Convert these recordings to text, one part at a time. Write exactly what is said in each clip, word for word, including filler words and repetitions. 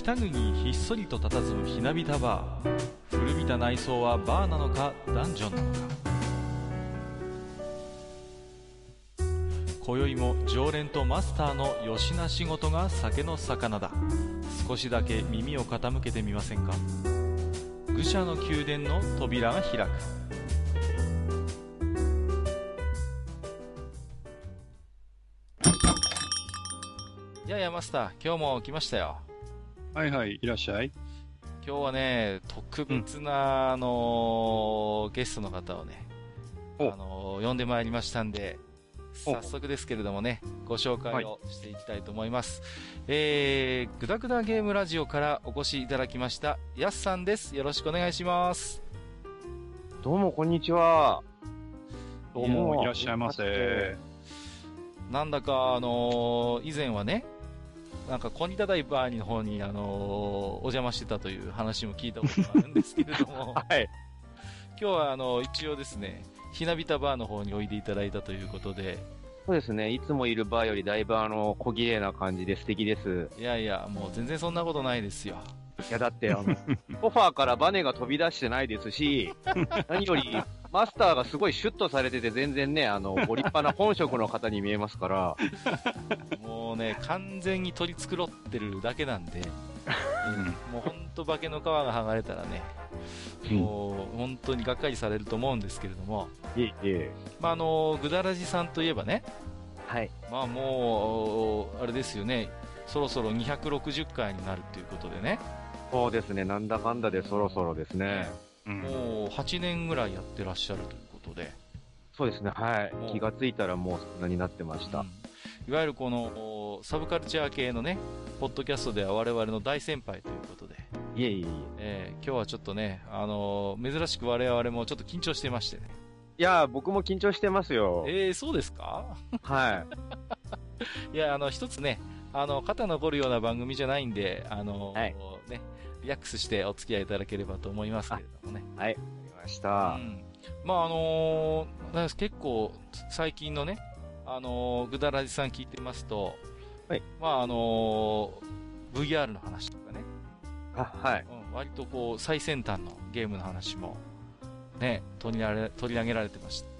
北国にひっそりと佇むひなびたバー。古びた内装はバーなのかダンジョンなのか。今宵も常連とマスターのよしな仕事が酒の魚だ。少しだけ耳を傾けてみませんか。愚者の宮殿の扉が開く。いやいやマスター、今日も来ましたよ。 はいはい、いらっしゃい。 今日はね、特別な、うん、あのー、ゲストの方をね、あのー、呼んでまいりましたんで、早速ですけれどもね、ご紹介をしていきたいと思います。はい、えー、グダグダゲームラジオからお越しいただきました、やすさんです。よろしくお願いします。 どうも、こんにちは。 どうも、いらっしゃいませ。 なんだか、あのー、以前はね、なんか、コニタダイバーの方に、あのー、お邪魔してたという話も聞いたことがあるんですけれども、 はい。 今日は、あのー、一応ですね、ひなびたバーの方においでいただいたということで。 そうですね、いつもいるバーよりだいぶあの、小綺麗な感じで素敵です。 いやいや、もう全然そんなことないですよ。 いや、だって、あの、ソファーからバネが飛び出してないですし、何より、マスターがすごいシュッとされてて全然ね、あの、ご立派な本職の方に見えますから。 もうね、完全に取り繕ってるだけなんで、うん、もうほんと化けの皮が剥がれたらね、もう本当にがっかりされると思うんですけれども。 いえいえ。 まあ、あの、ぐだらじさんといえばね、 はい。 まあもう、あれですよね、そろそろにひゃくろくじゅっかいになるということでね。 そうですね、なんだかんだでそろそろですね。 うん、もうはちねんぐらいやってらっしゃるということで。 そうですね、はい。気がついたらもうそんなになってました。うん、 いわゆるこの、サブカルチャー系のね、ポッドキャストでは我々の大先輩ということで。 いえいえいえ。 えー、今日はちょっとね、あのー、珍しく我々もちょっと緊張してましてね。 いやー、僕も緊張してますよ。 えー、そうですか？ はい。 いや、あの、一つね、あの、肩残るような番組じゃないんで、あのー、はい、ね、リラックスしてお付き合いいただければと思いますけれどもね。 はい、わかりました。 うん。まあ、あのー、結構、最近のね、あのー、ぐだらじさん聞いてますと、 はい。 まあ、あのー、ブイアール の話とかね。 あ、はい。 うん、割とこう、最先端のゲームの話も、ね、取り上げ、取り上げられてました。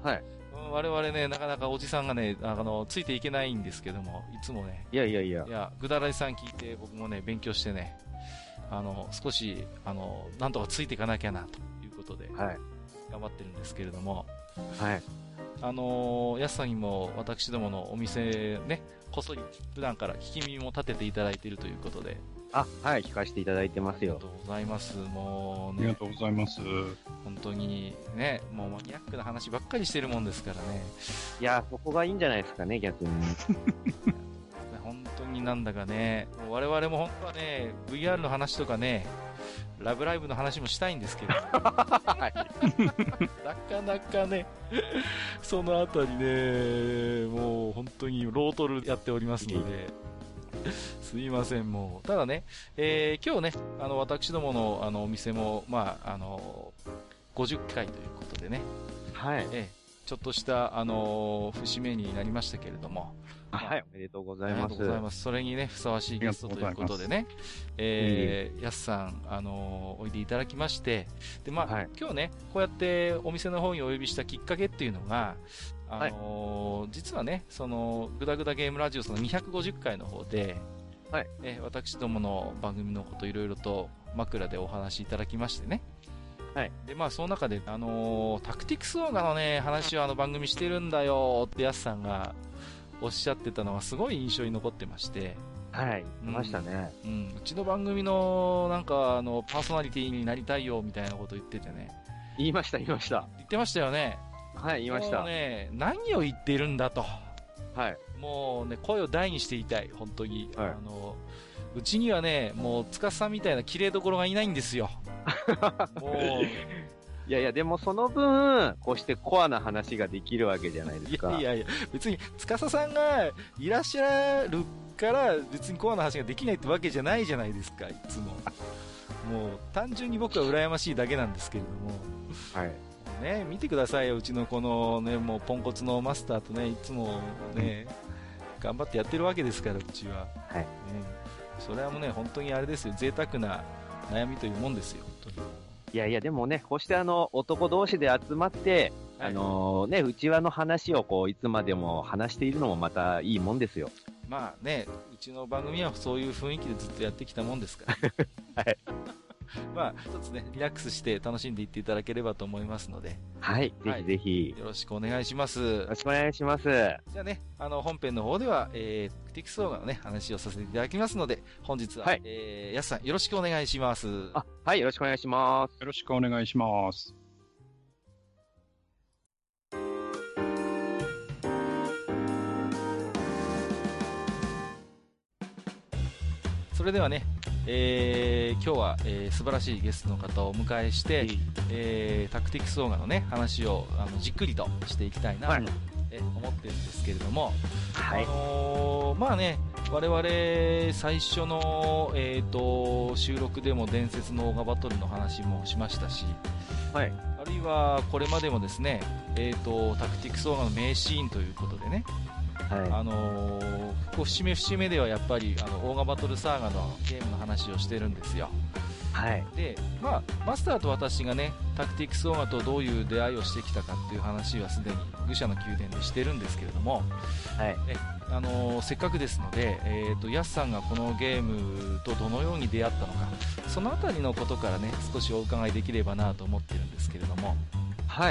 はい。 うん、我々ね、なかなかおじさんがね、あの、ついていけないんですけども、いつもね。 いやいやいや。 いや、ぐだらじさん聞いて、僕もね、勉強してね、あの、少し、あの、なんとかついていかなきゃな、ということで、 はい。 頑張ってるんですけれども、 はい。 あのー、やすさんにも私どものお店ね、こっそり普段から聞き耳も立てていただいているということで。 あ、はい、聞かせていただいてますよ。 ありがとうございます。もうね。 ありがとうございます。 本当にね、もうマニアックな話ばっかりしてるもんですからね。 いや、そこがいいんじゃないですかね、逆に。 本当になんだかね、もう我々も本当はね、ブイアール の話とかね、ラブライブの話もしたいんですけど、はい、なかなかね、そのあたりね、もう本当にロートルやっておりますので、すいません、もう。ただね、えー、今日ね、あの、私どもの、あの、お店も、まあ、あの、ごじゅっかいということでね、 はい。 えーちょっとした、あのー、節目になりましたけれども。 まあ、はい、おめでとうございます。 ありがとうございます。それにね、ふさわしいゲストということでね、えー、やすさん、あのー、おいでいただきまして、で、まあ、はい、今日ね、こうやってお店の方にお呼びしたきっかけっていうのが、あのーはい、実はね、その、ぐだぐだゲームラジオそのにひゃくごじゅっかいの方で、はい、えー、私どもの番組のこといろいろと枕でお話しいただきましてね、はい。で、まあ、その中で、あのー、タクティクスオーガのね、話をあの番組してるんだよってやすさんがおっしゃってたのがすごい印象に残ってまして。 はい。言いましたね、 うん。うん。うちの番組の、なんか、あの、パーソナリティになりたいよみたいなこと言っててね。 言いました、言いました。 言ってましたよね。 はい、言いました。 もうね、何を言っているんだと。 はい。 もうね、声を大にして言いたい、本当に。はい、あの、うちにはね、もう、つかさんみたいな綺麗どころがいないんですよ。もう。 いやいや、でもその分、こうしてコアな話ができるわけじゃないですか。 いやいやいや、別に、つかささんがいらっしゃるから、別にコアな話ができないってわけじゃないじゃないですか、いつも。もう、単純に僕は羨ましいだけなんですけれども。はい。ね、見てくださいよ、うちのこのね、もうポンコツのマスターとね、いつもね、頑張ってやってるわけですから、うちは。はい。ね、 それはもうね、本当にあれですよ、贅沢な悩みというもんですよ。 いやいや、でもね、こうしてあの、男同士で集まって、はい、あのー、ね、内輪の話をこう、いつまでも話しているのもまたいいもんですよ。 まあね、うちの番組はそういう雰囲気でずっとやってきたもんですから。はい。まあ、一つね、リラックスして楽しんでいっていただければと思いますので。 はい、ぜひぜひ。 よろしくお願いします。 よろしくお願いします。 じゃあね、あの、本編の方では、えー、タクティクス動画のね、話をさせていただきますので、本日は、はい、えー、やすさん、よろしくお願いします。 あ、はい、よろしくお願いします。 よろしくお願いします。 それではね、えー、今日は、えー、素晴らしいゲストの方をお迎えして、えー、タクティクス動画のね、話をあのじっくりとしていきたいなと、はい、え思ってるんですけれども、はい、あのー、まあね、我々最初の、えー、と収録でも伝説のオーガバトルの話もしましたし、はい、あるいはこれまでもですね、えー、とタクティクス動画の名シーンということでね、はい、あのー、こう節目節目ではやっぱりあのオーガバトルサーガのゲームの話をしてるんですよ。はい、で、まあ、マスターと私がね、タクティクスオーガとどういう出会いをしてきたかっていう話はすでに愚者の宮殿でしてるんですけれども、はい、えあのー、せっかくですので、えーと、ヤスさんがこのゲームとどのように出会ったのか、そのあたりのことからね、少しお伺いできればなと思ってるんですけれども。 はい。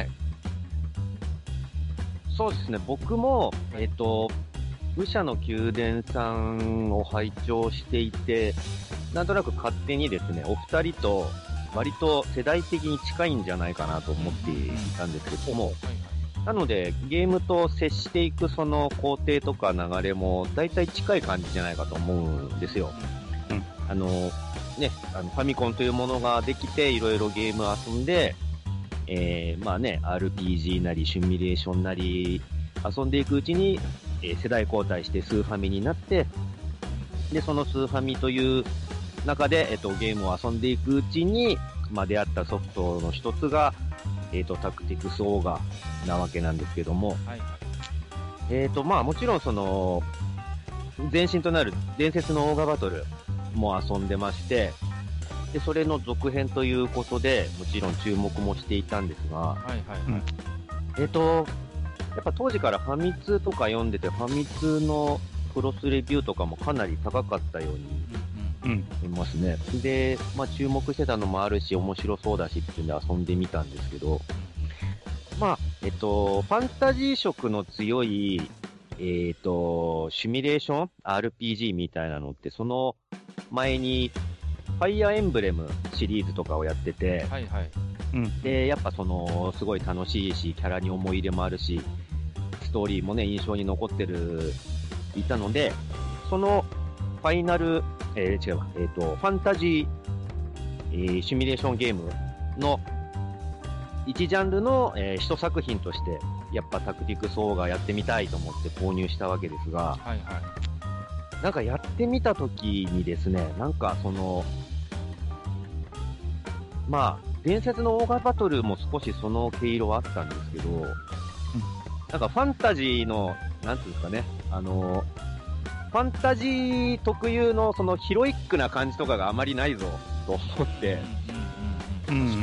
そうですね、僕も、えっと、愚者の宮殿さんを拝聴していて、なんとなく勝手にですね、お二人と割と世代的に近いんじゃないかなと思っていたんですけども、なので、ゲームと接していくその工程とか流れも大体近い感じじゃないかと思うんですよ。うん、あの、ね、あのファミコンというものができて、いろいろゲームを遊んで、えー、まあね、アールピージー なりシミュレーションなり遊んでいくうちに、えー、世代交代してスーファミになって、で、そのスーファミという中で、えっと、ゲームを遊んでいくうちに、まあ、出会ったソフトの一つが、えっと、タクティクスオーガなわけなんですけども、はい、えっと、まあ、もちろんその、前身となる伝説のオーガバトルも遊んでまして、で、それの続編ということで、もちろん注目もしていたんですが、はいはいはい。えっと、やっぱ当時からファミ通とか読んでて、ファミ通のクロスレビューとかもかなり高かったように思いますね。うん、で、まあ注目してたのもあるし、面白そうだしっていうんで遊んでみたんですけど、まあ、えっと、ファンタジー色の強い、えっと、シミュレーション アールピージー みたいなのって、その前に、ファイアーエンブレムシリーズとかをやってて、はいはい。うん。で、やっぱその、すごい楽しいし、キャラに思い入れもあるし、ストーリーもね、印象に残ってる、いたので、その、ファイナル、えー、違うわ、えっと、ファンタジー、えー、シミュレーションゲームの、一ジャンルの、えー、一作品として、やっぱタクティクスオーガやってみたいと思って購入したわけですが、はいはい。なんかやってみたときにですね、なんかその、まあ、伝説のオーガバトルも少しその毛色はあったんですけど、うん、なんかファンタジーの、なんていうんですかね、あの、ファンタジー特有のそのヒロイックな感じとかがあまりないぞ、と思って、うんうんうん、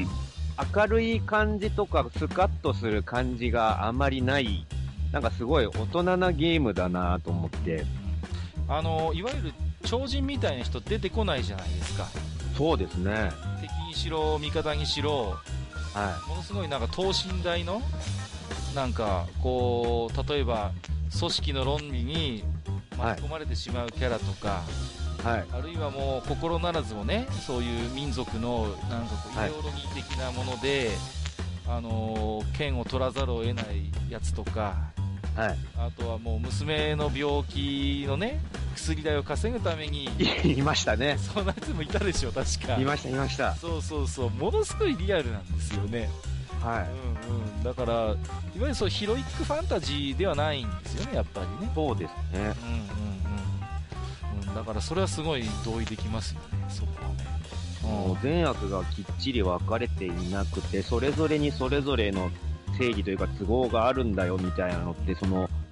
明るい感じとかスカッとする感じがあまりない、なんかすごい大人なゲームだなと思って、 あの、いわゆる超人みたいな人出てこないじゃないですか。 そうですね。 敵にしろ、味方にしろ、はい、ものすごいなんか等身大の、なんか、こう、例えば、組織の論理に巻き込まれてしまうキャラとか、はい、あるいはもう心ならずもね、そういう民族の、なんかこう、イデオロギー的なもので、はい、あのー、剣を取らざるを得ないやつとか、はい、あとはもう娘の病気のね、薬代を稼ぐためにいましたね。 そんなやつもいたでしょ、確か。 いました、いました。 そうそうそう、ものすごいリアルなんですよね。はい。うんうん。だから、いわゆるそうヒロイックファンタジーではないんですよね、やっぱりね。 そうですね。うんうんうん。うん、だからそれはすごい同意できますよね、そこはね。 もう善悪がきっちり分かれていなくて、それぞれにそれぞれの正義というか都合があるんだよみたいなのって、その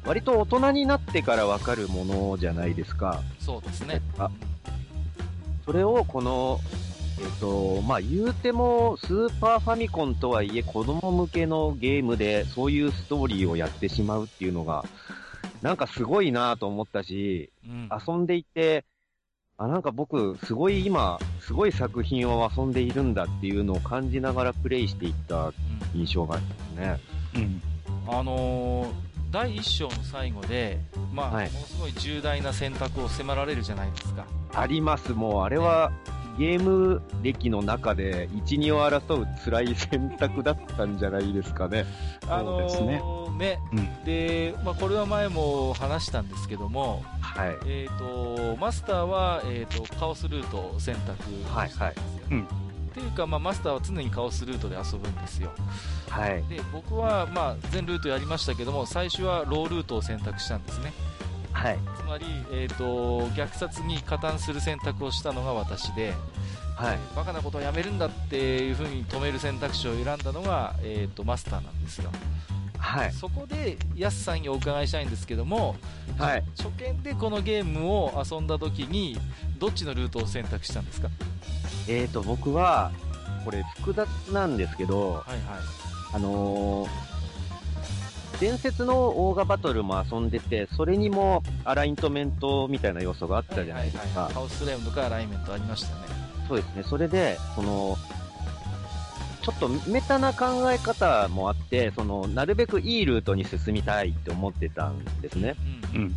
割と大人になってからわかるものじゃないですか。 そうですね。 あ、それをこの、えっと、まあ、言うても、スーパーファミコンとはいえ、子供向けのゲームで、そういうストーリーをやってしまうっていうのが、なんかすごいなと思ったし、うん、遊んでいて、あ、なんか僕、すごい今、すごい作品を遊んでいるんだっていうのを感じながらプレイしていった印象がありますね。 うん。あのー、だいいっ章の最後で、まあ、はい、ものすごい重大な選択を迫られるじゃないですか。 あります。もう、あれは、ゲーム歴の中で一、二を争う辛い選択だったんじゃないですかね。 あのー、そうですね。ね、うん、で、まあ、これは前も話したんですけども、 はい。 えっ、ー、と、マスターは、えっ、ー、と、カオスルートを選択してるんですよ。はいはい。うん。っていうか、まあ、マスターは常にカオスルートで遊ぶんですよ。 はい。 で、僕は、まあ、全ルートやりましたけども、最初はロールートを選択したんですね。 はい。 つまり、えっ、ー、と、虐殺に加担する選択をしたのが私で、はい。バカなことをやめるんだっていう風に止める選択肢を選んだのが、えっ、ー、と、マスターなんですよ。 はい。 そこで、ヤスさんにお伺いしたいんですけども、 はい。 初見でこのゲームを遊んだ時に、どっちのルートを選択したんですか？ えーと、僕は、これ複雑なんですけど、はいはい。あのー、伝説のオーガバトルも遊んでて、それにもアライントメントみたいな要素があったじゃないですか。はいはいはい、 カオスレイムとかアライメントありましたね。 そうですね。それで、その、ちょっとメタな考え方もあって、その、なるべくいいルートに進みたいって思ってたんですね。 うんうん、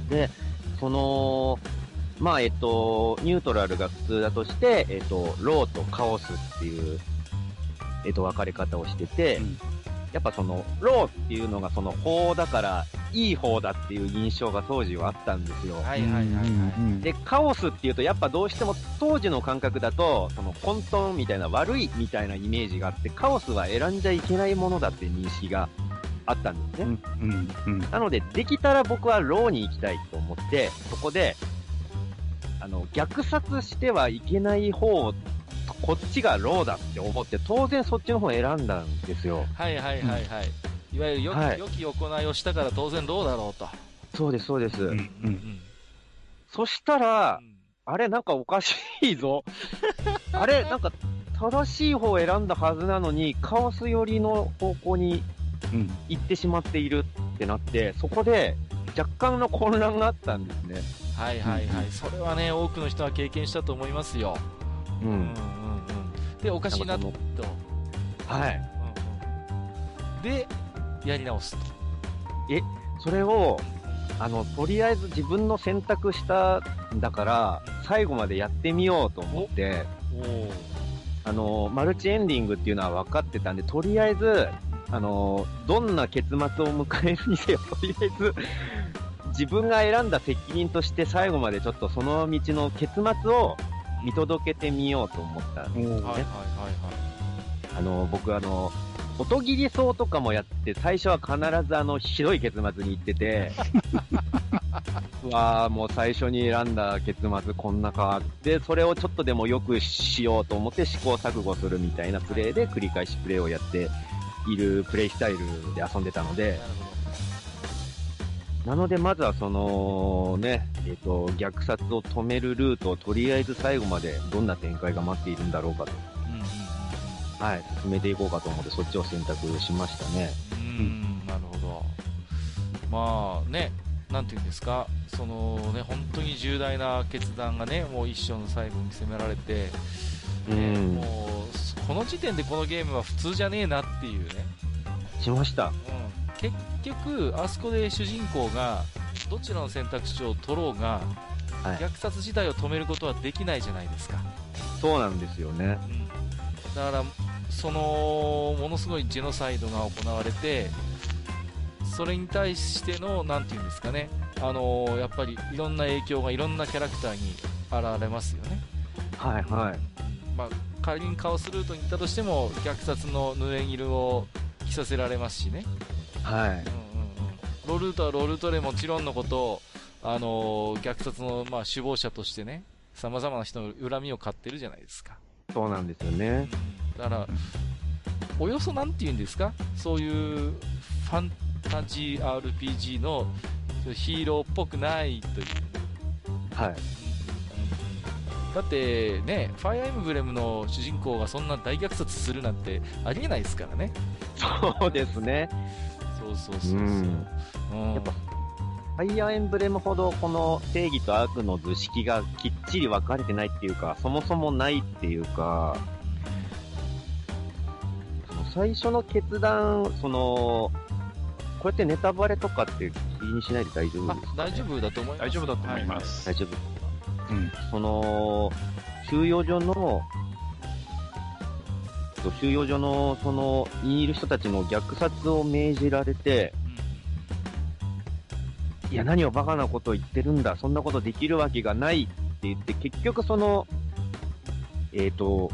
で、その、まあ、えっと、ニュートラルが普通だとして、えっと、ローとカオスっていう、えっと、分かれ方をしてて、うん、やっぱその、ローっていうのがその、法だから、いい方だっていう印象が当時はあったんですよ。 はいはいはいはい。 で、カオスっていうと、やっぱどうしても当時の感覚だと、その混沌みたいな悪いみたいなイメージがあって、カオスは選んじゃいけないものだって認識があったんですね。うんうんうん、なので、できたら僕はローに行きたいと思って、そこで、あの、虐殺してはいけない方、こっちがローだって思って、当然そっちの方を選んだんですよ。 はいはいはいはい。うんいわゆる良き、はい、良き行いをしたから当然ローだろうと。 そうです、そうです。うんうん、そしたら、うん、あれなんかおかしいぞ。あれなんか正しい方を選んだはずなのに、カオス寄りの方向に行ってしまっているってなって、そこで若干の混乱があったんですね。 はいはいはい。うん、それはね、多くの人は経験したと思いますよ。うん。うんうんうん、で、おかしいなと。 はい。 うんうん、で、やり直すと。 え、それを、あの、とりあえず自分の選択したんだから、最後までやってみようと思って、あの、マルチエンディングっていうのは分かってたんで、とりあえず、あの、どんな結末を迎えるにせよ、とりあえず、自分が選んだ責任として最後までちょっとその道の結末を見届けてみようと思ったんですね。はいはいはいはい。あの、僕あの、音切り草とかもやって、最初は必ずあの、ひどい結末に行ってて、うわーもう最初に選んだ結末こんなか。で、それをちょっとでも良くしようと思って試行錯誤するみたいなプレイで繰り返しプレイをやっているプレイスタイルで遊んでたので、なのでまずはそのね、えっと、虐殺を止めるルートをとりあえず最後までどんな展開が待っているんだろうかと。はい、進めていこうかと思ってそっちを選択しましたね。 うーん、なるほど。まあね、なんていうんですか、そのね、本当に重大な決断がね、もう一章の最後に迫られて、ね、もう、この時点でこのゲームは普通じゃねえなっていうね。 しました。うん。 結局、あそこで主人公が、どちらの選択肢を取ろうが、はい、虐殺自体を止めることはできないじゃないですか。 そうなんですよね。 うん。だから、そのものすごいジェノサイドが行われて、それに対してのなんていうんですかね、あのー、やっぱりいろんな影響がいろんなキャラクターに現れますよね。 はいはい。 まあ、仮にカオスルートに行ったとしても虐殺の濡れ衣を着させられますしね。 はい。うんうんうん、 ロールートはロールートでもちろんのこと、あのー、虐殺のまあ首謀者としてね、様々な人の恨みを買ってるじゃないですか。 そうなんですよね。 だから、およそなんて言うんですか、そういうファンタジー アールピージー のヒーローっぽくないという、ね。 はい。 だってね、ファイアーエムブレムの主人公がそんな大虐殺するなんてありえないですからね。 そうですね。 そうそうそうそう。うん、 やっぱファイアーエンブレムほどこの正義と悪の図式がきっちり分かれてないっていうか、そもそもないっていうか、その最初の決断、その、これってネタバレとかって気にしないで大丈夫ですか、ね、 大丈夫だと思います。 大丈夫だと思います。 はいはい、大丈夫。うん。その、収容所の、収容所の、その、にいる人たちの虐殺を命じられて、いや、何をバカなことを言ってるんだ、そんなことできるわけがないって言って、結局その、えっと、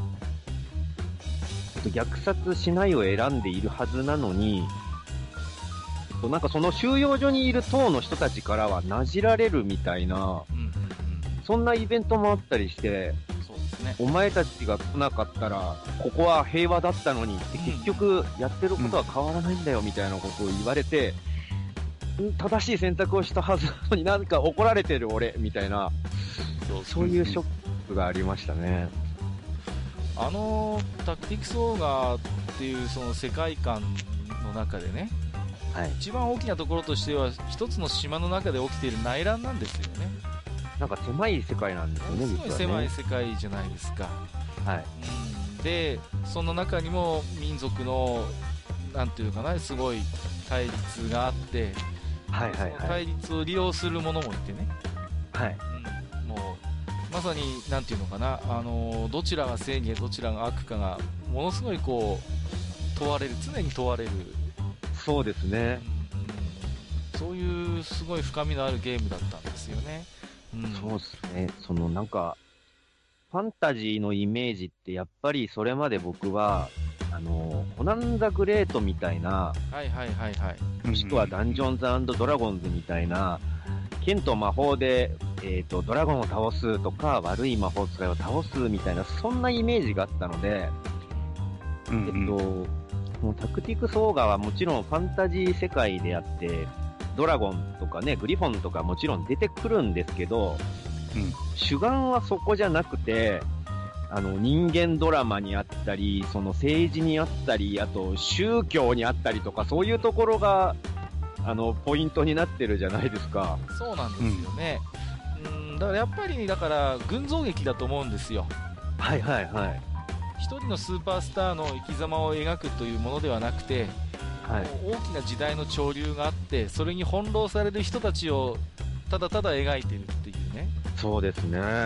虐殺しないを選んでいるはずなのに、なんかその収容所にいる党の人たちからはなじられるみたいな、うんうんうん、そんなイベントもあったりして、 そうですね、 お前たちが来なかったら、ここは平和だったのにって、結局やってることは変わらないんだよみたいなことを言われて、正しい選択をしたはずなのになんか怒られてる俺みたいな、そう、そういうショックがありましたね。 あのタクティクスオーガーっていうその世界観の中でね、はい、一番大きなところとしては一つの島の中で起きている内乱なんですよね。 なんか狭い世界なんですよね。 すごい狭い世界じゃないですか。 はい、 うん、でその中にも民族のなんていうかな、すごい対立があって、 はいはいはい、 その対立を利用する者もいてね、 はい、 うん、もうまさになんていうのかな、あのどちらが正義でどちらが悪かがものすごいこう問われる、常に問われる。 そうですね、 うん、そういうすごい深みのあるゲームだったんですよね。 うん、そうですね。そのなんかファンタジーのイメージってやっぱりそれまで僕はあのコナン・ザ・グレートみたいな、 はいはいはいはい、 もしくはダンジョンズ&ドラゴンズみたいな、剣と魔法で、えーと、ドラゴンを倒すとか悪い魔法使いを倒すみたいな、そんなイメージがあったので、うんうん、えっともうタクティクスオーガはもちろんファンタジー世界であって、ドラゴンとかね、グリフォンとかもちろん出てくるんですけど、うん、主眼はそこじゃなくて、あの人間ドラマにあったり、その政治にあったり、あと宗教にあったりとか、そういうところがあのポイントになってるじゃないですか。 そうなんですよね。うん、だからやっぱりだから群像劇だと思うんですよ。 はいはいはい。 一人のスーパースターの生き様を描くというものではなくて、はい、大きな時代の潮流があって、それに翻弄される人たちをただただ描いてるっていうね。 そうですね。うんうんうん、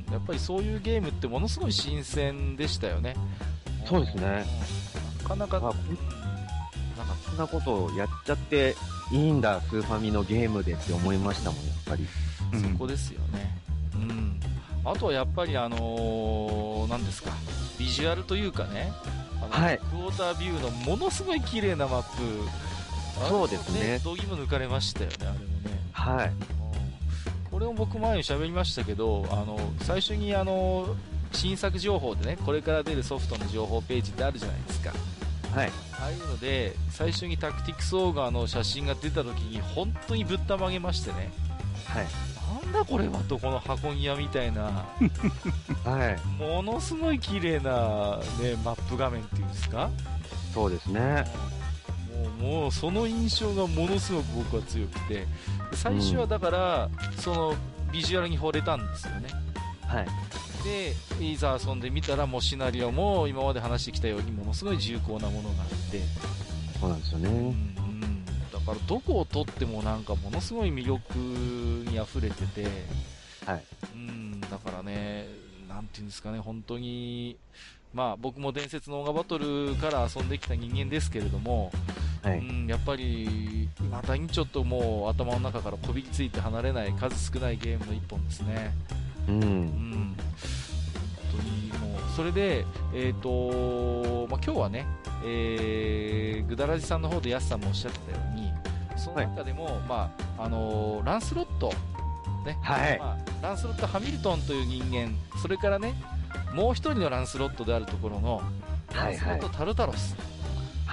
やっぱりそういうゲームってものすごい新鮮でしたよね。 そうですね。 なかなか、 まあ、なんかこんなことをやっちゃっていいんだ、スーファミのゲームでって思いましたもん、やっぱり。 うん、そこですよね。うん。あとはやっぱりあのー、何ですか、ビジュアルというかね、あの、はい、クォータービューのものすごい綺麗なマップ。 そうですね。 どぎも抜かれましたよね、あれもね。 はい。 これも僕前に喋りましたけど、あの、最初にあの、新作情報でね、これから出るソフトの情報ページってあるじゃないですか。 はい。 ああいうので、最初にタクティクスオーガーの写真が出た時に、本当にぶったまげましてね。 はい。 なんだこれはと、この箱庭みたいな、 はい、 ものすごい綺麗な、ね、マップ画面っていうんですか。 そうですね。 もう、もうその印象がものすごく僕は強くて、最初はだから、うん、そのビジュアルに惚れたんですよね。 はい。 で、いざ遊んでみたら、もうシナリオも今まで話してきたようにものすごい重厚なものがあって、 そうなんですよね。 うんだからどこを取ってもなんかものすごい魅力に溢れてて、 はい、 うん、だからね、なんていうんですかね、本当に、まあ僕も伝説のオーガバトルから遊んできた人間ですけれども、はい、うん、やっぱりまたにちょっともう頭の中からこびりついて離れない数少ないゲームの一本ですね。 うん、うん、 本当にもうそれで、えーとまあ、今日はね、えー、ぐだらじさんの方でやすさんもおっしゃってたように、その中でも、はい、まああのー、ランスロット、ね、 はいまあ、ランスロット・ハミルトンという人間、それからね、もう一人のランスロットであるところのランスロット・タルタロス、 はい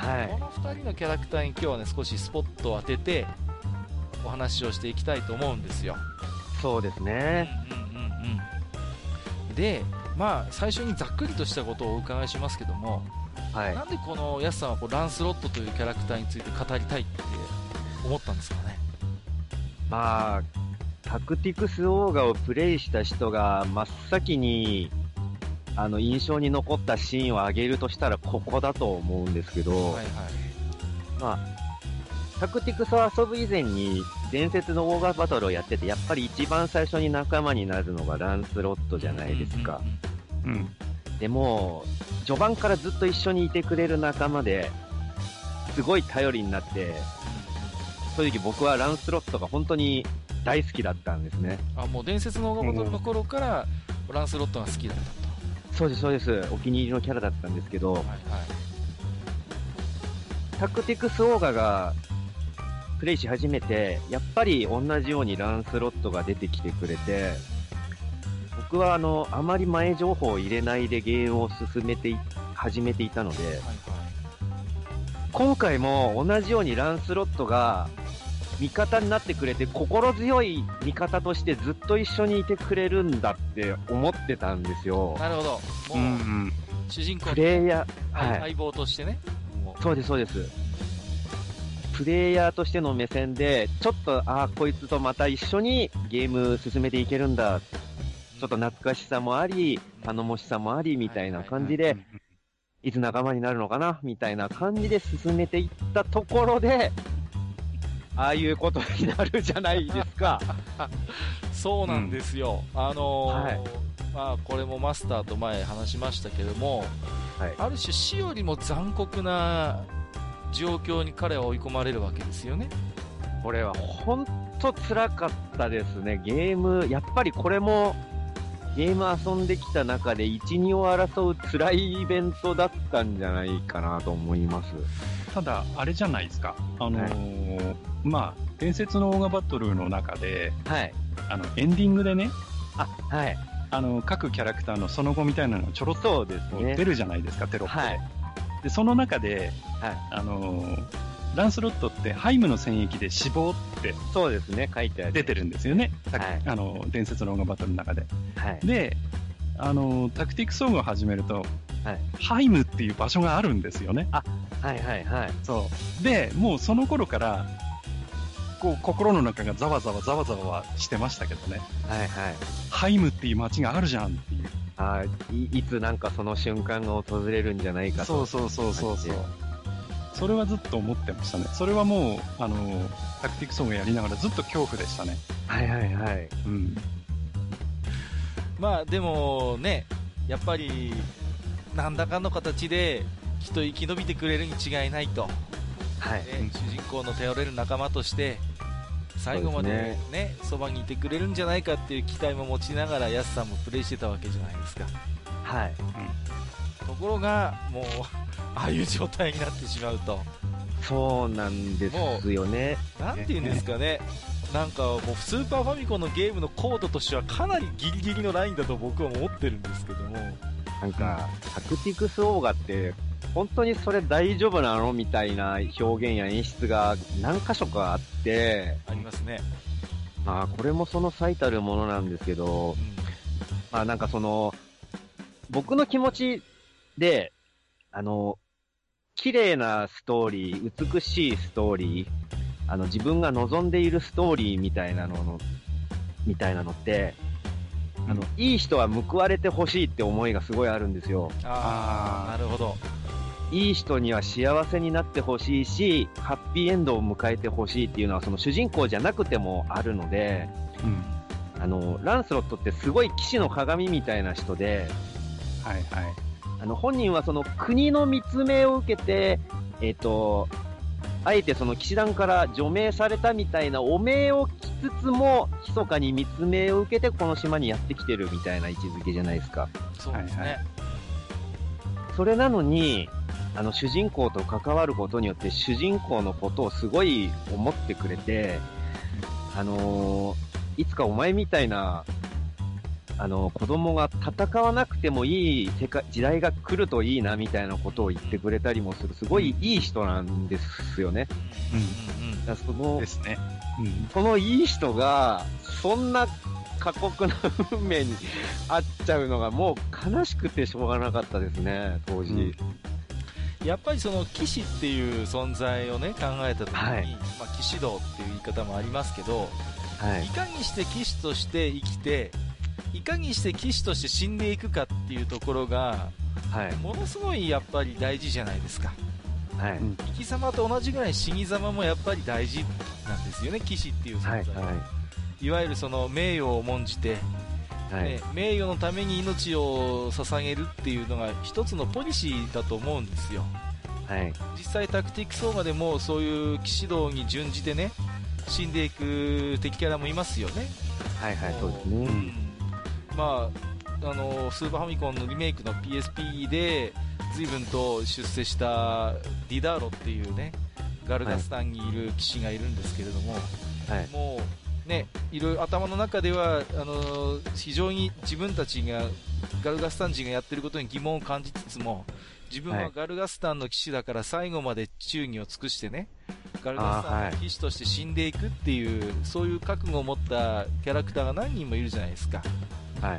はい。 このふたりのキャラクターに今日はね、少しスポットを当てて、お話をしていきたいと思うんですよ。 そうですね。 うんうんうんうん。で、まあ、最初にざっくりとしたことをお伺いしますけども、 はい。 なんでこのヤスさんはこうランスロットというキャラクターについて語りたいって思ったんですかね。 まあ、タクティクスオーガをプレイした人が真っ先に、あの、印象に残ったシーンを挙げるとしたらここだと思うんですけど、 はいはい。 まあ、タクティクスを遊ぶ以前に伝説のオーガバトルをやってて、やっぱり一番最初に仲間になるのがランスロットじゃないですか。 うん。 でも、序盤からずっと一緒にいてくれる仲間で、すごい頼りになって、正直僕はランスロットが本当に大好きだったんですね。 あ、もう伝説のオーガバトルの頃からランスロットが好きだったと。 そうです、そうです。お気に入りのキャラだったんですけど、 はいはい。 タクティクスオーガがプレイし始めて、やっぱり同じようにランスロットが出てきてくれて、僕はあの、あまり前情報を入れないでゲームを進めてい、始めていたので、 はいはい。 今回も同じようにランスロットが味方になってくれて、心強い味方としてずっと一緒にいてくれるんだって思ってたんですよ。 なるほど。もう、 うんうん、 主人公のプレイヤー、はい、 相棒としてね。 そうです、そうです。プレイヤーとしての目線で、ちょっと、ああ、こいつとまた一緒にゲーム進めていけるんだ。ちょっと懐かしさもあり、頼もしさもあり、みたいな感じで、いつ仲間になるのかなみたいな感じで進めていったところで、ああいうことになるじゃないですか。 そうなんですよ。うん、あのー、 はい、 まあ、これもマスターと前話しましたけども、はい、ある種死よりも残酷な状況に彼は追い込まれるわけですよね。 これは本当辛かったですね。ゲーム、やっぱりこれも、ゲーム遊んできた中でいち、にを争う辛いイベントだったんじゃないかなと思います。 ただ、あれじゃないですか。あのーはい、まあ、伝説のオーガバトルの中で、 はい。 あの、エンディングでね、 あ、はい。 あの、各キャラクターのその後みたいなのがちょろっと出るじゃないですか、テロップで。はい。で、その中で、はい。あのー、ランスロットってハイムの戦役で死亡ってそうですね、書いてある。 出てるんですよね。 はい、 あの、伝説のオーガバトルの中で。 はい。 で、あの、タクティックソングを始めると、はい、ハイムっていう場所があるんですよね。 あ、はいはいはい。 そう。で、もうその頃から、こう、心の中がざわざわざわざわしてましたけどね。 はいはい。 ハイムっていう街があるじゃんっていう。 あい、いつなんかその瞬間が訪れるんじゃないかと。 そうそうそうそうそう。それはずっと思ってましたね。それはもう、あの、タクティックソングやりながらずっと恐怖でしたね。 はいはいはい。 うん。 まあでもね、やっぱり、なんだかの形で、きっと生き延びてくれるに違いないと。 はい。 ね、主人公の頼れる仲間として、最後までね、そばにいてくれるんじゃないかっていう期待も持ちながら、ヤスさんもプレイしてたわけじゃないですか。 はい。 うん、ところが、もう、ああいう状態になってしまうと。 そうなんですよね。 なんていうんですかね。なんかもうスーパーファミコンのゲームのコードとしてはかなりギリギリのラインだと僕は思ってるんですけども。 なんか、タクティクスオーガって、本当にそれ大丈夫なのみたいな表現や演出が何箇所かあって。 ありますね。 まあ、これもその最たるものなんですけど、うん、まあなんかその、僕の気持ちで、あの、綺麗なストーリー、美しいストーリー、あの、自分が望んでいるストーリーみたいなのの、みたいなのって、あの、いい人は報われてほしいって思いがすごいあるんですよ。 ああ、なるほど。 いい人には幸せになってほしいし、ハッピーエンドを迎えてほしいっていうのは、その主人公じゃなくてもあるので、うん、あの、ランスロットってすごい騎士の鏡みたいな人で、 はいはい。 あの、本人はその国の密命を受けて、えっと、あえてその騎士団から除名されたみたいな汚名を着つつも、密かに密命を受けてこの島にやってきてるみたいな位置づけじゃないですか。 そうですね。はいはい、 それなのに、あの、主人公と関わることによって、主人公のことをすごい思ってくれて、あのー、いつかお前みたいなあの、子供が戦わなくてもいい世界、時代が来るといいなみたいなことを言ってくれたりもする、すごいいい人なんですよね。うんうんうん。だその、ですね。うん。そのいい人が、そんな過酷な運命にあっちゃうのがもう悲しくてしょうがなかったですね、当時。うんやっぱりその騎士っていう存在をね考えた時に、はい、まあ、騎士道っていう言い方もありますけど、はい、いかにして騎士として生きていかにして騎士として死んでいくかっていうところが、はい、ものすごいやっぱり大事じゃないですか、はい、生き様と同じぐらい死に様もやっぱり大事なんですよね、騎士っていう存在、はいはい、いわゆるその名誉を重んじてはいね、名誉のために命を捧げるっていうのが一つのポリシーだと思うんですよ、はい、実際タクティック相馬でもそういう騎士道に準じてね死んでいく敵キャラもいますよね。 はいはいそうですね、うん、 まああのスーパーファミコンのリメイクの ピーエスピー で随分と出世したディダーロっていうねガルガスタンにいる騎士がいるんですけれども、はい、もうね、いろいろ頭の中ではあのー、非常に自分たちがガルガスタン人がやってることに疑問を感じつつも自分はガルガスタンの騎士だから最後まで忠義を尽くしてねガルガスタンの騎士として死んでいくっていう、はい、そういう覚悟を持ったキャラクターが何人もいるじゃないですか、はい、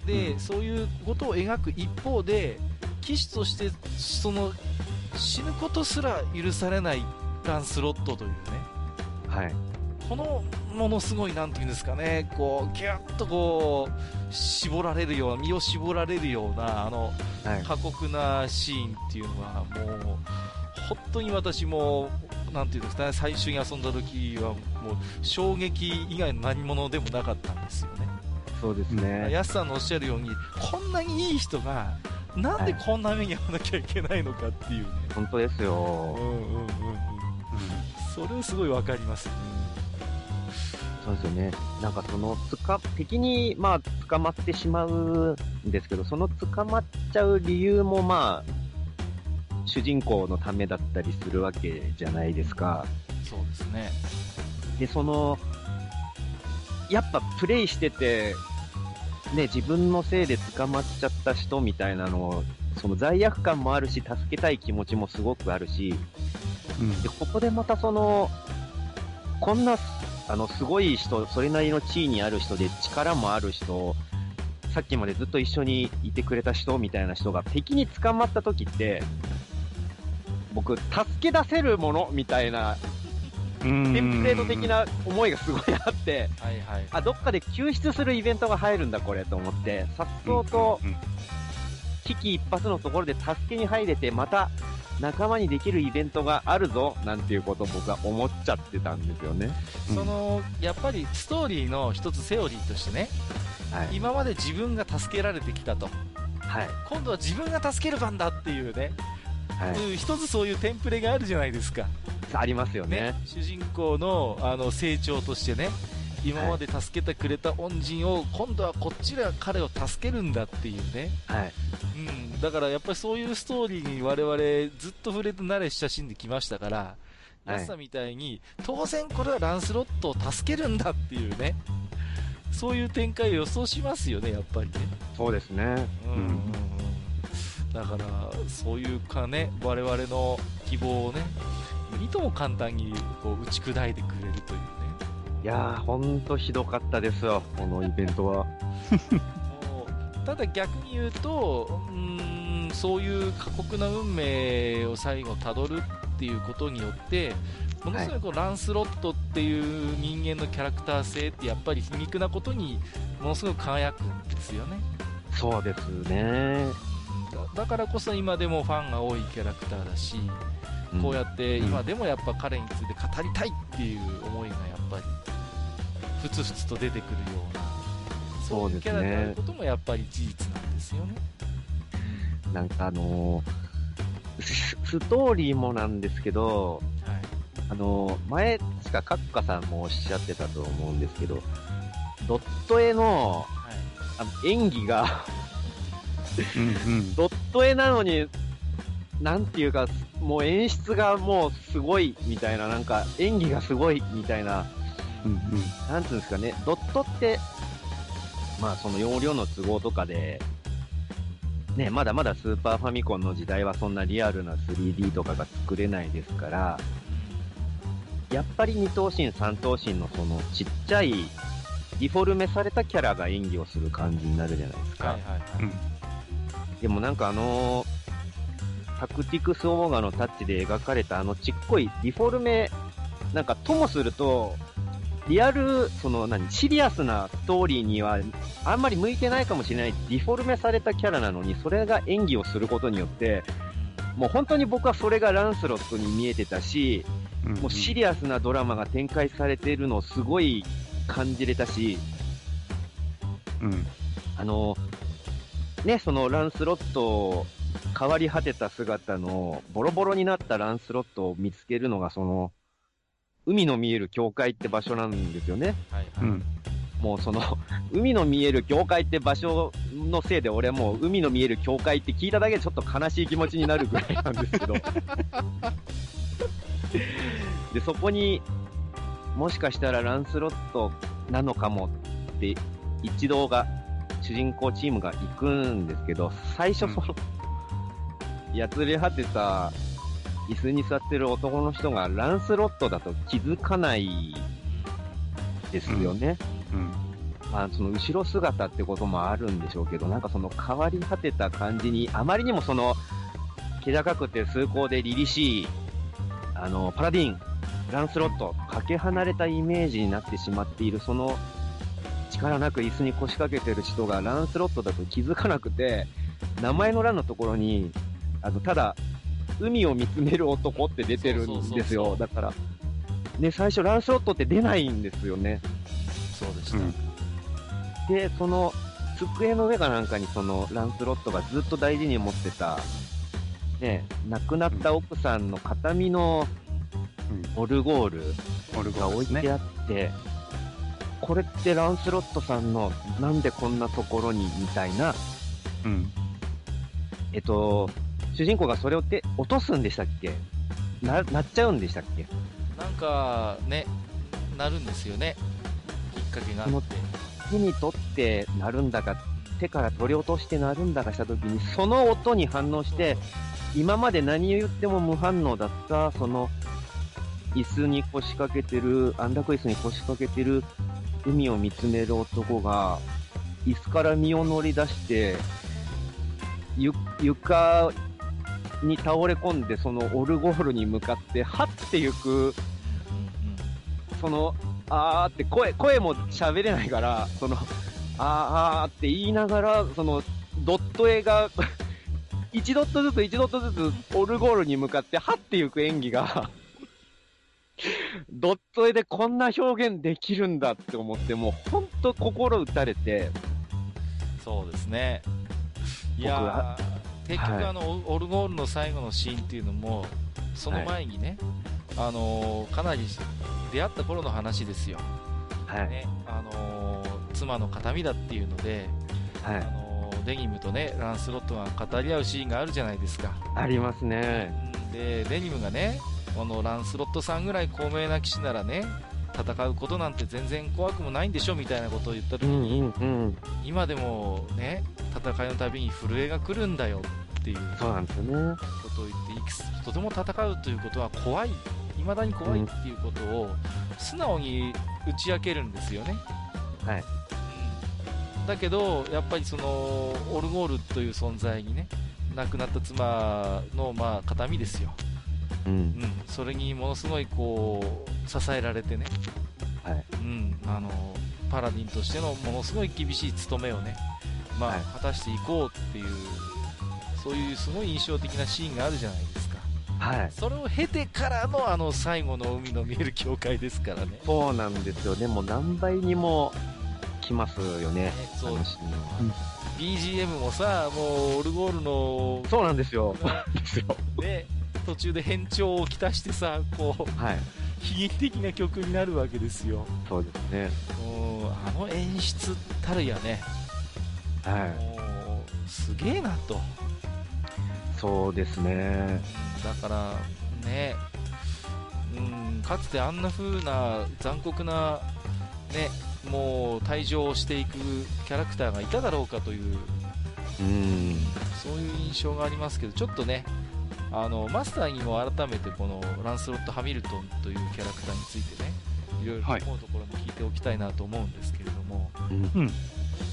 で、うん、そういうことを描く一方で騎士としてその死ぬことすら許されないランスロットというね、はいこのものすごいなんていうんですかねこうギュッとこう絞られるような身を絞られるようなあの過酷なシーンっていうのはもう本当に私もなんていうんですかね最初に遊んだ時はもう衝撃以外の何物でもなかったんですよね。 そうですね。 ヤスさんのおっしゃるようにこんなにいい人がなんでこんな目に遭わなきゃいけないのかっていうね。 本当ですよ。 うんうんうんうん。それすごいわかりますね。 そうですよね。なんかその、つか、敵に、まあ、捕まってしまうんですけど、その捕まっちゃう理由もまあ、主人公のためだったりするわけじゃないですか。 そうですね。 で、その、やっぱプレイしてて、ね、自分のせいで捕まっちゃった人みたいなのを、その罪悪感もあるし、助けたい気持ちもすごくあるし、うん、で、ここでまたその、こんな、あの、すごい人、それなりの地位にある人で力もある人、さっきまでずっと一緒にいてくれた人みたいな人が敵に捕まった時って、僕、助け出せるものみたいな、テンプレート的な思いがすごいあって、はいはい、あ、どっかで救出するイベントが入るんだこれと思って、さっそうと、危機一髪のところで助けに入れて、また、仲間にできるイベントがあるぞなんていうことを僕は思っちゃってたんですよね。 その、うん、やっぱりストーリーの一つセオリーとしてね、はい、今まで自分が助けられてきたと、はい、今度は自分が助ける番だっていうね、はい、一つそういうテンプレがあるじゃないですか。 ありますよね。 ね、主人公のあの成長としてね、今まで助けてくれた恩人を、はい、今度はこっちが彼を助けるんだっていうね、はいうん、だからやっぱりそういうストーリーに我々ずっと触れて慣れ親しんできましたから、はい、ヤスさんみたいに当然これはランスロットを助けるんだっていうね、そういう展開を予想しますよね、やっぱりね。 そうですね、うんうんうん、 だからそういうかね、我々の希望をねいとも簡単にこう打ち砕いてくれるというね。 いやー、ほんとひどかったですよ、このイベントは。 ただ逆に言うと、うーん、そういう過酷な運命を最後たどるっていうことによって、ものすごいこう、はい、ランスロットっていう人間のキャラクター性ってやっぱり皮肉なことにものすごく輝くんですよね。 そうですね。 だ, だからこそ今でもファンが多いキャラクターだし、こうやって今でもやっぱ彼について語りたいっていう思いがやっぱりふつふつと出てくるような、そういうキャラであることもやっぱり事実なんですよね。 なんかあのー、ストーリーもなんですけど、はい、あのー、前しかカッカさんもおっしゃってたと思うんですけど、ドット絵の、はい、あの演技がうん、うん、ドット絵なのになんていうか、もう演出がもうすごいみたいな、なんか演技がすごいみたいな、うんうん、なんていうんですかね、ドットってまあその容量の都合とかで、ね、まだまだスーパーファミコンの時代はそんなリアルな スリーディー とかが作れないですから、やっぱりに頭身さん頭身のそのちっちゃいディフォルメされたキャラが演技をする感じになるじゃないですか。はいはいはい。でもなんかあのタクティクスオーガのタッチで描かれたあのちっこいディフォルメ、なんかともすると、リアル、その何、シリアスなストーリーにはあんまり向いてないかもしれないディフォルメされたキャラなのに、それが演技をすることによって、もう本当に僕はそれがランスロットに見えてたし、うんうん、もうシリアスなドラマが展開されているのをすごい感じれたし、うん、あの、ね、そのランスロット、変わり果てた姿のボロボロになったランスロットを見つけるのがその、海の見える教会って場所なんですよね。はいはい。うん、もうその、海の見える教会って場所のせいで俺はもう海の見える教会って聞いただけでちょっと悲しい気持ちになるぐらいなんですけど。で、そこに、もしかしたらランスロットなのかもって一同が、主人公チームが行くんですけど、最初その、うん、やつれ果てた椅子に座ってる男の人がランスロットだと気づかないですよね。うんうん、まあ、その後ろ姿ってこともあるんでしょうけど、なんかその変わり果てた感じに、あまりにもその、気高くて崇高で凛々しい、あの、パラディン、ランスロット、かけ離れたイメージになってしまっている、その、力なく椅子に腰掛けてる人がランスロットだと気づかなくて、名前の欄のところに、あの、ただ、海を見つめる男って出てるんですよ。だから、ね、最初ランスロットって出ないんですよね。 そうでした。うん、 で、その、机の上かなんかにそのランスロットがずっと大事に持ってた、ね、亡くなった奥さんの形見のオルゴールが置いてあって、うんね、これってランスロットさんのなんでこんなところにみたいな、うん、えっと、主人公がそれをって落とすんでしたっけ？な、なっちゃうんでしたっけ？ なんかね、なるんですよね。きっかけがあって。 手に取ってなるんだか、手から取り落としてなるんだかしたときに、その音に反応して、今まで何を言っても無反応だった、その、椅子に腰掛けてる、安楽椅子に腰掛けてる、海を見つめる男が、椅子から身を乗り出して、ゆ、床に倒れ込んで、そのオルゴールに向かって、はってゆく、その、あーって声、声も喋れないから、その、あーあーって言いながら、その、ドット絵が、いちドットずついちドットずつオルゴールに向かって、はってゆく演技が、ドット絵でこんな表現できるんだって思って、もうほんと心打たれて。 そうですね。いやー、結局あの、はい、オルゴールの最後のシーンっていうのも、その前にね、はい、あのー、かなり出会った頃の話ですよ。はい。ね、あのー、妻の形見だっていうので、はい。あのー、デニムとね、ランスロットが語り合うシーンがあるじゃないですか。 ありますね。 で、デニムがね、このランスロットさんぐらい高名な騎士ならね、戦うことなんて全然怖くもないんでしょみたいなことを言った時に、うんうんうん、今でもね、戦いのたびに震えが来るんだよっていうそうなんですよね。 ことを言って、とても戦うということは怖い、未だに怖いっていうことを素直に打ち明けるんですよね。はい。うん、だけどやっぱりそのオルゴールという存在にね、亡くなった妻のまあ形見ですよ。うんうん、それにものすごいこう支えられてね、はい、うん、あのパラディンとしてのものすごい厳しい務めをね、まあはい、果たしていこうっていう、そういうすごい印象的なシーンがあるじゃないですか。はい、それを経てからのあの最後の海の見える教会ですからね。 そうなんですよね。もう何倍にも来ますよね。そうですね。 うん、ビージーエム もさ、もうオルゴールのそうなんですよ。 ね、途中で変調をきたしてさ、こう、はい、悲劇的な曲になるわけですよ。 そうですね。 もうあの演出たるやね、はい、もうすげえなと。 そうですね。 だからね、うん、かつてあんな風な残酷なねもう退場していくキャラクターがいただろうかという、 うん、 そういう印象がありますけど、ちょっとね、あのマスターにも改めてこのランスロット・ハミルトンというキャラクターについてね、いろいろと思うところも聞いておきたいなと思うんですけれども、 はい、うん、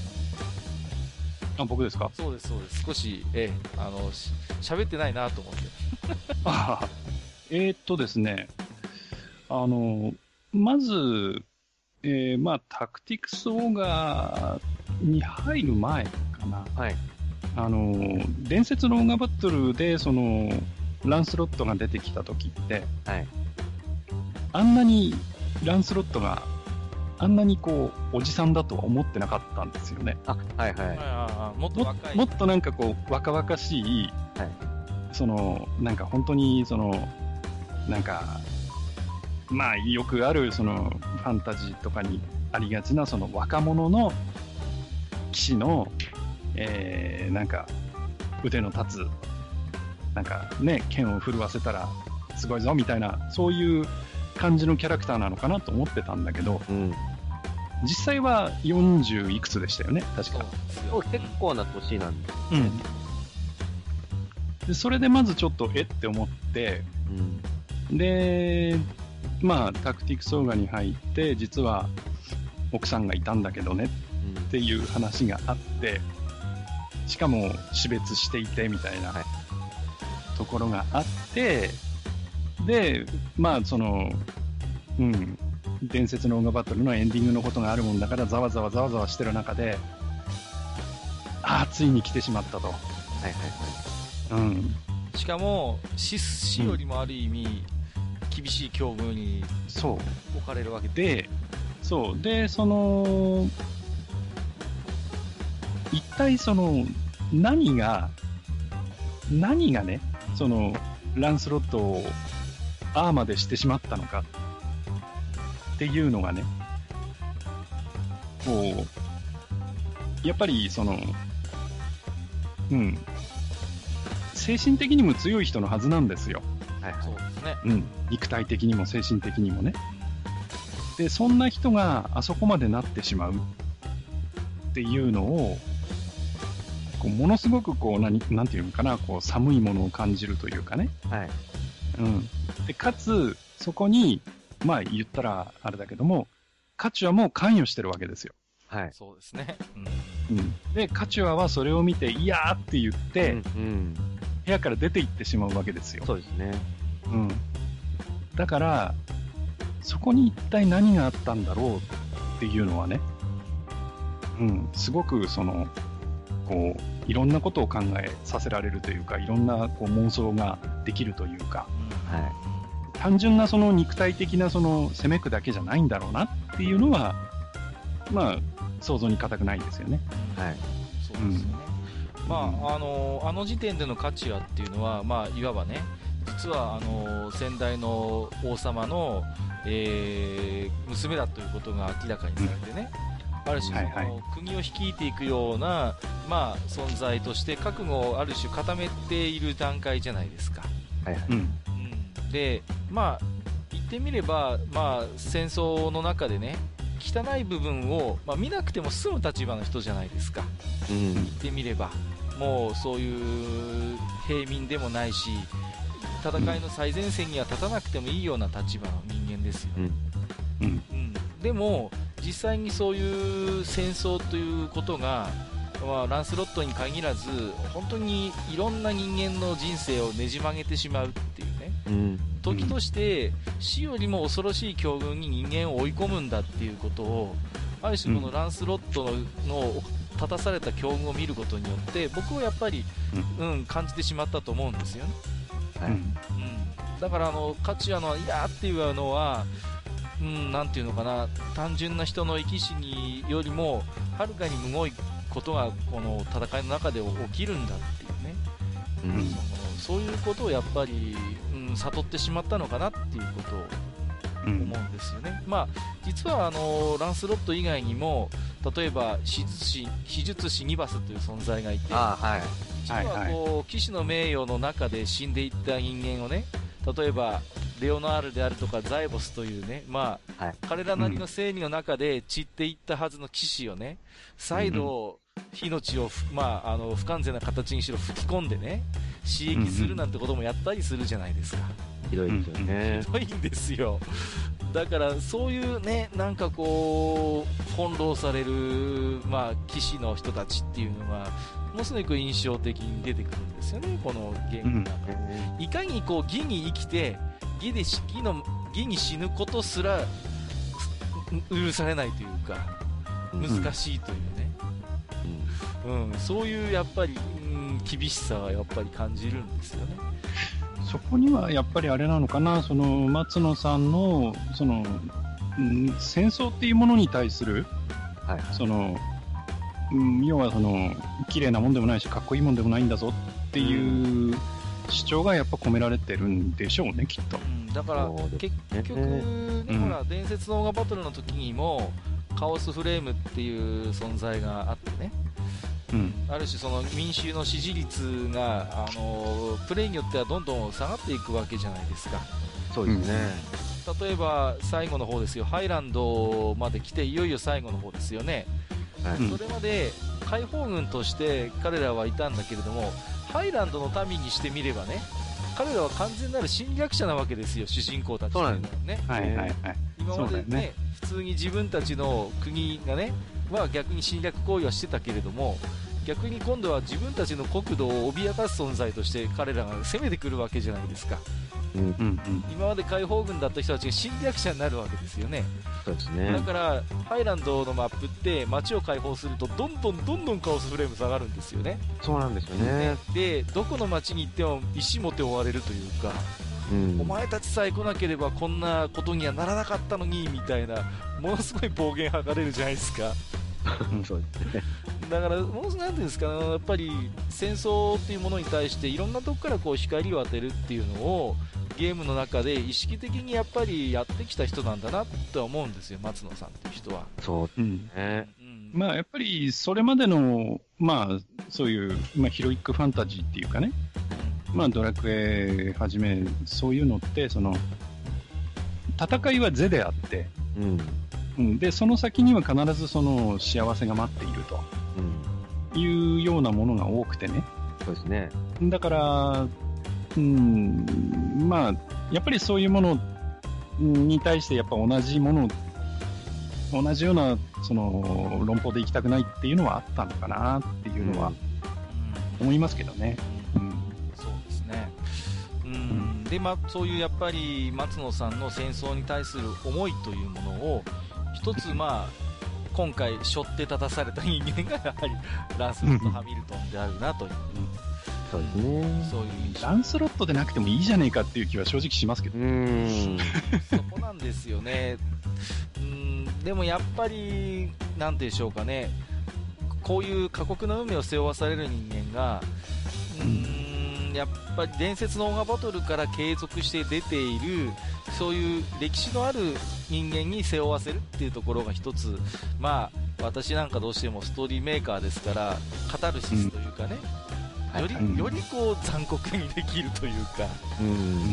あ、僕ですか？ そうですそうです。少し、ええ、あのし喋ってないなと思ってあえー、っとですね、あのまず、えー、まあタクティクスオーガに入る前かな、 はい、 あの伝説のオーガバトルでそのランスロットが出てきた時って、 はい、 あんなにランスロットがあんなにこうおじさんだとは思ってなかったんですよね。 あ、はいはい。 ああ、もっと若い。 も、もっとなんかこう若々しい、はい、そのなんか本当にそのなんかまあよくあるそのファンタジーとかにありがちなその若者の騎士の、えー、なんか腕の立つなんかね剣を振るわせたらすごいぞみたいなそういう感じのキャラクターなのかなと思ってたんだけど、うん、実際はよんじゅういくつでしたよね、確か。 そう結構な年なんですね、 うん、でそれでまずちょっとえって思って、うん、でまあタクティクスオーガに入って実は奥さんがいたんだけどねっていう話があって、しかも死別していてみたいなところがあって、でまあそのうん伝説のオーガバトルのエンディングのことがあるもんだからざわざわざわざわしてる中で、ああついに来てしまったと。はいはいはい。うん。 しかも死死よりもある意味、うん、厳しい境遇に置かれるわけで、そうでその一体その何が何がねそのランスロットをアーマでしてしまったのかっていうのがね、こうやっぱりそのうん精神的にも強い人のはずなんですよ。 はい、そうですね。 うん、肉体的にも精神的にもね。でそんな人があそこまでなってしまうっていうのをこうものすごくこう何なんていうのかな、こう寒いものを感じるというかね。はい。うん。でかつそこにまあ言ったらあれだけども、カチュアも関与してるわけですよ。 はい。そうですね。 うん。うん、でカチュアはそれを見ていやーって言って、うんうん、部屋から出て行ってしまうわけですよ。 そうですね。 うん。だからそこに一体何があったんだろうっていうのはね、うん、すごくそのこういろんなことを考えさせられるというか、いろんなこう妄想ができるというか、はい、単純なその肉体的なその攻めくだけじゃないんだろうなっていうのは、まあ想像に難くないですよね。 はい、そうですよね。うん、まああのあの時点でのカチュアっていうのは、まあいわばね、実はあの先代の王様の、えー、娘だということが明らかにされてね。うん、ある種、はいはい、国を率いていくような、まあ、存在として覚悟をある種固めている段階じゃないですか。はいはい、うんうん、で、まあ、言ってみれば、まあ、戦争の中でね、汚い部分を、まあ、見なくても済む立場の人じゃないですか。うん、言ってみれば、もうそういう平民でもないし、戦いの最前線には立たなくてもいいような立場の人間ですよ。うんうんうん、でも実際にそういう戦争ということが、まあ、ランスロットに限らず本当にいろんな人間の人生をねじ曲げてしまうっていうね、うん、時として死よりも恐ろしい境遇に人間を追い込むんだっていうことを、ある種このランスロット の,、の立たされた境遇を見ることによって僕はやっぱり、うん、感じてしまったと思うんですよね。はいうん、だからあのカチュアのいやーっていうのは、うん、なんていうのかな、単純な人の生き死によりもはるかにむごいことがこの戦いの中で起きるんだっていうね、うん、そのそういうことをやっぱり、うん、悟ってしまったのかなっていうことを思うんですよね。うん、まあ実はあのランスロット以外にも例えば秘術師、秘術師ニバスという存在がいて、あ、はい、実はこう、はいはい、騎士の名誉の中で死んでいった人間をね、例えばレオナールであるとかザイボスというね、まあ、はい、彼らなりの正義の中で散っていったはずの騎士をね、再度、命を、まあ、あの、不完全な形にしろ吹き込んでね、刺激するなんてこともやったりするじゃないですか。 ひどいですよね。 ひどいんですよ。だから、そういうね、なんかこう、翻弄される、まあ、騎士の人たちっていうのが、ものすごく印象的に出てくるんですよね、このゲームの中で。うん、いかにこう、義に生きて、義で、義の、義に死ぬことすら、許されないというか、難しいというね。うん、うん、そういうやっぱり、うん、厳しさはやっぱり感じるんですよね。 そこにはやっぱりあれなのかな、その松野さんのその、うん、戦争っていうものに対する、はいはい、その、うん、要はその綺麗なもんでもないしかっこいいもんでもないんだぞっていう主張がやっぱ込められてるんでしょうね、きっと。うん、 だから結局、ね、ほら伝説のオーガバトルの時にもカオスフレームっていう存在があってね。うん、ある種その民衆の支持率が、あのー、プレイによってはどんどん下がっていくわけじゃないですか。 そうですね、 うん、例えば最後の方ですよ、ハイランドまで来ていよいよ最後の方ですよね、はい、それまで解放軍として彼らはいたんだけれども、ハイランドの民にしてみればね、彼らは完全なる侵略者なわけですよ、主人公たちというのはね。 はいはいはい、 今まで ね, ね普通に自分たちの国がねは逆に侵略行為はしてたけれども、逆に今度は自分たちの国土を脅かす存在として彼らが攻めてくるわけじゃないですか、うんうんうん、今まで解放軍だった人たちが侵略者になるわけですよね。 そうですね。 だからハイランドのマップって街を解放するとどんどんどんどんカオスフレーム下がるんですよね。 そうなんですよね。 でどこの街に行っても石持って追われるというか、うん、お前たちさえ来なければこんなことにはならなかったのにみたいな、ものすごい暴言吐かれるじゃないですかそうですね。 だからものすごいなんていうんですか、やっぱり戦争っていうものに対していろんなとこからこう光を当てるっていうのをゲームの中で意識的にやっぱりやってきた人なんだなって思うんですよ、松野さんっていう人は。 そうですね、 うん、まあやっぱりそれまでのまあそういう、まあ、ヒロイックファンタジーっていうかね、まあドラクエはじめそういうのってその戦いは是であって、うんうん、でその先には必ずその幸せが待っていると、うん、いうようなものが多くてね。 そうですね。 だから、うん、まあやっぱりそういうものに対してやっぱ同じもの同じようなその論法でいきたくないっていうのはあったのかなっていうのは思いますけどね。うん、 そうですね。うん、でまあそういうやっぱり松野さんの戦争に対する思いというものを一つ、まあ今回背負って立たされた人間がやはりランスロット・ハミルトンであるなという、うん、 そうですね。 そういうランスロットでなくてもいいじゃねえかっていう気は正直しますけど、うーんそこなんですよね。うーんでもやっぱりなんてでしょうかね、こういう過酷な運命を背負わされる人間がうーんやっぱり伝説のオーガバトルから継続して出ているそういう歴史のある人間に背負わせるっていうところが一つ、まあ私なんかどうしてもストーリーメーカーですからカタルシスというかね、うん、より、うん、よりこう残酷にできるというか、うん、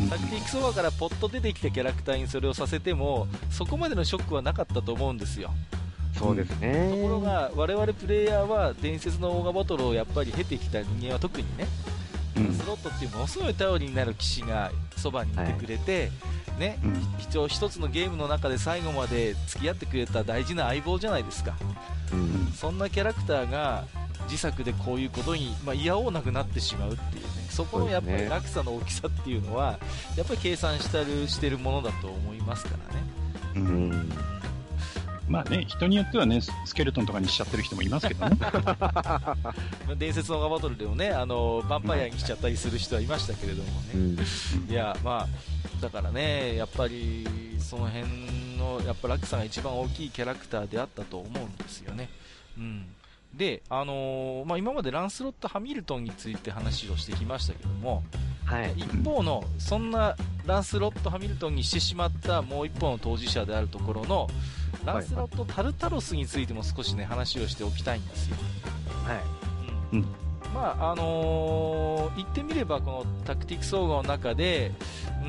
タクティクスオーガからポッと出てきたキャラクターにそれをさせてもそこまでのショックはなかったと思うんですよ。 そうですね。 ところが我々プレイヤーは伝説のオーガバトルをやっぱり経てきた人間は特にね、うん、スロットっていうものすごい頼りになる騎士がそばにいてくれて、はいねうん、一応一つのゲームの中で最後まで付き合ってくれた大事な相棒じゃないですか、うん、そんなキャラクターが自作でこういうことに、まあ、いやおうなくなってしまうっていうね、そこのやっぱり落差の大きさっていうのはやっぱり計算したるしてるものだと思いますからね。うんまあね、人によってはね、スケルトンとかにしちゃってる人もいますけどね。 伝説のオーガバトルでもね、あの、ヴァンパイアにしちゃったりする人はいましたけれどもね。うん、いや、まあ、だからね、やっぱり、その辺の、やっぱ落差が一番大きいキャラクターであったと思うんですよね。うん。で、あのー、まあ、今までランスロット・ハミルトンについて話をしてきましたけども、はい、一方のそんなランスロット・ハミルトンにしてしまったもう一方の当事者であるところのランスロット・タルタロスについても少しね話をしておきたいんですよ。はい、うん、 まあ、あのー、言ってみれば、このタクティクスオーガの中で、うん、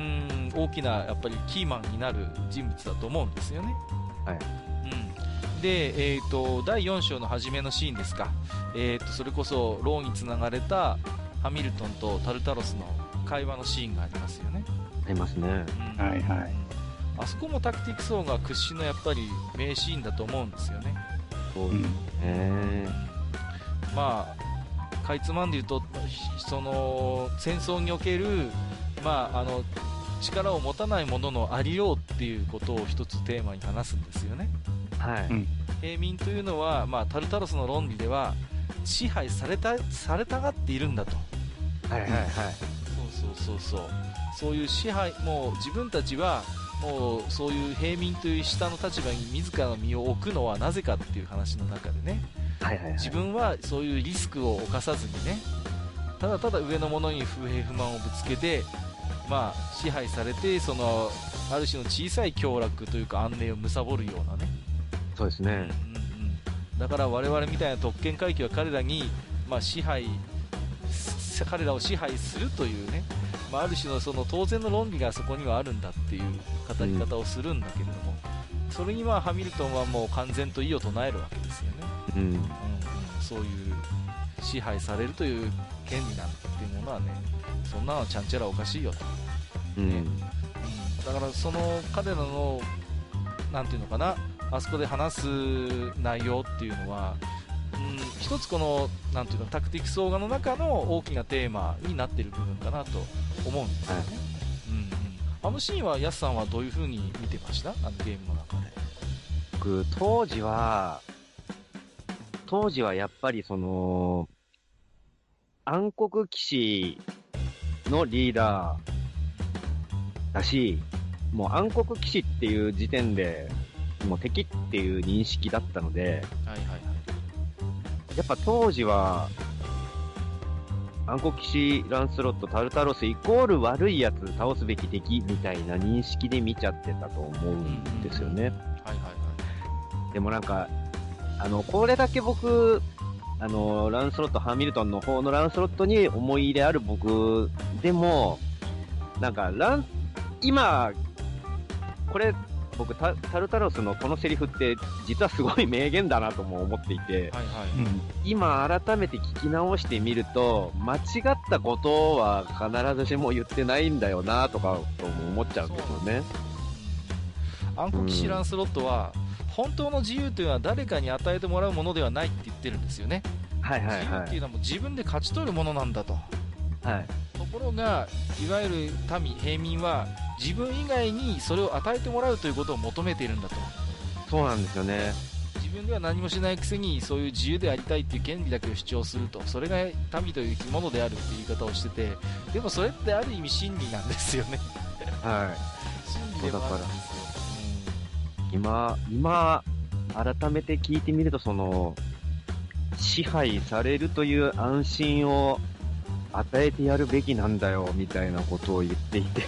大きな、やっぱりキーマンになる人物だと思うんですよね。 はい。 うん。で、えっと、だいよん章の初めのシーンですか。えっと、それこそ、ローに繋がれたハミルトンとタルタロスの会話のシーンがありますよね。 ありますね。 うん、 はいはい。 あそこもタクティクスオーガ屈指のやっぱり名シーンだと思うんですよね。 そうですね。 まあ、かいつまんで言うと、その戦争における、まあ、あの力を持たないもののありようっていうことを一つテーマに話すんですよね。 はい。 平民というのは、まあ、タルタロスの論理では支配されたされたがっているんだと。 はいはいはい。 そうそうそうそう。そういう支配、もう自分たちはもうそういう平民という下の立場に自らの身を置くのはなぜかっていう話の中でね、 はいはいはい、 自分はそういうリスクを冒さずにね、ただただ上の者に不平不満をぶつけて、まあ、支配されて、そのある種の小さい享楽というか安寧を貪るようなね。 そうですね、うんうんうん、だから我々みたいな特権階級は彼らに、まあ、支配彼らを支配するというね、まあ、ある種のその当然の論理がそこにはあるんだっていう語り方をするんだけれども、うん、それにはハミルトンはもう完全と異を唱えるわけですよね、うんうんうん、そういう支配されるという権利なんていうものはね、そんなのちゃんちゃらおかしいよと、 うんねうん、だからその彼らのなんていうのかな、あそこで話す内容っていうのは、うん、一つこのなんていうのタクティクスオーガの中の大きなテーマになっている部分かなと思うんですよね、はいうんうん、あのシーンはヤスさんはどういう風に見てました？あのゲームの中で。 僕当時は当時はやっぱりその暗黒騎士のリーダーだし、もう暗黒騎士っていう時点でもう敵っていう認識だったので、はいはいはい、やっぱ当時は暗黒騎士ランスロットタルタロスイコール悪いやつ倒すべき敵みたいな認識で見ちゃってたと思うんですよね、うんうんうん、はいはいはい。でもなんかあのこれだけ僕あのランスロットハミルトンの方のランスロットに思い入れある僕でもなんかラン今これ僕 タ, タルタロスのこのセリフって実はすごい名言だなとも思っていて、はいはいうん、今改めて聞き直してみると間違ったことは必ずしも言ってないんだよなとかとも思っちゃうんですよね。 暗黒騎士ランスロットは、うん、本当の自由というのは誰かに与えてもらうものではないって言ってるんですよね。はいはいはい、自由っていうのはもう自分で勝ち取るものなんだと、はい、ところがいわゆる民平民は自分以外にそれを与えてもらうということを求めているんだと。 そうなんですよね。 自分では何もしないくせにそういう自由でありたいっていう権利だけを主張すると、それが民という生き物であるっていう言い方をしてて、でもそれってある意味真理なんですよね。はい真理でもあるんですよ、 うん、今今改めて聞いてみると、その支配されるという安心を与えてやるべきなんだよみたいなことを言っていて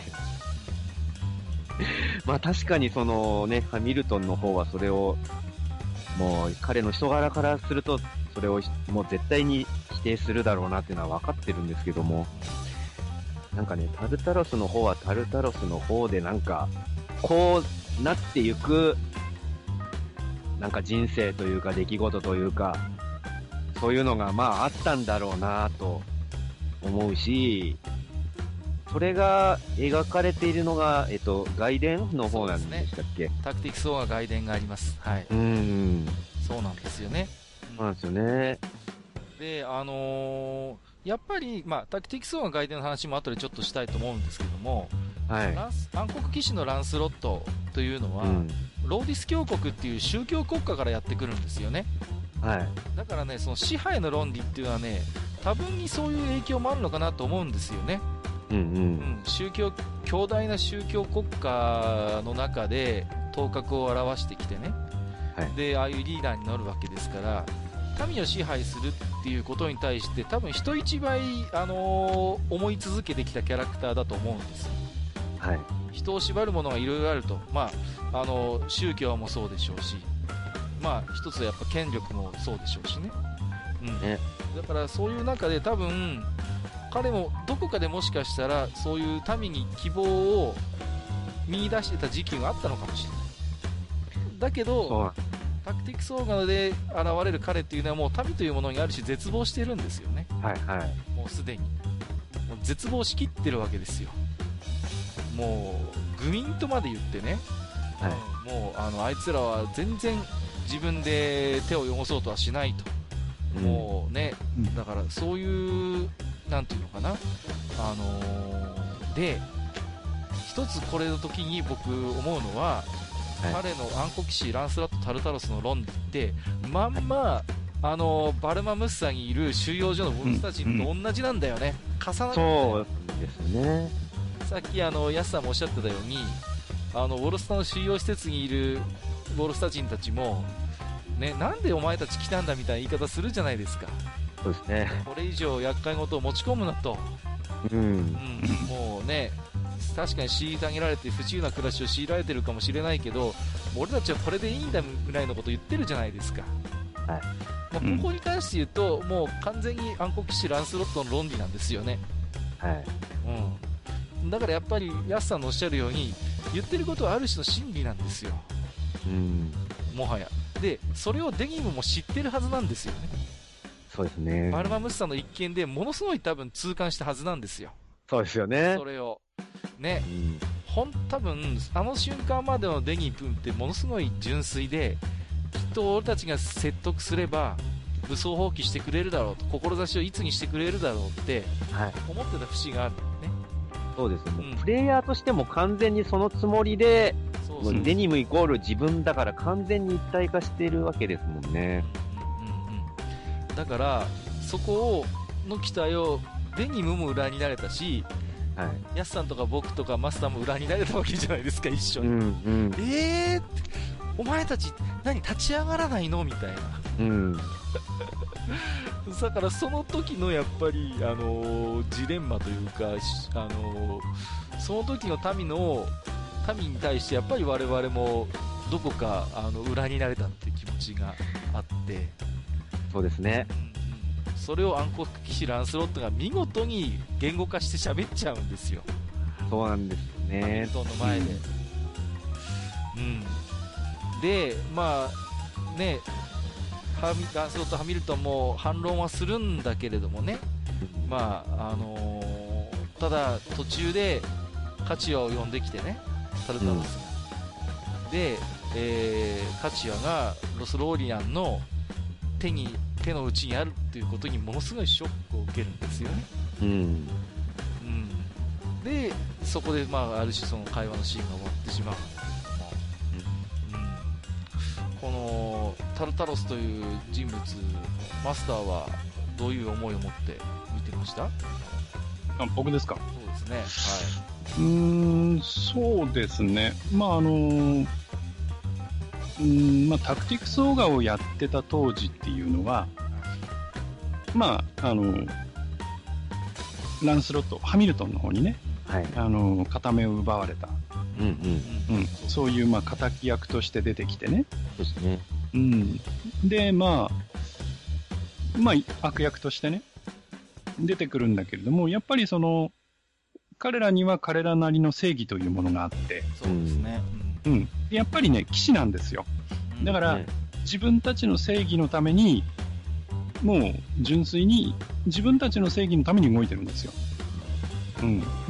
まあ確かにそのね、ハミルトンの方はそれをもう彼の人柄からするとそれをもう絶対に否定するだろうなっていうのは分かってるんですけども、なんかね、タルタロスの方はタルタロスの方でなんかこうなっていくなんか人生というか出来事というかそういうのがまああったんだろうなと思うし、それが描かれているのが、えっと、外伝の方なんでしたっけ？ ね、タクティクスオーガ外伝があります。はい。うん。そうなんですよね。 そうなんですよね。 で、あのー、やっぱり、まあ、タクティクスオーガ外伝の話も後でちょっとしたいと思うんですけども、はい。暗黒騎士のランスロットというのは、うん、ローディス教国っていう宗教国家からやってくるんですよね。はい。だからね、その支配の論理っていうのはね、多分にそういう影響もあるのかなと思うんですよね。うんうんうん、宗教強大な宗教国家の中で頭角を現してきてね、はい、でああいうリーダーになるわけですから、民を支配するっていうことに対して多分人一倍、あのー、思い続けてきたキャラクターだと思うんですよ、はい、人を縛るものがいろいろあると、まああのー、宗教もそうでしょうし、まあ一つはやっぱ権力もそうでしょうしね、 うん、ね、だからそういう中で多分彼もどこかでもしかしたらそういう民に希望を見出してた時期があったのかもしれない。だけどタクティクスオーガで現れる彼っていうのはもう民というものにある種絶望してるんですよね。 はいはい。 もうすでにもう絶望しきってるわけですよ。もう愚民とまで言ってね、はい、もうあのあいつらは全然自分で手を汚そうとはしないと、うん、もうね、だからそういうなんていうのかな、あのー、で一つこれの時に僕思うのは、はい、彼の暗黒騎士ランスラット・タルタロスの論理ってまんまあのバルマムッサにいる収容所のモンスター人と同じなんだよね、うんうん、重なってる。 そうですね。 さっきあのヤスさんもおっしゃってたように、あのウォルスターの収容施設にいるウォルスター人たちも、ね、なんでお前たち来たんだみたいな言い方するじゃないですか。 そうですね。 これ以上厄介事を持ち込むなと、 うんうん、 もうね、確かに虐げられて不自由な暮らしを強いられてるかもしれないけど、俺たちはこれでいいんだぐらいのことを言ってるじゃないですか。はい、まあ、ここに関して言うと、もう完全に暗黒騎士ランスロットの論理なんですよね。はい、うん、だからやっぱりヤスさんのおっしゃるように言ってることはある種の真理なんですよ、うん、もはや。でそれをデニムも知ってるはずなんですよね。 そうですね。 バルマムッサの一件でものすごい多分痛感したはずなんですよ。 そうですよね。 それをね、うん、ほん多分あの瞬間までのデニムってものすごい純粋で、きっと俺たちが説得すれば武装放棄してくれるだろうと、志をいつにしてくれるだろうって思ってた節があるね。 そうですね、うん、プレイヤーとしても完全にそのつもりで、そうそうそう、デニムイコール自分だから完全に一体化しているわけですもんね。 うんうんうん、だからそこをの期待をデニムも裏になれたし、はい、ヤスさんとか僕とかマスターも裏になれたわけじゃないですか、一緒に。うんうん、えーってお前たち何立ち上がらないのみたいな、うん、だからその時のやっぱり、あのー、ジレンマというか、あのー、その時の民の民に対してやっぱり我々もどこかあの裏になれたっていう気持ちがあって、 そうですね、 うん、それを暗黒騎士ランスロットが見事に言語化して喋っちゃうんですよ。 そうなんですね。ハミルトンの前で、うん、うんで、まあね、ハミランスロット・ハミルトンも反論はするんだけれどもね、まああのー、ただ途中でカチアを呼んできてね、タルタロスが、うん、で、えー、カチアがロスローリアンの手に手の内にあるっていうことにものすごいショックを受けるんですよね。うんうん、でそこで、まあ、ある種その会話のシーンが終わってしまう。このタルタロスという人物、マスターはどういう思いを持って見てました？あ、 僕ですか？ そうですね、 はい、うーん、そうですね、まああのーうんまあ、タクティクスオーガをやってた当時っていうのは、まああのー、ランスロット、ハミルトンの方にね、はい、あのー、片目を奪われた、うんうんうん、そういうまあ敵役として出てきてね。 そうですね。 うん。で、まあ、まあ、悪役としてね、出てくるんだけれども、やっぱりその、彼らには彼らなりの正義というものがあって、 そうですね。 うん。やっぱりね、騎士なんですよ。だから、うんね、自分たちの正義のために、もう純粋に自分たちの正義のために動いてるんですよ。うん。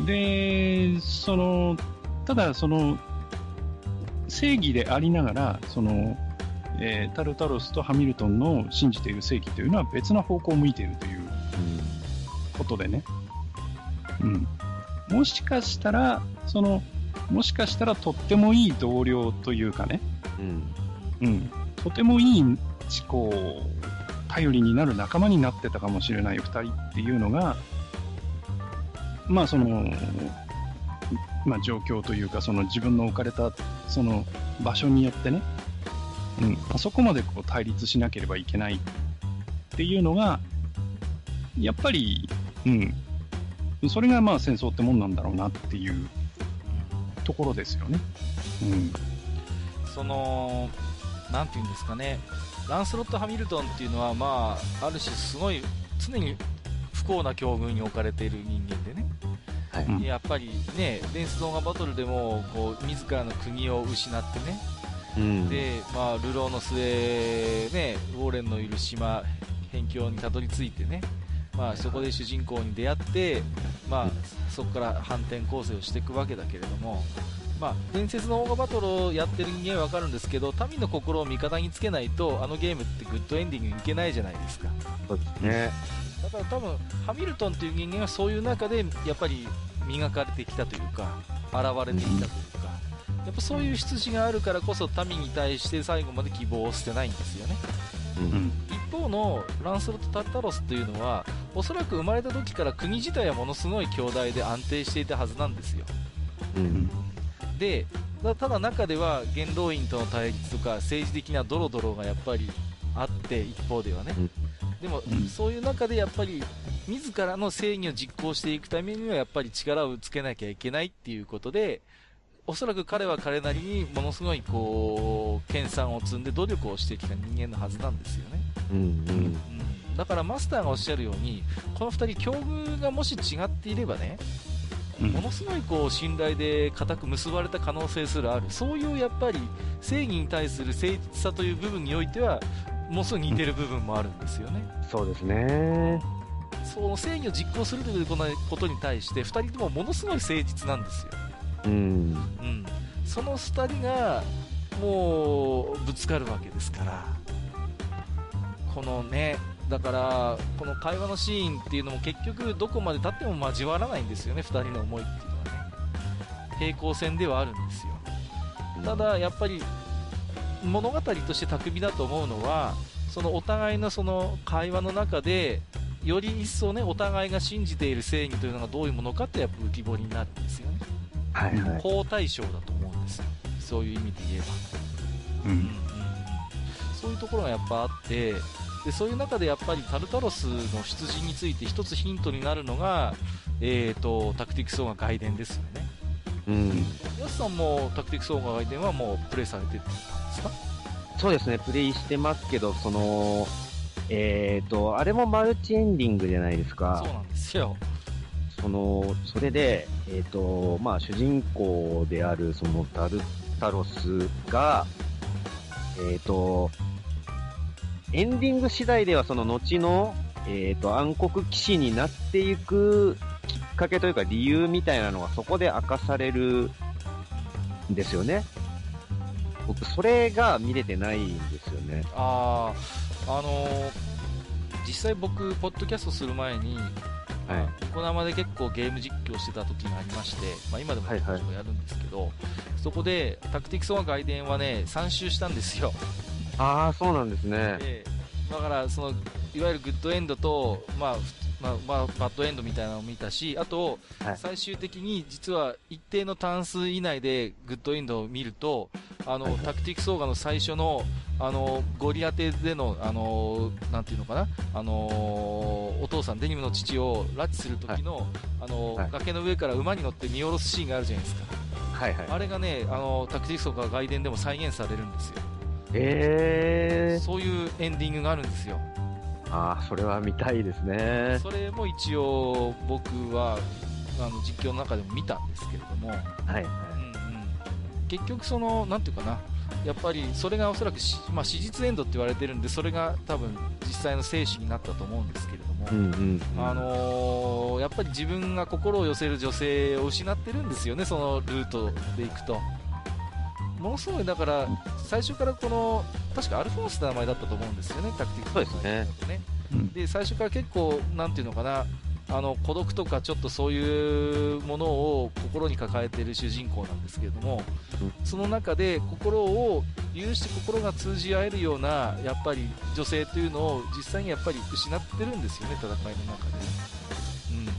で、その、ただその正義でありながらその、えー、タルタロスとハミルトンの信じている正義というのは別な方向を向いているということでね、うん、もしかしたらそのもしかしたらとってもいい同僚というかね、うんうん、とてもいいこう頼りになる仲間になってたかもしれないふたりっていうのが、まあそのまあ、状況というかその自分の置かれたその場所によってね、うん、あそこまでこう対立しなければいけないっていうのがやっぱり、うん、それがまあ戦争ってもんなんだろうなっていうところですよね。うん、 そのなんていうんですかね、 ランスロット・ハミルトンっていうのは、まあ、ある種すごい常に不幸な境遇に置かれている人間でね、はい、やっぱりね、電子動画バトルでもこう自らの国を失ってね、うん、で、まあ、流浪の末、ね、ウォーレンのいる島辺境にたどり着いてね、まあ、そこで主人公に出会って、まあ、そこから反転構成をしていくわけだけれども、まあ、伝説のオーガバトルをやってる人間はわかるんですけど、民の心を味方につけないとあのゲームってグッドエンディングにいけないじゃないですか。 そうですね。 だから多分ハミルトンという人間はそういう中でやっぱり磨かれてきたというか、現れてきたというか、やっぱそういう出自があるからこそ民に対して最後まで希望を捨てないんですよね。うん、一方のランスロット・タルタロスというのはおそらく生まれた時から国自体はものすごい強大で安定していたはずなんですよ。うん、でただ中では元老院との対立とか政治的なドロドロがやっぱりあって、一方ではね、うん、でも、うん、そういう中でやっぱり自らの正義を実行していくためにはやっぱり力をつけなきゃいけないっていうことで、おそらく彼は彼なりにものすごいこう研鑽を積んで努力をしてきた人間のはずなんですよね。うんうんうん、だからマスターがおっしゃるように、このふたり境遇がもし違っていればね、ものすごいこう信頼で固く結ばれた可能性すらある。そういうやっぱり正義に対する誠実さという部分においてはもうすぐ似てる部分もあるんですよね。 そうですね。 その正義を実行するということに対してふたりともものすごい誠実なんですよ。うん、うん、そのふたりがもうぶつかるわけですから、このね、だからこの会話のシーンっていうのも結局どこまで経っても交わらないんですよね。ふたりの思いっていうのはね、平行線ではあるんですよ。ただやっぱり物語として巧みだと思うのは、そのお互いのその会話の中でより一層ね、お互いが信じている正義というのがどういうものかってやっぱ浮き彫りになるんですよね。はいはい、好対象だと思うんですよ、そういう意味で言えば、うんうんうん、そういうところがやっぱあって、でそういう中でやっぱりタルタロスの出自について一つヒントになるのが、えーと、タクティクスオーガ外伝ですよね。うん、ヤスさんもタクティクスオーガ外伝はもうプレイされてたんですか？ そうですね、プレイしてますけど、そのえーとあれもマルチエンディングじゃないですか。 そうなんですよ。 そのそれで、えーとまあ、主人公であるそのタルタロスが、えーとエンディング次第ではその後の、えーと暗黒騎士になっていくきっかけというか理由みたいなのがそこで明かされるんですよね。僕それが見れてないんですよね。 ああ、あのー、実際僕ポッドキャストする前にはい、ニコ生で結構ゲーム実況してた時がありまして、まあ、今でも結構やるんですけど、はいはい、そこでタクティクスオーガ外伝はねさん周したんですよ。 ああ、そうなんですね。 でだからそのいわゆるグッドエンドと、まあまあまあ、バッドエンドみたいなのを見たし、あと、はい、最終的に実は一定の単数以内でグッドエンドを見ると、あの、はいはい、タクティクスオーガの最初のあのゴリアテでのあのなんていうのかな、あのお父さんデニムの父を拉致する時の、はい、あの、はい、崖の上から馬に乗って見下ろすシーンがあるじゃないですか。はいはい、あれがね、あのタクティクスオーガ外伝でも再現されるんですよ。 えー、 そういうエンディングがあるんですよ。 ああ、それは見たいですね。 それも一応僕はあの実況の中でも見たんですけれども、はいはい、うんうん、結局そのなんていうかな、やっぱりそれがおそらくし、まあ、史実エンドって言われてるんで、それが多分実際の生死になったと思うんですけれども、うんうんうん、あのー、やっぱり自分が心を寄せる女性を失ってるんですよね、そのルートで行くと。ものすごいだから最初からこの確かアルフォンスって名前だったと思うんですよね、タクティックそうですね。 ね、うん、で最初から結構なんていうのかな、あの孤独とかちょっとそういうものを心に抱えている主人公なんですけれども、うん、その中で心を許して心が通じ合えるようなやっぱり女性というのを実際にやっぱり失ってるんですよね、戦いの中で、うんうんうん、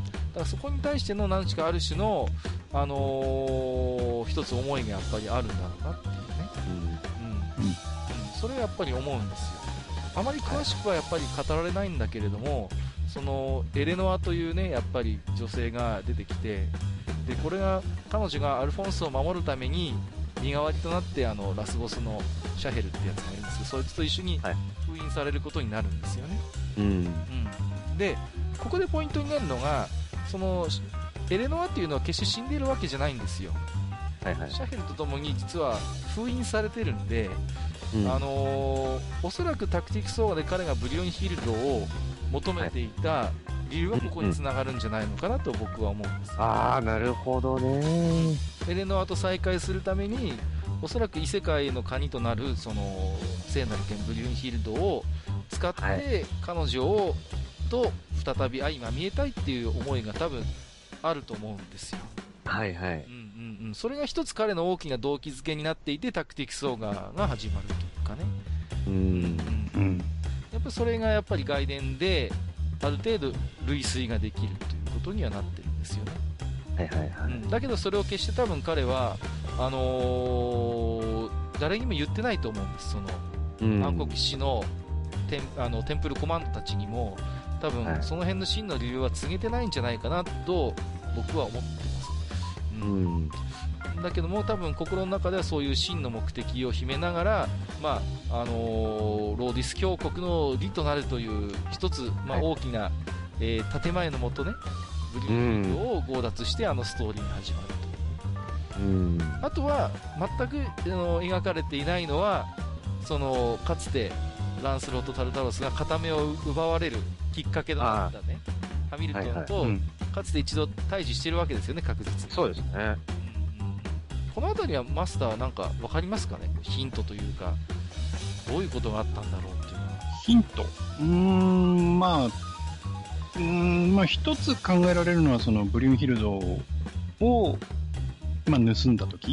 だからそこに対しての何かある種のあのー、一つ思いがやっぱりあるんだろうなっていうね、うんうんうん、それはやっぱり思うんですよ。あまり詳しくはやっぱり語られないんだけれども、そのエレノアというねやっぱり女性が出てきて、でこれが彼女がアルフォンスを守るために身代わりとなってあのラスボスのシャヘルってやつがいるんですけど、そいつと一緒に封印されることになるんですよね。 うん、うんうん、でここでポイントになるのが、そのエレノアっていうのは決して死んでいるわけじゃないんですよ。はいはい、シャヘルとともに実は封印されてるんで、うん、あのー、おそらくタクティクスオーガで彼がブリオンヒルドを求めていた理由はここに繋がるんじゃないのかなと僕は思うんです、ね、 ああ、なるほどね。 エレノアと再会するためにおそらく異世界の鍵となるその聖なる剣ブリオンヒルドを使って彼女をと再び相まみえたいっていう思いが多分あると思うんですよ。 はいはい、 うんうんうん、それが一つ彼の大きな動機づけになっていてタクティクスオーガが始まるというかね、 うん、うん、 やっぱりそれがやっぱり外伝である程度類推ができるということにはなってるんですよね。 はいはいはい、うん、 だけどそれを決して多分彼はあのー、誰にも言ってないと思うんです。その、うん、暗黒騎士のテン、あのテンプルコマンドたちにも多分その辺の真の理由は告げてないんじゃないかなと僕は思ってます、うん、だけども多分心の中ではそういう真の目的を秘めながら、まああのー、ローディス教国の利となるという一つ、まあ、大きな、はい、えー、建前のもとねブリューを強奪してあのストーリーが始まると、うん、あとは全くあの描かれていないのはそのかつてランスロット・タルタロスが片目を奪われるきっかけとなったねハミルトンと、はいはい、うん、かつて一度対峙してるわけですよね、確実に。 そうですね、うん、 この辺りはマスターなんか分かりますかね、ヒントというかどういうことがあったんだろうっていうのは。 ヒント、うーん、まあうーんまあ一つ考えられるのはそのブリュンヒルドを、まあ、盗んだ時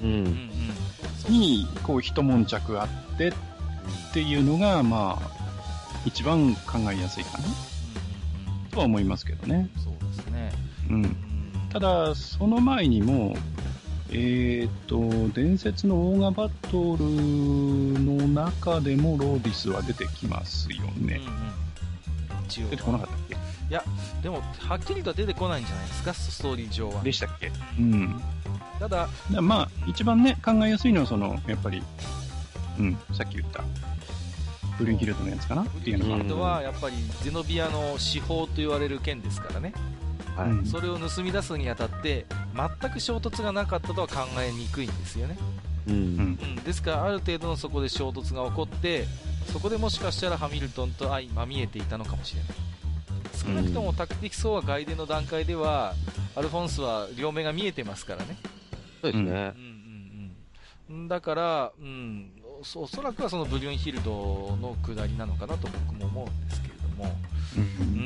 にこう一悶着あってっていうのがまあ一番考えやすいかなとは思いますけどね。 そうですね、 うん、ただその前にもえーと伝説のオーガバトルの中でもローディスは出てきますよね、うんうん、出てこなかったっけ。 いやでもはっきりとは出てこないんじゃないですか、ストーリー上は。 でしたっけ。うん。 ただまあ一番ね考えやすいのはそのやっぱり、うん、さっき言ったブリュンヒルドのやつかなっていうのが。 ブリュンヒルドはやっぱりゼノビアの司法と言われる剣ですからね、はい、それを盗み出すにあたって全く衝突がなかったとは考えにくいんですよね、うんうん、ですからある程度のそこで衝突が起こってそこでもしかしたらハミルトンと相まみえていたのかもしれない。少なくともタクティクスオーガ外伝の段階ではアルフォンスは両目が見えてますからね。 そうですね、うんうんうん、だから、うん、お, おそらくはそのブリュンヒルドの下りなのかなと僕も思うんですけれども、うん、うん、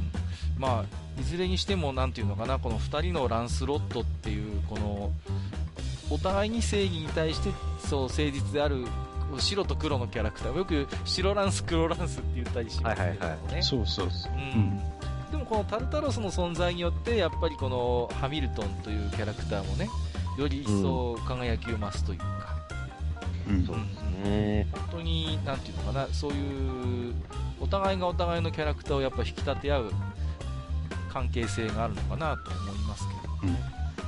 まあいずれにしてもなんていうのかな、このふたりのランスロットっていうこのお互いに正義に対してそう誠実である白と黒のキャラクター、よく白ランス黒ランスって言ったりしますけどね、はいはいはい、 そうそうそう、うん、 でもこのタルタロスの存在によってやっぱりこのハミルトンというキャラクターもねより一層輝きを増すというか、うん、そうですね、本当になんていうのかな、そういうお互いがお互いのキャラクターをやっぱ引き立て合う関係性があるのかなと思いますけどね、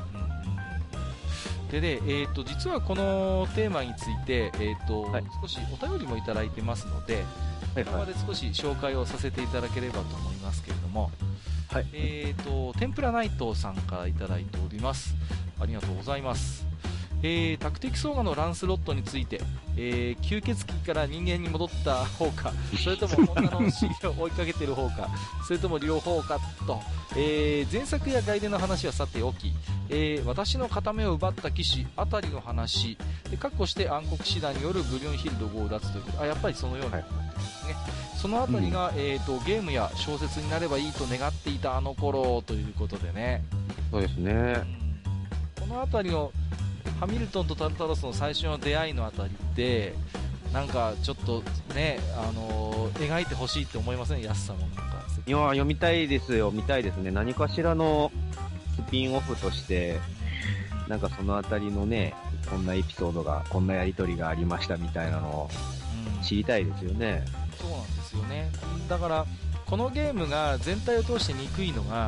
うんうん、でね、えーと、実はこのテーマについて、えーとはい、少しお便りもいただいてますので、この場で少し紹介をさせていただければと思いますけれども、はい、えーと、天ぷらナイトさんからいただいております。ありがとうございます。えー、タクティクスオーガのランスロットについて、えー、吸血鬼から人間に戻った方か、それとも女の不思議を追いかけている方か、それとも両方かと、えー、前作や外伝の話はさておき、えー、私の片目を奪った騎士あたりの話で、括弧して暗黒騎士団によるブリュンヒルド強奪ということ、あ、やっぱりそのようになってますね。そのあたりが、うん、えーと、ゲームや小説になればいいと願っていたあの頃ということでね。 そうですね、 うん、このあたりのハミルトンとタルタロスの最初の出会いのあたりってなんかちょっとね、あのー、描いてほしいって思いません？安さんもなんか。 いや、読みたいですよ、見たいですね。何かしらのスピンオフとしてなんかそのあたりのね、こんなエピソードが、こんなやりとりがありましたみたいなのを知りたいですよね、 うん、そうなんですよね。だからこのゲームが全体を通して憎いのが、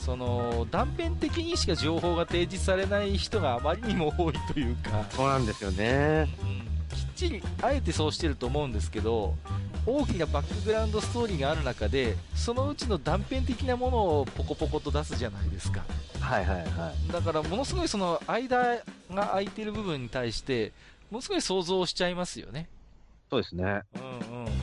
その、断片的にしか情報が提示されない人があまりにも多いというか。 そうなんですよね。 うん。きっちり、あえてそうしてると思うんですけど、大きなバックグラウンドストーリーがある中で、そのうちの断片的なものをポコポコと出すじゃないですか。 はいはいはい。 だからものすごいその間が空いてる部分に対して、ものすごい想像しちゃいますよね。 そうですね。 うんうん。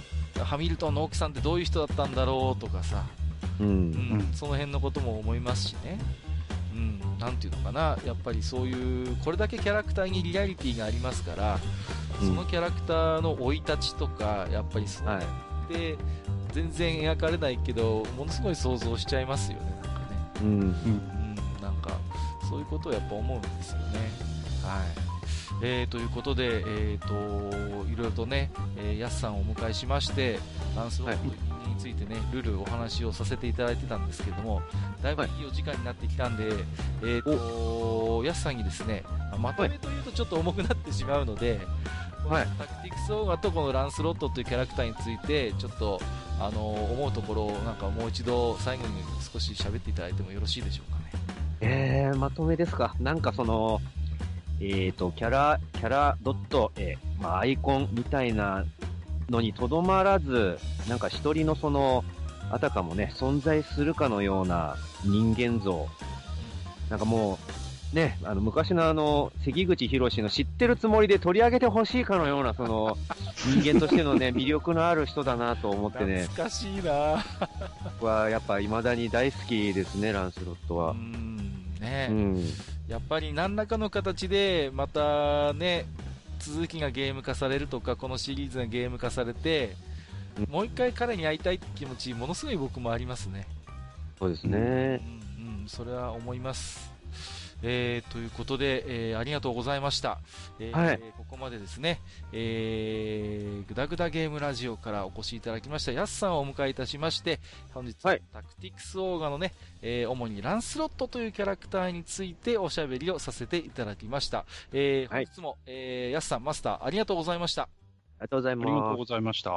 ハミルトンの奥さんってどういう人だったんだろうとかさ。 うん。うんうん、その辺のことも思いますしね。うん、なんていうのかな、やっぱりそういう、これだけキャラクターにリアリティがありますから、そのキャラクターの生い立ちとか、やっぱりそうやって全然描かれないけど、ものすごい想像しちゃいますよね、なんかね。 うん。うん。 なんか、そういうことをやっぱ思うんですよね。はい。えー、ということで、えーと、いろいろとね、えー、ヤスさんをお迎えしまして、ランスロットについてね、ルールお話をさせていただいてたんですけども、だいぶいいお時間になってきたんで、はい、えーと、ヤスさんにですね、まとめというとちょっと重くなってしまうので、はい、タクティクスオーガとこのランスロットというキャラクターについて、ちょっと、あのー、思うところをなんかもう一度最後に少し喋っていただいてもよろしいでしょうかね。 えー、まとめですか。なんかその、えーと、キャラ、キャラドット、えー、まあ、アイコンみたいなのにとどまらず、なんか一人のその、あたかもね、存在するかのような人間像。なんかもう、ね、あの、昔のあの、関口博の知ってるつもりで取り上げてほしいかのような、その、人間としてのね、魅力のある人だなと思ってね。 懐かしいな僕はやっぱ未だに大好きですね、ランスロットは。 うんね、 うん、 やっぱり何らかの形でまたね、続きがゲーム化されるとか、このシリーズがゲーム化されて、うん、もう一回彼に会いたいって気持ち、ものすごい僕もありますね。 そうですね。うん、 うん、それは思います。えー、ということで、えー、ありがとうございました。えーはい、ここまでですね、えー、グダグダゲームラジオからお越しいただきましたヤスさんをお迎えいたしまして、本日、はい、タクティクスオーガのね、えー、主にランスロットというキャラクターについておしゃべりをさせていただきました。えー、本日も、はい、えー、ヤスさん、マスター、ありがとうございました。 ありがとうございます。 ありがとうございました。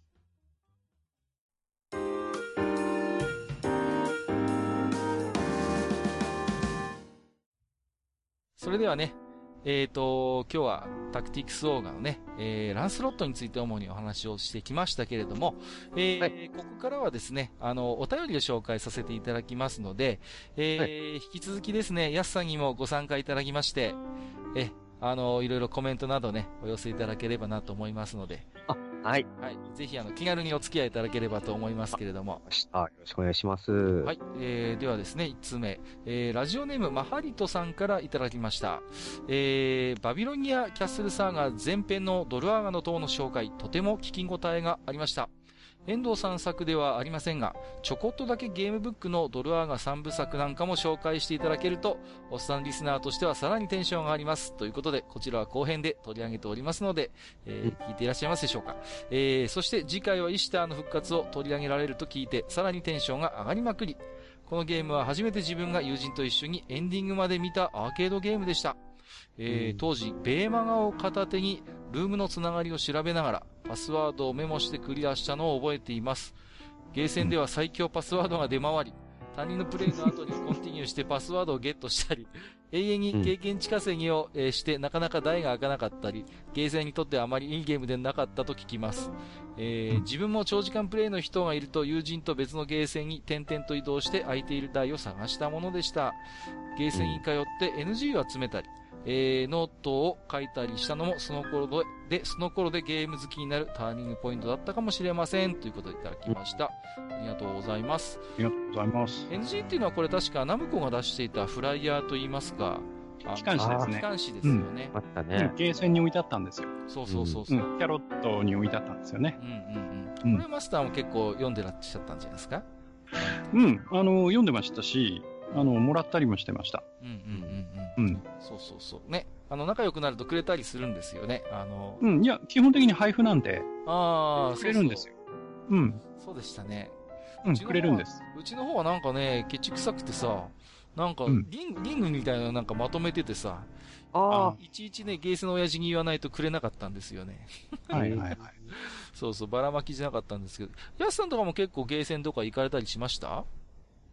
それではね、えっと、今日はタクティクスオーガのね、えー、ランスロットについて主にお話をしてきましたけれども、えーはい、ここからはですね、あの、お便りを紹介させていただきますので、えーはい、引き続きですね、ヤスさんにもご参加いただきまして、え、あの、いろいろコメントなどね、お寄せいただければなと思いますので、 あ、はい。 はい。ぜひ、あの、気軽にお付き合いいただければと思いますけれども。 あ、よろしくお願いします。 はい。えー、ではですね、いちつめ。えー、ラジオネーム、マハリトさんからいただきました。えー、バビロニアキャッスルサーガ前編のドルアーガの塔の紹介、とても聞き応えがありました。遠藤さん作ではありませんが、ちょこっとだけゲームブックのドルアーガさんぶさくなんかも紹介していただけると、おっさんリスナーとしてはさらにテンションが上がります。ということで、こちらは後編で取り上げておりますので、えー、聞いていらっしゃいますでしょうか。えー、そして次回はイシターの復活を取り上げられると聞いて、さらにテンションが上がりまくり、このゲームは初めて自分が友人と一緒にエンディングまで見たアーケードゲームでした。えー、当時、ベーマガを片手にルームのつながりを調べながら、パスワードをメモしてクリアしたのを覚えています。ゲーセンでは最強パスワードが出回り、他人のプレイの後にコンティニューしてパスワードをゲットしたり、永遠に経験値稼ぎをしてなかなか台が開かなかったり、ゲーセンにとってあまりいいゲームでなかったと聞きます。えー、自分も長時間プレイの人がいると友人と別のゲーセンに点々と移動して空いている台を探したものでした。ゲーセンに通って エヌジー を集めたり、えー、ノートを書いたりしたのもその頃で、その頃でゲーム好きになるターニングポイントだったかもしれません。ということでいただきました。ありがとうございます。 ありがとうございます。 エヌジー っていうのはこれ確かナムコが出していたフライヤーといいますか、 機関紙ですね。 機関紙ですよね。 あったね。 ゲーセンに置いてあったんですよ。 そうそうそうそう、 うん。キャロットに置いてあったんですよね。 うんうんうん。これマスターも結構読んでらっしゃったんじゃないですか？ うん。あの、読んでましたし、あの、もらったりもしてました。 うんうんうんうん。うん。そうそうそう。ね。あの、仲良くなるとくれたりするんですよね。あの、 うん、いや、基本的に配布なんで、 ああ、 くれるんですよ。そうそう。うん。 そうでしたね。 うん、くれるんです。 うちの方はなんかね、ケチくさくてさ、なんか、リング、リングみたいなのなんかまとめててさ、ああ。いちいちね、ゲーセンの親父に言わないとくれなかったんですよね。 はいはいはい。 そうそう、ばらまきじゃなかったんですけど、ヤスさんとかも結構ゲーセンとか行かれたりしました？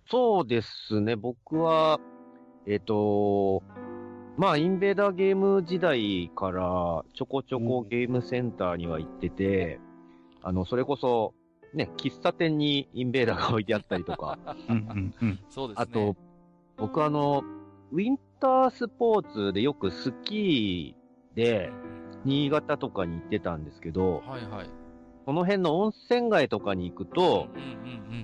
そうですね。僕は、えっ、と、まあ、インベーダーゲーム時代からちょこちょこゲームセンターには行ってて、うん、あの、それこそ、ね、喫茶店にインベーダーが置いてあったりとか。 うんうんうん、そうですね。 あと、僕あの、ウィンタースポーツでよくスキーで、新潟とかに行ってたんですけど、 はいはい。 この辺の温泉街とかに行くと、うんうんうん、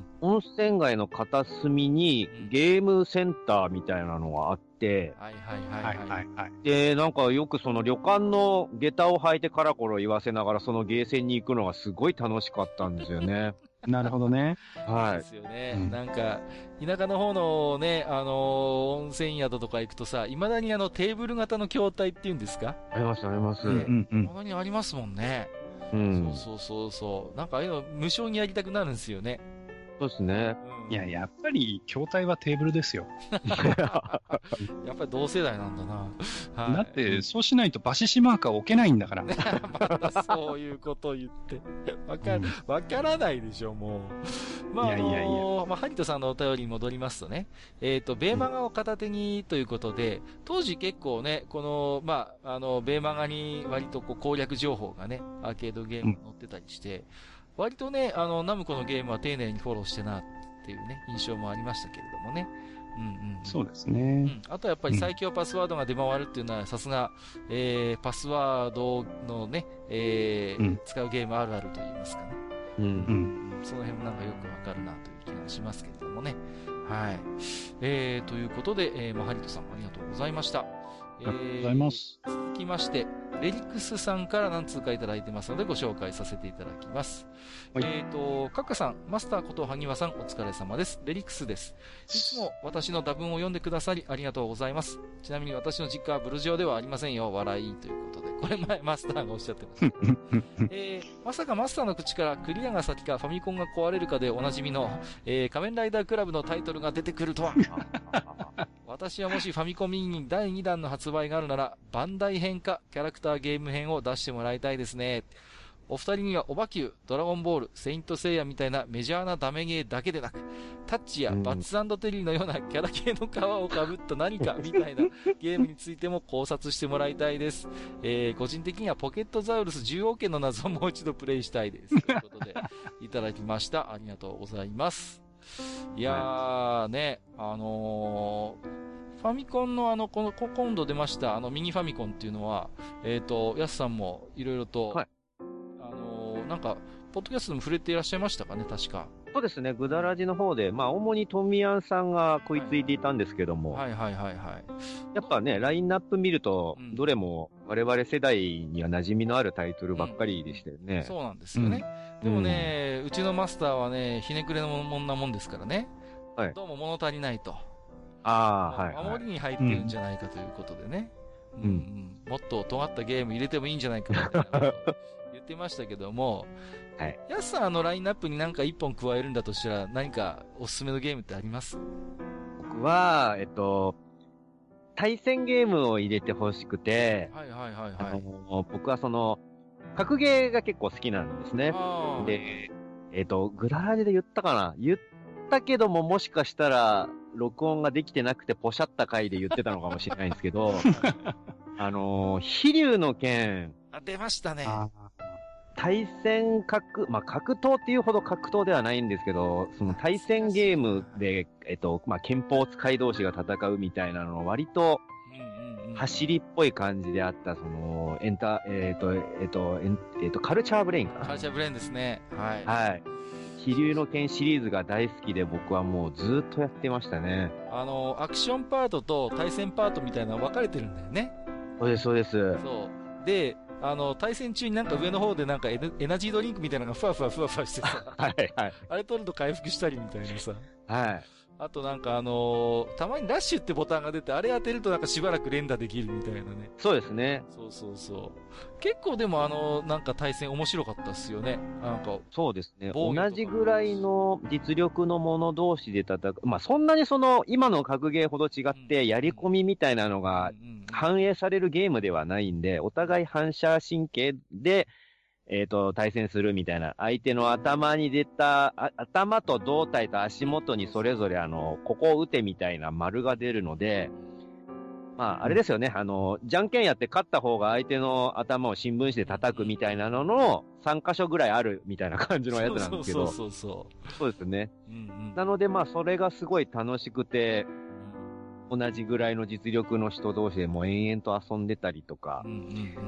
温泉街の片隅にゲームセンターみたいなのがあって、 はいはいはいはい。 で、なんかよくその旅館の下駄を履いてカラコロ言わせながらそのゲーセンに行くのがすごい楽しかったんですよね。 なるほどね。 はい。 ですよね。うん、なんか、田舎の方のね、あのー、温泉宿とか行くとさ、未だにあのテーブル型の筐体っていうんですか？ ありますあります。 ね、うんうん。未だにありますもんね。 うん、 そうそうそうそう。なんかああいうの無償にやりたくなるんですよね。 そうですね。 うん、いや、やっぱり筐体はテーブルですよ。 やっぱり同世代なんだな。 はい、だって、そうしないとバシシマーカー置けないんだから。 またそういうことを言って。わかる、わからないでしょ、もう。まあ、あのー、いやいやいやまあ、ハリトさんのお便りに戻りますとね、えっ、ー、と、ベーマガを片手にということで、うん、当時結構ね、この、まあ、あの、ベーマガに割とこう攻略情報がね、アーケードゲーム載ってたりして、うん、割とね、あの、ナムコのゲームは丁寧にフォローしてなっていうね、印象もありましたけれどもね。うんうん、 そうですね、うん。 あとはやっぱり最強パスワードが出回るっていうのは、さすが、えー、パスワードのね、えーうん、使うゲームあるあると言いますかね。うんうん、その辺もなんかよくわかるなという気がしますけれどもね。はい。えー、ということで、えー、まあ、ハリトさんもありがとうございました。 ありがとうございます。 えー、続きまして、レリクスさんから何通かいただいてますのでご紹介させていただきます。はい、えっ、ー、と、カッカさん、マスターこと萩和さんお疲れ様です。レリクスです。いつも私の打文を読んでくださりありがとうございます。ちなみに私の実家はブルジオではありませんよ。笑いということで。これ前マスターがおっしゃってました、えー。まさかマスターの口からクリアが先かファミコンが壊れるかでおなじみの、えー、仮面ライダークラブのタイトルが出てくるとは。私はもしファミコンミニにだいにだんの発売があるなら、バンダイ編かキャラクターゲーム編を出してもらいたいですね。お二人にはオバキュー、ドラゴンボール、セイントセイヤみたいなメジャーなダメゲーだけでなく、タッチやバッツ&テリーのようなキャラ系の皮をかぶった何かみたいなゲームについても考察してもらいたいです。えー、個人的にはポケットザウルスじゅうおうけんの謎をもう一度プレイしたいです。ということで、いただきました。ありがとうございます。いやーね、あのー、ファミコンのあの、この、今度出ました、あのミニファミコンっていうのは、えっ、ー、と、ヤスさんもいろいろと、はい、あのー、なんか、ポッドキャストでも触れていらっしゃいましたかね、確か。 そうですね、グダラジの方で、まあ、主にトミヤンさんが食いついていたんですけども。 はいはいはいはい。 やっぱね、ラインナップ見ると、どれも我々世代には馴染みのあるタイトルばっかりでしたよね。 うん、そうなんですよね。うん、でもね、うちのマスターはね、ひねくれのもんなもんですからね。はい。どうも物足りないと。 ああ、はい、 はい。守りに入ってるんじゃないかということでね。うん。うんうん、もっと尖ったゲーム入れてもいいんじゃないかみたいなことを言ってましたけども、はい。ヤスさんあのラインナップに何か一本加えるんだとしたら何かおすすめのゲームってあります？ 僕は、えっと、対戦ゲームを入れてほしくて、 はいはいはいはい。 あの僕はその、格ゲーが結構好きなんですね。で、えっと、グダラジで言ったかな言ったけどももしかしたら、録音ができてなくてポシャった回で言ってたのかもしれないんですけど、あの、飛竜の剣。 あ、出ましたね。 対戦格、まあ、格闘っていうほど格闘ではないんですけど、その対戦ゲームで、えっと、まあ、剣法使い同士が戦うみたいなのを割と、走りっぽい感じであった、その、エンタ、えっと、えっと、えっと、カルチャーブレインかな。 カルチャーブレインですね。はい。 はい。飛竜の剣シリーズが大好きで僕はもうずっとやってましたね。 あの、アクションパートと対戦パートみたいなの分かれてるんだよね。 そうです、そうです。 そう。で、あの、対戦中になんか上の方でなんかエナジードリンクみたいなのがふわふわふわふわしてさ。 はいはい。 あれ取ると回復したりみたいなさ。 はい。 あとなんかあのー、たまにダッシュってボタンが出て、あれ当てるとなんかしばらく連打できるみたいなね。 そうですね。 そうそうそう。結構でもあのー、なんか対戦面白かったっすよね。なんか。 そうですね。同じぐらいの実力の者同士で戦う。まあそんなにその、今の格ゲーほど違って、やり込みみたいなのが反映されるゲームではないんで、お互い反射神経で、 えっと、対戦するみたいな、相手の頭に出た、あ頭と胴体と足元にそれぞれあの、ここを打てみたいな丸が出るので、まあ、あれですよね、あの、じゃんけんやって勝った方が相手の頭を新聞紙で叩くみたいなののさん箇所ぐらいあるみたいな感じのやつなんですけど。 そうそうそうそう。 そうですね。 うんうん、 なのでまあ、それがすごい楽しくて、同じぐらいの実力の人同士でも延々と遊んでたりとか、うんうんうん、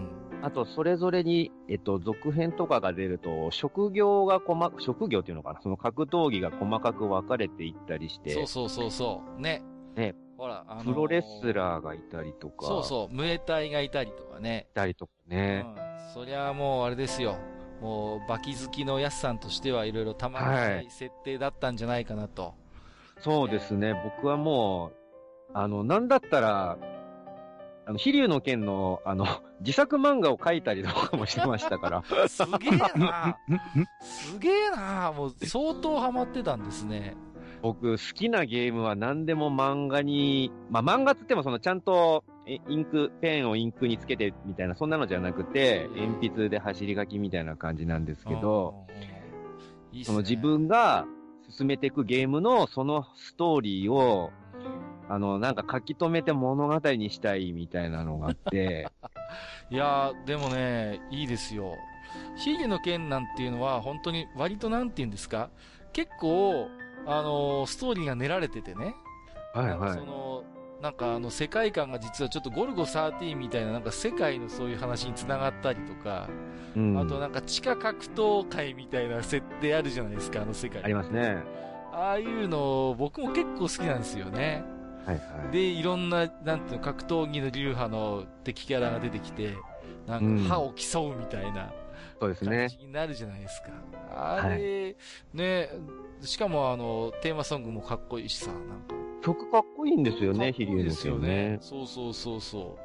あと、それぞれに、えっと、続編とかが出ると、職業が細か、職業っていうのかな、その格闘技が細かく分かれていったりして。 そうそうそうそう。ね。 ね。 ほら、あのー、 プロレスラーがいたりとか。 そうそう、ムエタイがいたりとかね。 いたりとかね。 うん。そりゃもう、あれですよ。もう、バキ好きのヤスさんとしてはいろいろたまらない設定だったんじゃないかなと。はい、 そうですね。僕はもう、あの、なんだったら、あの、飛龍の剣の、あの、自作漫画を描いたりとかもしてましたから。 すげえなすげえなもう相当ハマってたんですね。 僕、好きなゲームは何でも漫画に、まあ、漫画つってもそのちゃんと、インク、ペンをインクにつけてみたいな、そんなのじゃなくて、鉛筆で走り書きみたいな感じなんですけど、いいっすね、その自分が進めていくゲームのそのストーリーを、あの、なんか書き留めて物語にしたいみたいなのがあって。 いやー、でもね、いいですよ。ヒゲの剣なんていうのは、本当に割となんて言うんですか、結構、あのー、ストーリーが練られててね。 はいはい。 その、なんかあの、世界観が実はちょっとゴルゴじゅうさんみたいな、なんか世界のそういう話に繋がったりとか、うん、あとなんか地下格闘界みたいな設定あるじゃないですか、あの世界。 ありますね。 ああいうの、僕も結構好きなんですよね。はいはい、で、いろんな、なんていうの、格闘技の流派の敵キャラが出てきて、なんか歯を競うみたいな、 そうですね。 感じになるじゃないですか。あれ、はい、ね、しかもあの、テーマソングもかっこいいしさ、なんか。 曲かっこいいんですよね、飛龍の剣ね。 そうそうそうそう。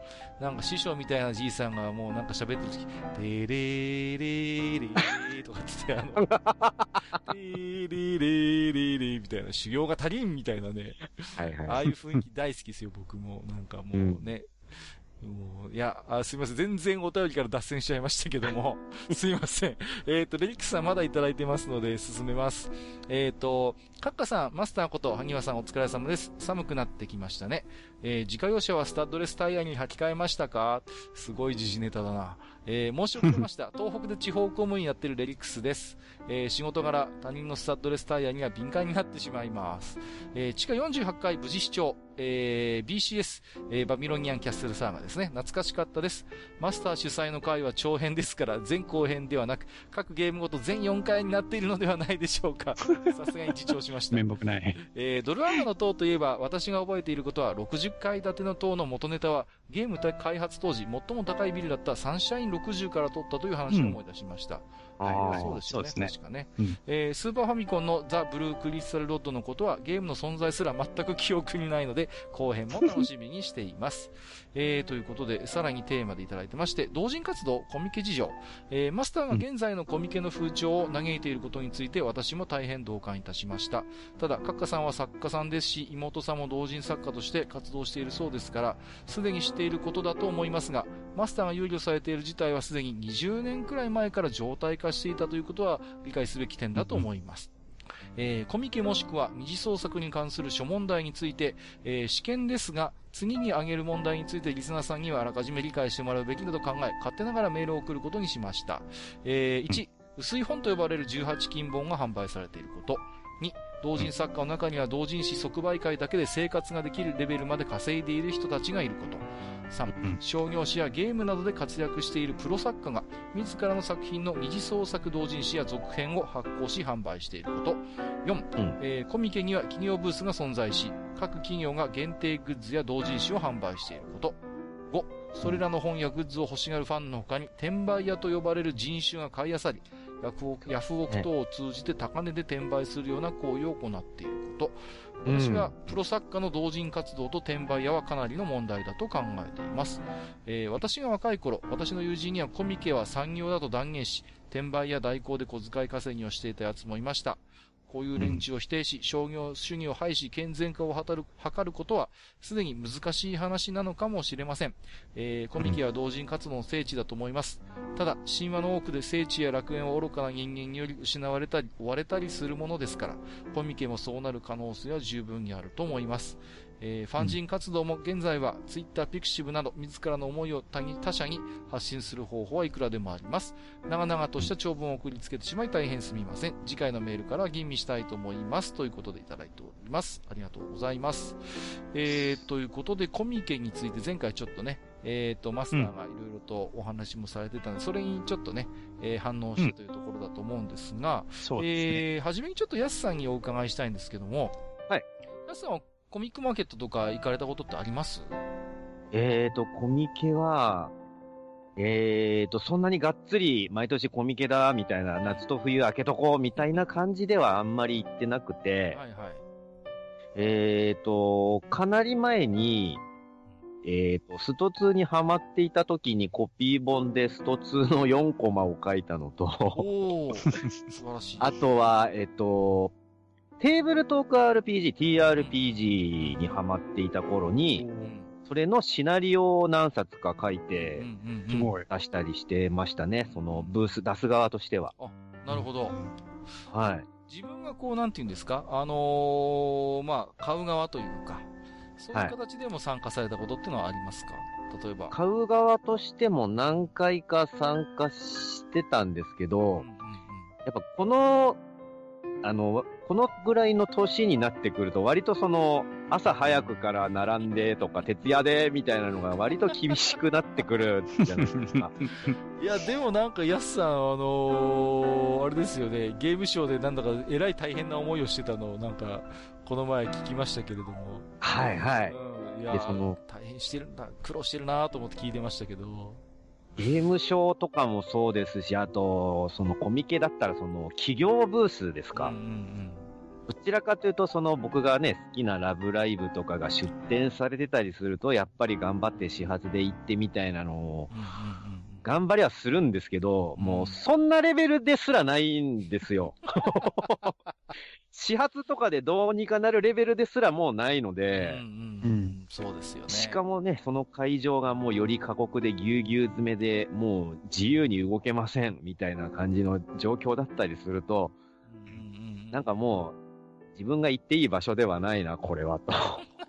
なんか師匠みたいなじいさんがもうなんか喋ってる時、てれれれれとかってあの、てれれれれみたいな、修行が足りんみたいなね。はいはい。ああいう雰囲気大好きですよ、僕も。なんかもうね。うん、もういやあ、すいません。全然お便りから脱線しちゃいましたけども。すいません。えっ、ー、と、レリックさんまだいただいてますので、進めます。えっ、ー、と、カッカさん、マスターこと、萩和さんお疲れ様です。寒くなってきましたね。えー、自家用車はスタッドレスタイヤに履き替えましたか？すごい時事ネタだな。えー、申し遅れました。東北で地方公務員やってるレリックスです。えー、仕事柄、他人のスタッドレスタイヤには敏感になってしまいます。えー、地下よんじゅうはちかい無事視聴。えー、ビーシーエス、えー、バビロニアンキャッスルサーガですね。懐かしかったです。マスター主催の回は長編ですから、前後編ではなく、各ゲームごと全よんかいになっているのではないでしょうか。さすがに自重しました。 面目ない。 えー、ドルアーマの塔といえば、私が覚えていることは、ろくじゅっかい建ての塔の元ネタは、ゲーム開発当時、最も高いビルだったサンシャインろくじゅうから取ったという話を思い出しました。うん、はい、そうですよね。ね確かね、うんえー。スーパーファミコンのザ・ブルークリスタルロッドのことは、ゲームの存在すら全く記憶にないので、後編も楽しみにしています。えー、ということで、さらにテーマでいただいてまして、同人活動、コミケ事情。えー、マスターが現在のコミケの風潮を嘆いていることについて、私も大変同感いたしました。ただ、カッカさんは作家さんですし、妹さんも同人作家として活動しているそうですから、すでに知っていることだと思いますが、マスターが憂慮されている事態はすでににじゅうねんくらい前から常態化していたということは理解すべき点だと思います。えー、コミケもしくは二次創作に関する諸問題について、えー、試験ですが、次に挙げる問題についてリスナーさんにはあらかじめ理解してもらうべきだと考え、勝手ながらメールを送ることにしました。えー、いち、薄い本と呼ばれるじゅうはちきん本が販売されていること。に、同人作家の中には同人誌即売会だけで生活ができるレベルまで稼いでいる人たちがいること。さん、商業誌やゲームなどで活躍しているプロ作家が自らの作品の二次創作同人誌や続編を発行し販売していること。よん、うんえー、コミケには企業ブースが存在し、各企業が限定グッズや同人誌を販売していること。ご、それらの本やグッズを欲しがるファンの他に転売屋と呼ばれる人種が買い漁り、ヤフオク、ヤフオク等を通じて高値で転売するような行為を行っていること。私はプロ作家の同人活動と転売屋はかなりの問題だと考えています。えー、私が若い頃、私の友人にはコミケは産業だと断言し、転売や代行で小遣い稼ぎをしていた奴もいました。 こういう連中を否定し、商業主義を廃し、健全化を図る、図ることは、すでに難しい話なのかもしれません。えー、コミケは同人活動の聖地だと思います。ただ、神話の多くで聖地や楽園は愚かな人間により失われたり、追われたりするものですから、コミケもそうなる可能性は十分にあると思います。えー、ファン人活動も現在はツイッター、ピクシブなど自らの思いを他に他者に発信する方法はいくらでもあります。長々とした長文を送りつけてしまい大変すみません。次回のメールから吟味したいと思います。ということでいただいております。ありがとうございます。えー、ということでコミケについて前回ちょっとね、えーと、マスターがいろいろとお話もされてたので、それにちょっとね、えー、反応したというところだと思うんですが、 うん、そうですね。 えー、はじめにちょっとヤスさんにお伺いしたいんですけども、 はい。 ヤスさんはコミックマーケットとか行かれたことってあります？ えーと、コミケは、えーと、そんなにがっつり毎年コミケだ、みたいな、夏と冬開けとこう、みたいな感じではあんまり行ってなくて、 はいはい。 えーと、かなり前に、えーと、ストツーにハマっていた時にコピー本でストツーのよんコマを書いたのと、 おー、素晴らしい。 あとは、えっと、テーブルトーク アールピージー、ティーアールピージー にハマっていた頃に、それのシナリオを何冊か書いて、 すごい。 出したりしてましたね。そのブース、出す側としては。 あ、なるほど。 はい。 自分がこう、なんて言うんですかあのー、まあ、買う側というか、そういう形でも参加されたことってのはありますか？例えば。 買う側としても何回か参加してたんですけど、うんうんうん、やっぱこの、あの、このぐらいの年になってくると、割とその、朝早くから並んでとか、徹夜でみたいなのが割と厳しくなってくるじゃないですか。 いや、でもなんか、ヤスさん、あのー、あれですよね、ゲームショーでなんだか、えらい大変な思いをしてたのを、なんか、この前聞きましたけれども。 はいはい。 うん、いや、その大変してるんだ、苦労してるなと思って聞いてましたけど。 ゲームショーとかもそうですし、あと、そのコミケだったら、その企業ブースですか。うんうんうん、どちらかというと、その僕がね、好きなラブライブとかが出展されてたりすると、やっぱり頑張って始発で行ってみたいなのを、うんうんうん、頑張りはするんですけど、うん、もうそんなレベルですらないんですよ。始発とかでどうにかなるレベルですらもうないので、うんうんうん、そうですよね。 しかもね、その会場がもうより過酷でぎゅうぎゅう詰めで、もう自由に動けませんみたいな感じの状況だったりすると、うんうんうん、なんかもう自分が行っていい場所ではないな、これはと。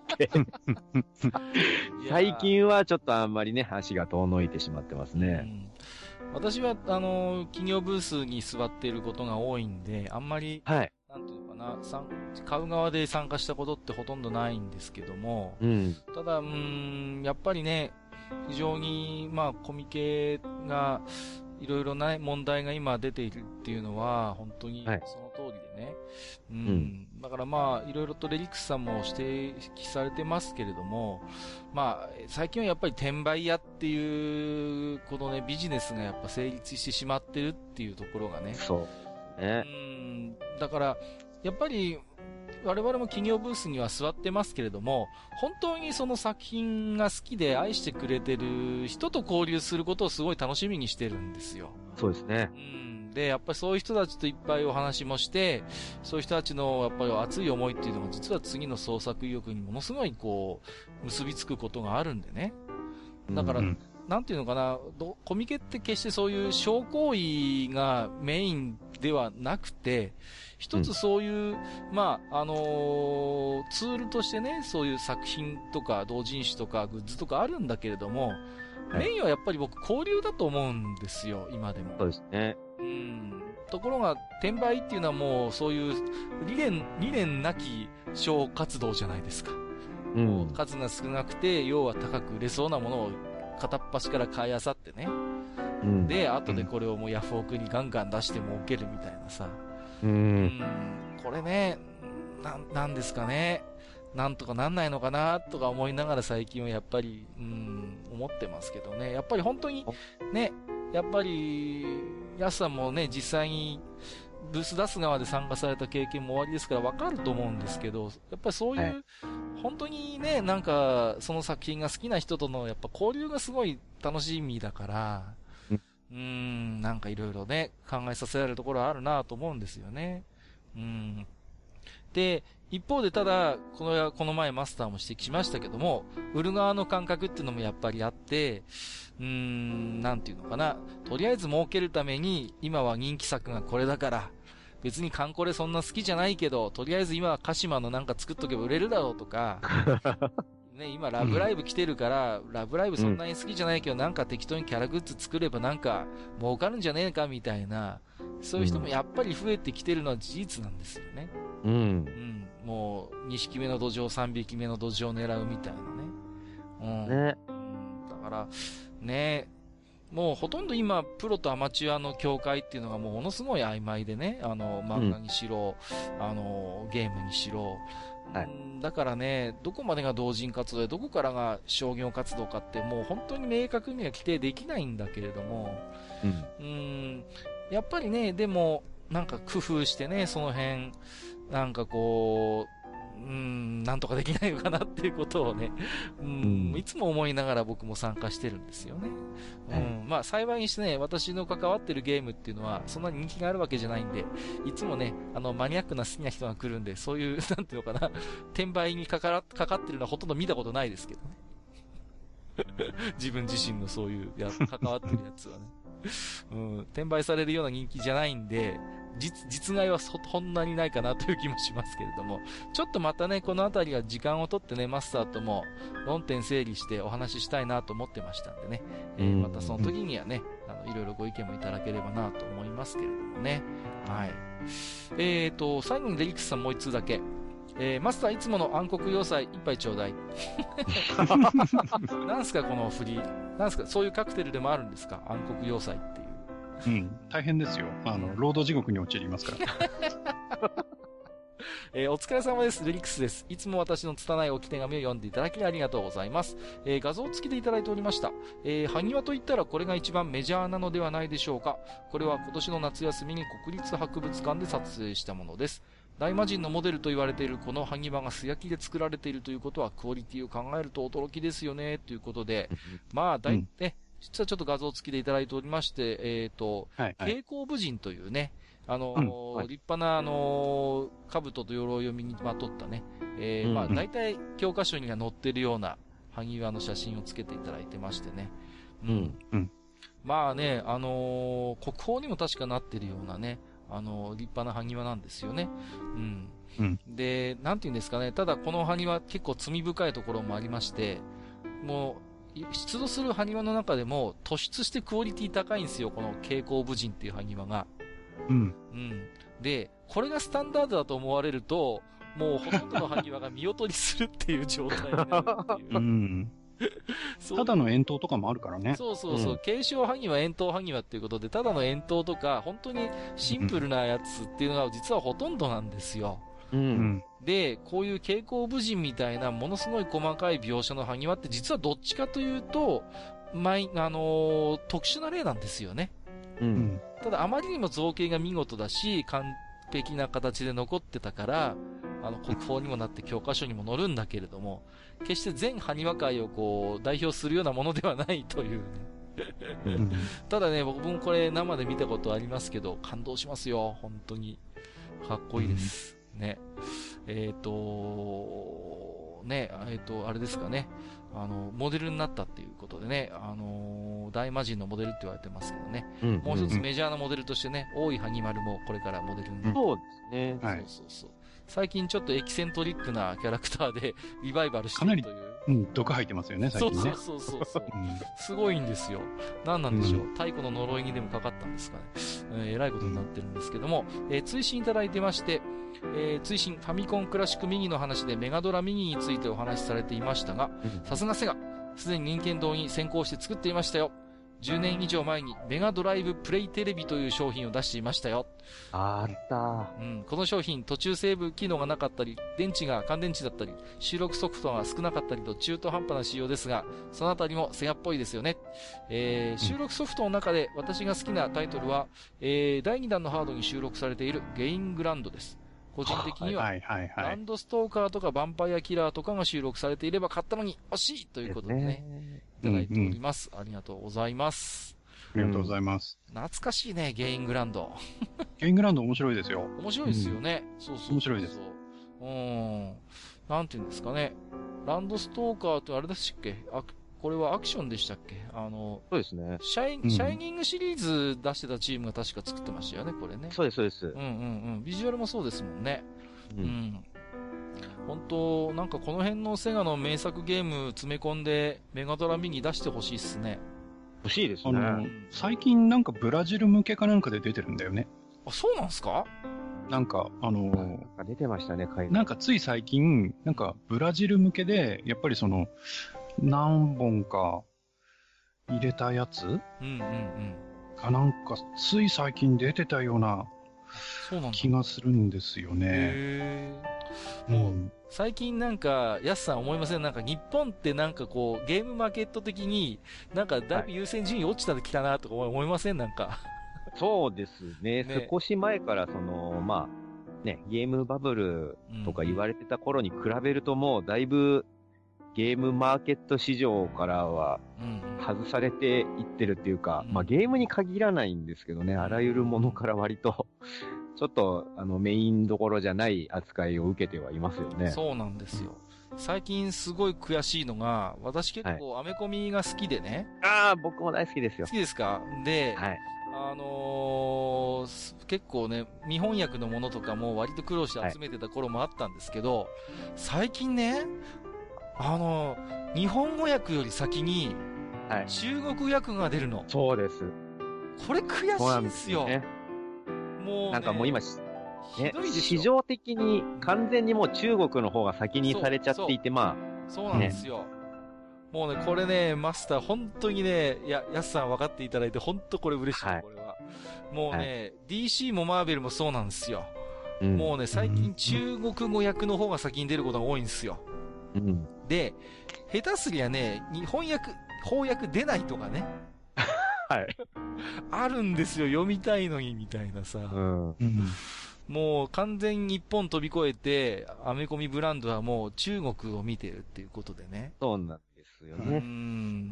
最近はちょっとあんまりね、足が遠のいてしまってますね。 うん、私は、あの、企業ブースに座っていることが多いんで、あんまり、はい。なんていうのかな、買う側で参加したことってほとんどないんですけども、うん、ただ、うーん、やっぱりね、非常に、まあ、コミケが、いろいろな問題が今出ているっていうのは、本当にその通りでね。はい、うん、うん。だからまあ、いろいろとレリックスさんも指摘されてますけれども、まあ、最近はやっぱり転売屋っていう、このね、ビジネスがやっぱ成立してしまってるっていうところがね。 そう。ね。 うんだから、やっぱり、我々も企業ブースには座ってますけれども、本当にその作品が好きで愛してくれてる人と交流することをすごい楽しみにしてるんですよ。 そうですね。 うん。で、やっぱりそういう人たちといっぱいお話もして、そういう人たちのやっぱり熱い思いっていうのが実は次の創作意欲にものすごいこう、結びつくことがあるんでね。だから、うんなんていうのかな、コミケって決してそういう小行為がメインではなくて、一つそういう、うん、まあ、あのー、ツールとしてね、そういう作品とか同人誌とかグッズとかあるんだけれども、はい、メインはやっぱり僕交流だと思うんですよ、今でも。 そうですね。 うん。ところが、転売っていうのはもうそういう理念、理念なき小活動じゃないですか。うん。数が少なくて、要は高く売れそうなものを片っ端から買い漁ってね。うん、で、後でこれをもうヤフオクにガンガン出して儲けるみたいなさ。うん、うん。これね、な、なんですかね。なんとかなんないのかなとか思いながら最近はやっぱり、うん、思ってますけどね。やっぱり本当に、ね、やっぱり、ヤスさんもね、実際に、ブース出す側で参加された経験も終わりですから分かると思うんですけど、やっぱりそういう、はい、本当にね、なんか、その作品が好きな人とのやっぱ交流がすごい楽しみだから、うーん、なんかいろいろね、考えさせられるところはあるなと思うんですよね。 うん。で、一方でただ、この、この前マスターも指摘しましたけども、売る側の感覚っていうのもやっぱりあって、うーん、なんていうのかな。とりあえず儲けるために、今は人気作がこれだから、別にカンコレそんな好きじゃないけど、とりあえず今は鹿島のなんか作っとけば売れるだろうとか、ね、今ラブライブ来てるから、うん、ラブライブそんなに好きじゃないけど、うん、なんか適当にキャラグッズ作ればなんか儲かるんじゃねえかみたいな、そういう人もやっぱり増えてきてるのは事実なんですよね。 うん。うん。 もう、にひきめの土壌、さんびきめの土壌を狙うみたいなね。うん。 ね。 うん、だから、ね、もうほとんど今、プロとアマチュアの境界っていうのがもうものすごい曖昧でね、あの、漫画にしろ、うん、あの、ゲームにしろ、はい、だからね、どこまでが同人活動で、どこからが商業活動かって、もう本当に明確には規定できないんだけれども、うん、うーんやっぱりね、でも、なんか工夫してね、その辺、なんかこう、うーん、なんとかできないのかなっていうことをね、うん、うん、いつも思いながら僕も参加してるんですよね。うん、まあ幸いにしてね、私の関わってるゲームっていうのは、そんなに人気があるわけじゃないんで、いつもね、あの、マニアックな好きな人が来るんで、そういう、なんていうのかな、転売にかか、かかってるのはほとんど見たことないですけどね。自分自身のそういうや、関わってるやつはね。うん、転売されるような人気じゃないんで、実、実害はそ、そんなにないかなという気もしますけれども、ちょっとまたね、このあたりは時間をとってね、マスターとも論点整理してお話ししたいなと思ってましたんでね、えー、またその時にはね、あの、いろいろご意見もいただければなと思いますけれどもね。はい。えーと、最後にデリックスさんもう一通だけ。えー、マスターいつもの暗黒要塞一杯ちょうだい。なんすかこの振り。なんすかそういうカクテルでもあるんですか暗黒要塞っていう。 うん、大変ですよ。あの、労働地獄に陥りますから。 えー、お疲れ様です。デリックスです。いつも私の拙い置き手紙を読んでいただきありがとうございます。えー、画像付きでいただいておりました。えー、埴輪といったらこれが一番メジャーなのではないでしょうか。これは今年の夏休みに国立博物館で撮影したものです。大魔神のモデルと言われているこの埴輪が素焼きで作られているということはクオリティを考えると驚きですよね、ということで、まあ、だい、うん、ね、実はちょっと画像付きでいただいておりまして、えっ、ー、と、はいはい、蛍光武人というね、あのーうんはい、立派な、あのー、兜と鎧を身にまとったね、えー、うん、まあ、大体教科書には載ってるような埴輪の写真をつけていただいてましてね。うん。うん、まあね、あのー、国宝にも確かなってるようなね、あの、立派な埴輪なんですよね。うん。うん、で、なんて言うんですかね。ただこの埴輪結構罪深いところもありまして、もう、出土する埴輪の中でも突出してクオリティ高いんですよ。この蛍光武人っていう埴輪が。うん。うん。で、これがスタンダードだと思われると、もうほとんどの埴輪が見劣りするっていう状態になるっていう。うん。 ただの円筒とかもあるからね。 そうそうそう。うん、継承埴輪、円筒埴輪っていうことで、ただの円筒とか、本当にシンプルなやつっていうのが実はほとんどなんですよ。うん。で、こういう蛍光武人みたいなものすごい細かい描写の埴輪って実はどっちかというと、まい、あのー、特殊な例なんですよね。うん。ただあまりにも造形が見事だし、完璧な形で残ってたから、あの、国宝にもなって教科書にも載るんだけれども、決して全埴輪界をこう、代表するようなものではないというね。ただね、僕もこれ生で見たことありますけど、感動しますよ、本当に。かっこいいです。うん、ね。えっ、ー、と、ね、えっ、ー、と、あれですかね。あの、モデルになったっていうことでね、あのー、大魔神のモデルって言われてますけどね。うん、もう一つメジャーなモデルとしてね、大井埴丸もこれからモデルになる。 そうですね。 そうそうそう。最近ちょっとエキセントリックなキャラクターでリバイバルしてるという。かなり、うん、毒入ってますよね、最近ね。 そうそうそうそう、うん。すごいんですよ。何なんでしょう。うん、太古の呪いにでもかかったんですかね。えー、えらいことになってるんですけども、えー、追伸いただいてまして、えー、追伸ファミコンクラシックミニの話でメガドラミニについてお話しされていましたが、さすがセガ、すでに任天堂に先行して作っていましたよ。じゅうねん以上前にメガドライブプレイテレビという商品を出していましたよ。 あった。 うん。この商品、途中セーブ機能がなかったり、電池が乾電池だったり、収録ソフトが少なかったりと中途半端な仕様ですが、そのあたりもセガっぽいですよね。えー、収録ソフトの中で私が好きなタイトルは、えー、だいにだんのハードに収録されているゲイングランドです。個人的には、はいはいはいはい、ランドストーカーとかヴァンパイアキラーとかが収録されていれば買ったのに惜しいということでね、いただいております、うんうん。ありがとうございます。 ありがとうございます。 懐かしいね、ゲイングランド。 ゲイングラウンド面白いですよ。 面白いですよね。うん、そうそうそう。 面白いです。 うん。なんていうんですかね。ランドストーカーってあれでしたっけ？あ、これはアクションでしたっけ？あの、 そうですね。 シャイ、うん、シャイニングシリーズ出してたチームが確か作ってましたよね、これね。 そうです、そうです。 うんうんうん。ビジュアルもそうですもんね。うん。うん、本当なんかこの辺のセガの名作ゲーム詰め込んでメガドラミニ出してほしいっすね。 欲しいですね。あの、 最近なんかブラジル向けかなんかで出てるんだよね。 あ、そうなんすか？ なんか、あのー、出てましたね、 なんかつい最近、なんかブラジル向けで、やっぱりその、何本か入れたやつ、うんうんうん、がなんかつい最近出てたような気がするんですよね。 へー。もう、うん、最近なんか、ヤスさん思いません？なんか日本ってなんかこう、ゲームマーケット的に、なんかだいぶ優先順位落ちたできたなとか思いません？なんか。 そうですね。ね、少し前からその、まあ、ね、ゲームバブルとか言われてた頃に比べるともうだいぶゲームマーケット市場からは外されていってるっていうか、うん、まあゲームに限らないんですけどね、あらゆるものから割と、ちょっとあのメインどころじゃない扱いを受けてはいますよね。 そうなんですよ。最近すごい悔しいのが、私結構アメコミが好きでね。 はい、ああ、僕も大好きですよ。 好きですか？で、 はい。 あのー、結構ね、日本訳のものとかも割と苦労して集めてた頃もあったんですけど、はい、最近ね、あのー、日本語訳より先に、はい、中国訳が出るの。 そうです。 これ悔しいんですよ。 ね、 もう、ね、 なんかもう今、 ね、 市場的に完全にもう中国の方が先にされちゃっていて、まあ。そうなんですよ。ね、もうね、これね、マスター、本当にね、や、やすさん分かっていただいて、本当これ嬉しい、はい、これは。もうね、はい、ディーシー もマーベルもそうなんですよ。うん、もうね、最近中国語訳の方が先に出ることが多いんですよ。うん、で、下手すりゃね、日本訳、翻訳出ないとかね。 はい。 あるんですよ、読みたいのに、みたいなさ。うん、もう完全に日本飛び越えて、アメコミブランドはもう中国を見てるっていうことでね。 そうなんですよね。 うん、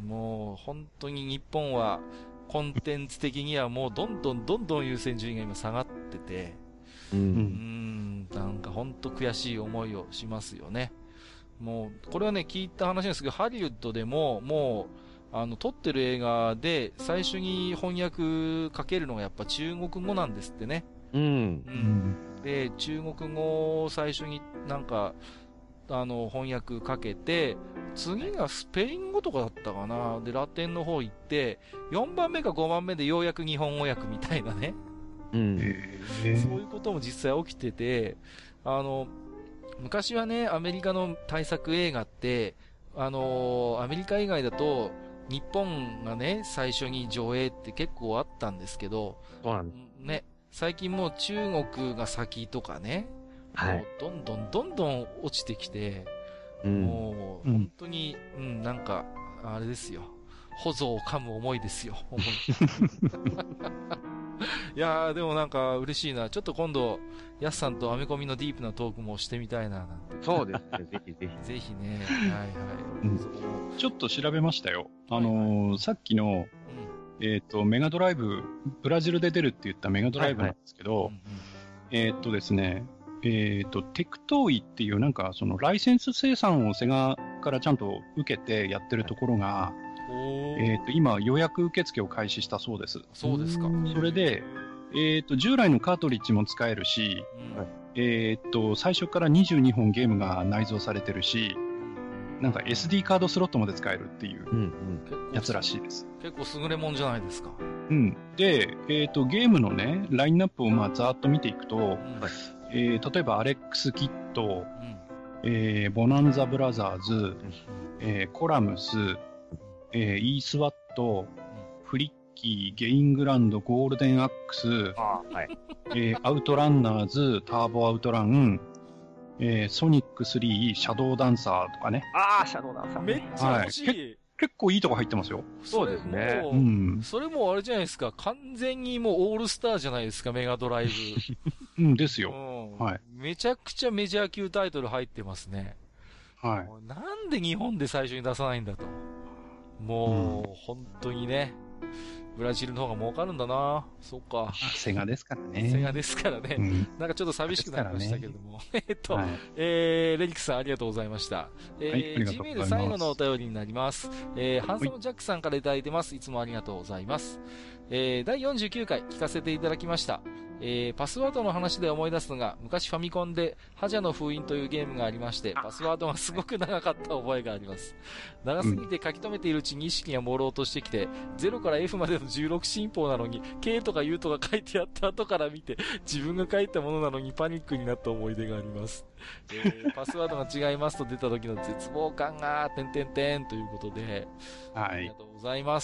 もう本当に日本はコンテンツ的にはもうどんどんどんどん優先順位が今下がってて、うん、うんなんか本当悔しい思いをしますよね。もう、これはね、聞いた話なんですけど、ハリウッドでも、もう、あの、撮ってる映画で、最初に翻訳かけるのがやっぱ中国語なんですってね。うん。うん。で、中国語を最初になんか、あの、翻訳かけて、次がスペイン語とかだったかな。で、ラテンの方行って、よんばんめかごばんめでようやく日本語訳みたいなね。うん。そういうことも実際起きてて、あの、昔はね、アメリカの大作映画って、あのー、アメリカ以外だと、日本がね、最初に上映って結構あったんですけど、 そうなんですね、最近もう中国が先とかね、はい、もうどんどんどんどん落ちてきて、うん、もう本当に、うん、うん、なんか、あれですよ。ほぞを噛む思いですよ。思いいやー、でもなんか嬉しいな。ちょっと今度、ヤスさんとアメコミのディープなトークもしてみたいな、なんて。 そうですね。ぜひぜひ。 ぜひね。はいはい、うん。 ちょっと調べましたよ。あのーはいはい、さっきの、うん、えっ、ー、と、メガドライブ、ブラジルで出るって言ったメガドライブなんですけど、はいはい、えっ、ー、とですね、えっ、ー、と、テクトーイっていうなんか、そのライセンス生産をセガからちゃんと受けてやってるところが、えっ、と、今予約受付を開始したそうです。 そうですか。 それで、えっ、と、従来のカートリッジも使えるし、うん、えっ、と、最初からにじゅうにほんゲームが内蔵されてるし、なんか エスディー カードスロットもで使えるっていうやつらしいです。 結構優れもんじゃないですか。 うん。で、えっ、と、ゲームのね、ラインナップをまあざーっと見ていくと、うん、えー、例えばアレックス・キッド、うん、えー、ボナンザ・ブラザーズ、うん、えー、コラムス、えー、イースワット、うん、フリッキー、ゲイングランド、ゴールデンアックス、 あはい、 えー、アウトランナーズ、ターボアウトラン、えー、ソニックスリー、シャドウダンサーとかね。 ああ、シャドウダンサー。 めっちゃ欲しい。はい、 結構いいとこ入ってますよ。 そうですね。 うん。それもあれじゃないですか。完全にもうオールスターじゃないですか、メガドライブ。 うん、ですよ、 うん。 はい。 めちゃくちゃメジャー級タイトル入ってますね。 はい。 なんで日本で最初に出さないんだと。もう、うん、本当にね。 ブラジルの方が儲かるんだな。そっか。 セガですからね。 セガですからね。うん、なんかちょっと寂しくなりましたけれども。ね、えっと、はい、えー、レニックさんありがとうございました。えー、はい、G メール最後のお便りになります。えー、ハンサムジャックさんからいただいてます。いつもありがとうございます。えー、だいよんじゅうきゅうかい聞かせていただきました。えー、パスワードの話で思い出すのが、昔ファミコンで、ハジャの封印というゲームがありまして、パスワードがすごく長かった覚えがあります。長すぎて書き留めているうちに意識が朦朧としてきて、ゼロから F までのじゅうろく進法なのに、K とか U とか書いてあった後から見て、自分が書いたものなのにパニックになった思い出があります。えー、パスワードが違いますと出た時の絶望感が、てんてんてんということで、はい。ありがとうございます。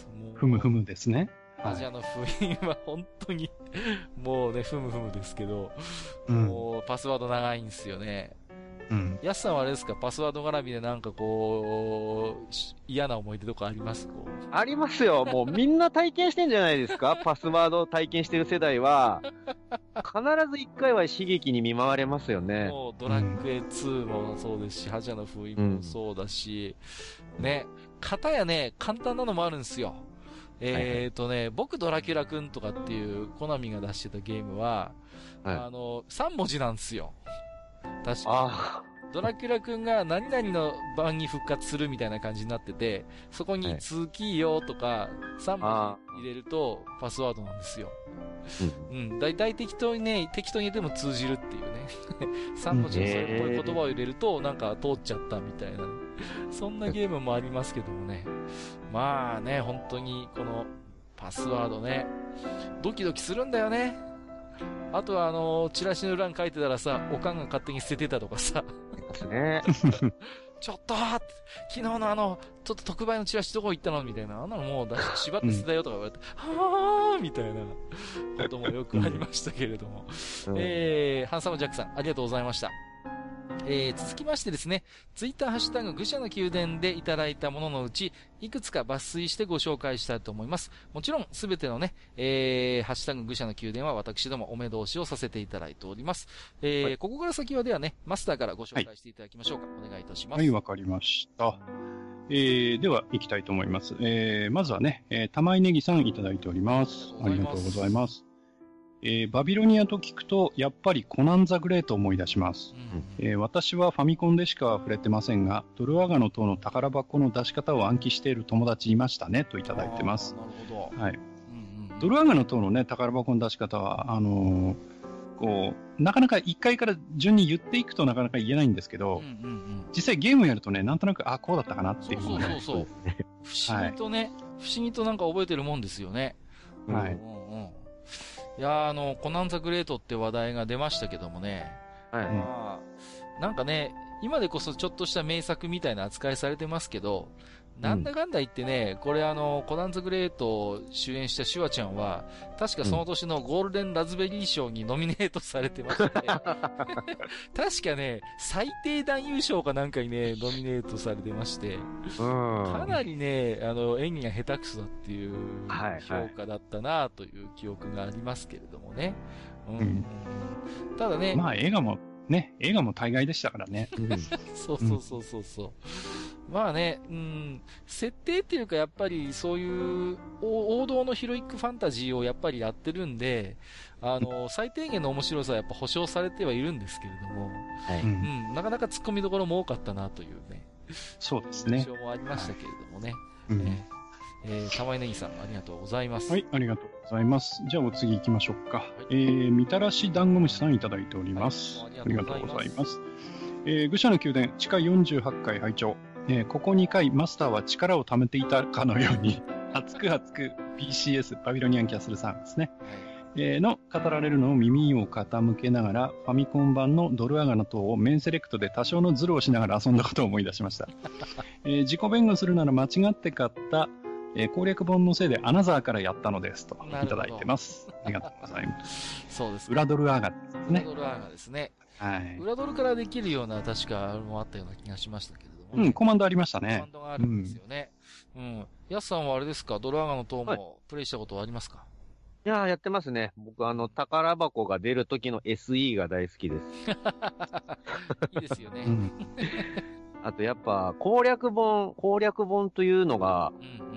もうふむふむですね。 アジアの封印は本当に、もうね、ふむふむですけど、うん、もうパスワード長いんですよね。うん。ヤスさんはあれですか、パスワード絡みでなんかこう、嫌な思い出とかありますこうありますよ。もうみんな体験してんじゃないですかパスワード体験してる世代は、必ず一回は刺激に見舞われますよね。 もうドラクエツーもそうですし、ハジャの封印もそうだし、うん、ね、片やね、簡単なのもあるんですよ。えっとね、僕ドラキュラくんとかっていうコナミが出してたゲームは、はい、あの、さん文字なんですよ。確かに。ドラキュラくんが何々の番に復活するみたいな感じになってて、そこに続きよとかさん文字入れるとパスワードなんですよ。うん。だいたい適当にね、適当に入れても通じるっていうね。さん文字のそれっぽい言葉を入れるとなんか通っちゃったみたいな、ね。そんなゲームもありますけどもね。まあね、本当にこのパスワードね、ドキドキするんだよね。あとはあの、チラシの裏に書いてたらさ、おかんが勝手に捨ててたとかさ。 ですね。 ちょっと昨日のあの、ちょっと特売のチラシどこ行ったのみたいな。あんなのもうだ縛って捨てたよとか言われて、うん、はぁーみたいなこともよくありましたけれども。うん、えー、ハンサムジャックさん、ありがとうございました。えー、続きましてですね、ツイッターハッシュタグ愚者の宮殿でいただいたもののうち、いくつか抜粋してご紹介したいと思います。もちろん、すべてのね、えー、ハッシュタグ愚者の宮殿は私どもお目通しをさせていただいております。えー、はい、ここから先はではね、マスターからご紹介していただきましょうか。はい、お願いいたします。 はい、わかりました。えー、では、行きたいと思います。えー、まずはね、えー、玉井ネギさんいただいております。ありがとうございます。えー、バビロニアと聞くと、やっぱりコナンザグレートを思い出します、うんえー。私はファミコンでしか触れてませんが、ドルアガの塔の宝箱の出し方を暗記している友達いましたね、といただいてます。なるほど。はい。うんうん、ドルアガの塔のね、宝箱の出し方は、あのー、こう、なかなか一回から順に言っていくとなかなか言えないんですけど、うんうんうん、実際ゲームやるとね、なんとなく、あ、こうだったかなっていうのが、ね。 そうそうそうそう。不思議とね、はい、不思議となんか覚えてるもんですよね。はい。うんうんうんいやー、あの、コナンザグレートって話題が出ましたけどもね。はい。まあ、なんかね、今でこそちょっとした名作みたいな扱いされてますけど、なんだかんだ言ってね、これあの、コナンザグレートを主演したシュワちゃんは、確かその年のゴールデンラズベリー賞にノミネートされてましたね。確かね、最低男優賞かなんかにね、ノミネートされてまして、かなりね、あの、演技が下手くそだっていう評価だったなという記憶がありますけれどもね。うんうん、ただね。 まあ映画も、ね、映画も大概でしたからね。 そうそうそうそうそう。うんまあね、うん、設定っていうかやっぱりそういう王道のヒロイックファンタジーをやっぱりやってるんで、あの、最低限の面白さはやっぱ保証されてはいるんですけれども、はい、うん、なかなか突っ込みどころも多かったなというね。 そうですね。 印象もありましたけれどもね。はいうんえーえー、玉井ネギさんありがとうございます。 はい、ありがとうございます。じゃあお次行きましょうか。はい、えー、みたらし団子虫さんいただいております。はい、ありがとうございます。えー、愚者の宮殿、地下よんじゅうはちかい拝聴。えー、ここにかいマスターは力を貯めていたかのように、熱く熱く ピーシーエス、バビロニアンキャッスルさんですね。はいえー、の語られるのを耳を傾けながら、ファミコン版のドルアガの塔をメンセレクトで多少のズルをしながら遊んだことを思い出しました。えー、自己弁護するなら間違って買った、えー、攻略本のせいでアナザーからやったのですといただいてます。ありがとうございます。 そうですね。 裏ドルアガですね。 裏ドルアガですね。はい。裏ドルからできるような確かあれもあったような気がしましたけど。 うん、コマンドありましたね。 コマンドがあるんですよね。うん。ヤ、うん、スさんはあれですかドルアガの塔もプレイしたことはありますか、はい、 いやー、やってますね。僕、あの、宝箱が出る時の エスイー が大好きです。 いいですよね。うん、 あと、やっぱ、攻略本、攻略本というのが、うんうん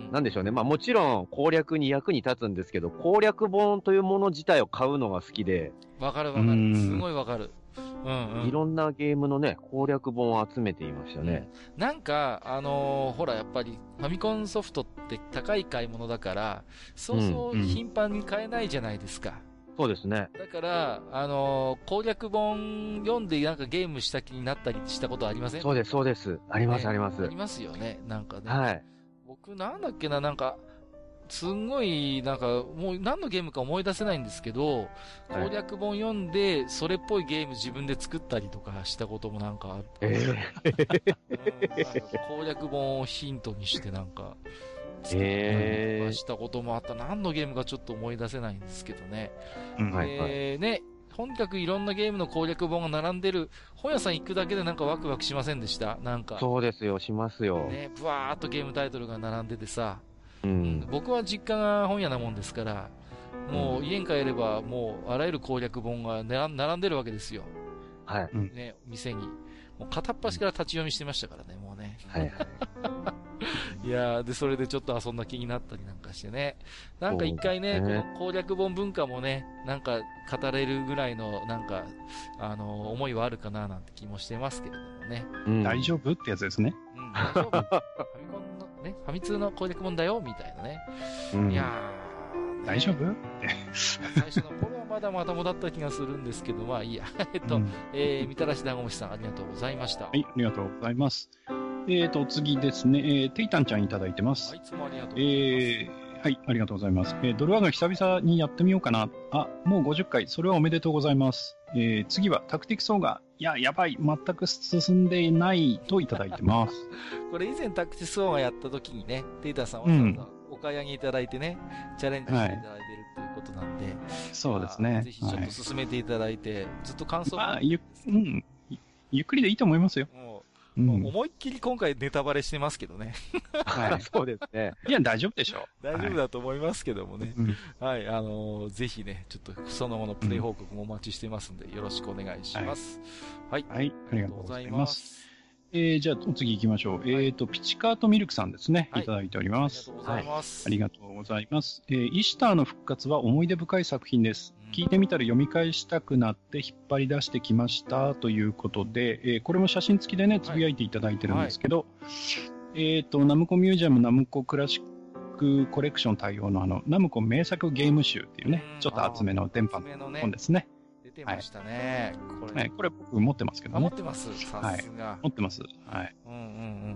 なんでしょうね。まあもちろん攻略に役に立つんですけど、攻略本というもの自体を買うのが好きで。 わかるわかる。すごいわかる。うんうん。 いろんなゲームのね、攻略本を集めていましたね。 うん、なんか、あのー、ほら、やっぱり、ファミコンソフトって高い買い物だから、そうそう頻繁に買えないじゃないですか。うんうん、 そうですね。 だから、あのー、攻略本読んでなんかゲームした気になったりしたことありません？ そうです、そうです。あります、ね、あります。 ありますよね、なんかね。 はい。 僕、なんだっけな、なんか、すんごい、なんか、もう何のゲームか思い出せないんですけど、攻略本読んで、それっぽいゲーム自分で作ったりとかしたこともなんかある。 えー、攻略本をヒントにしてなんか、作ったりとかしたこともあった。何のゲームかちょっと思い出せないんですけどね。うん、えー、ね、とにかくいろんなゲームの攻略本が並んでる、本屋さん行くだけでなんかワクワクしませんでした？なんか。 そうですよ、しますよ。 ね、ブワーっとゲームタイトルが並んでてさ、 うん、 僕は実家が本屋なもんですから、もう家に帰ればもうあらゆる攻略本が並んでるわけですよ。 はい。 ね、店に。もう片っ端から立ち読みしてましたからね、もうね。 はいはい。 いやー、で、それでちょっと遊んだ気になったりなんかしてね。なんか一回ね、この攻略本文化もね、なんか語れるぐらいの、なんか、あのー、思いはあるかななんて気もしてますけれどもね。 うん、大丈夫ってやつですね。 うん、大丈夫。ファミコンのね、ファミ通の攻略本だよ、みたいなね。うん、いやー、ね、 大丈夫って。 最初の頃はまだまだもだった気がするんですけど、まあいいや。えっと、うん、えー、みたらし団子虫さんありがとうございました。 はい、ありがとうございます。えーと、次ですね、えー、ていたんちゃんいただいてます。 はい、いつもありがとうございます。えー、はい、ありがとうございます。えー、ドルワガ久々にやってみようかな。あ、もうごじゅっかい、それはおめでとうございます。えー、次はタクティクスオーガ。いや、やばい、全く進んでいないといただいてます。 これ以前タクティクスオーガやった時にね、テイタさんは、うん、お買い上げいただいてね、チャレンジしていただいてるということなんで、はい、 そうですね。 ぜひちょっと進めていただいて、はい、ずっと感想まあ、ゆ、うん、ゆっくりでいいと思いますよ。 もううん、思いっきり今回ネタバレしてますけどね。 はい、そうですね。 いや、大丈夫でしょう。 大丈夫だと思いますけどもね。はい、はい、あのー、ぜひね、ちょっとその後のプレイ報告もお待ちしてますんで、よろしくお願いします。はい。 はい、はい、ありがとうございます。えー、じゃあ、お次行きましょう。はい、えっ、ー、と、ピチカートミルクさんですね。はい、いただいております。 ありがとうございます。 はい、ありがとうございます。えー、イシターの復活は思い出深い作品です。聞いてみたら読み返したくなって引っ張り出してきましたということで、えー、これも写真付きでね、つぶやいていただいてるんですけど、はい、えっ、ー、と、ナムコミュージアムナムコクラシックコレクション対応のあの、ナムコ名作ゲーム集っていうね、ちょっと厚めの電波の本ですね。 出てましたね。 はい、これ、ね、これ僕持ってますけどね。 持ってます。さすが、 はい。持ってます。はい。 うんうんうん。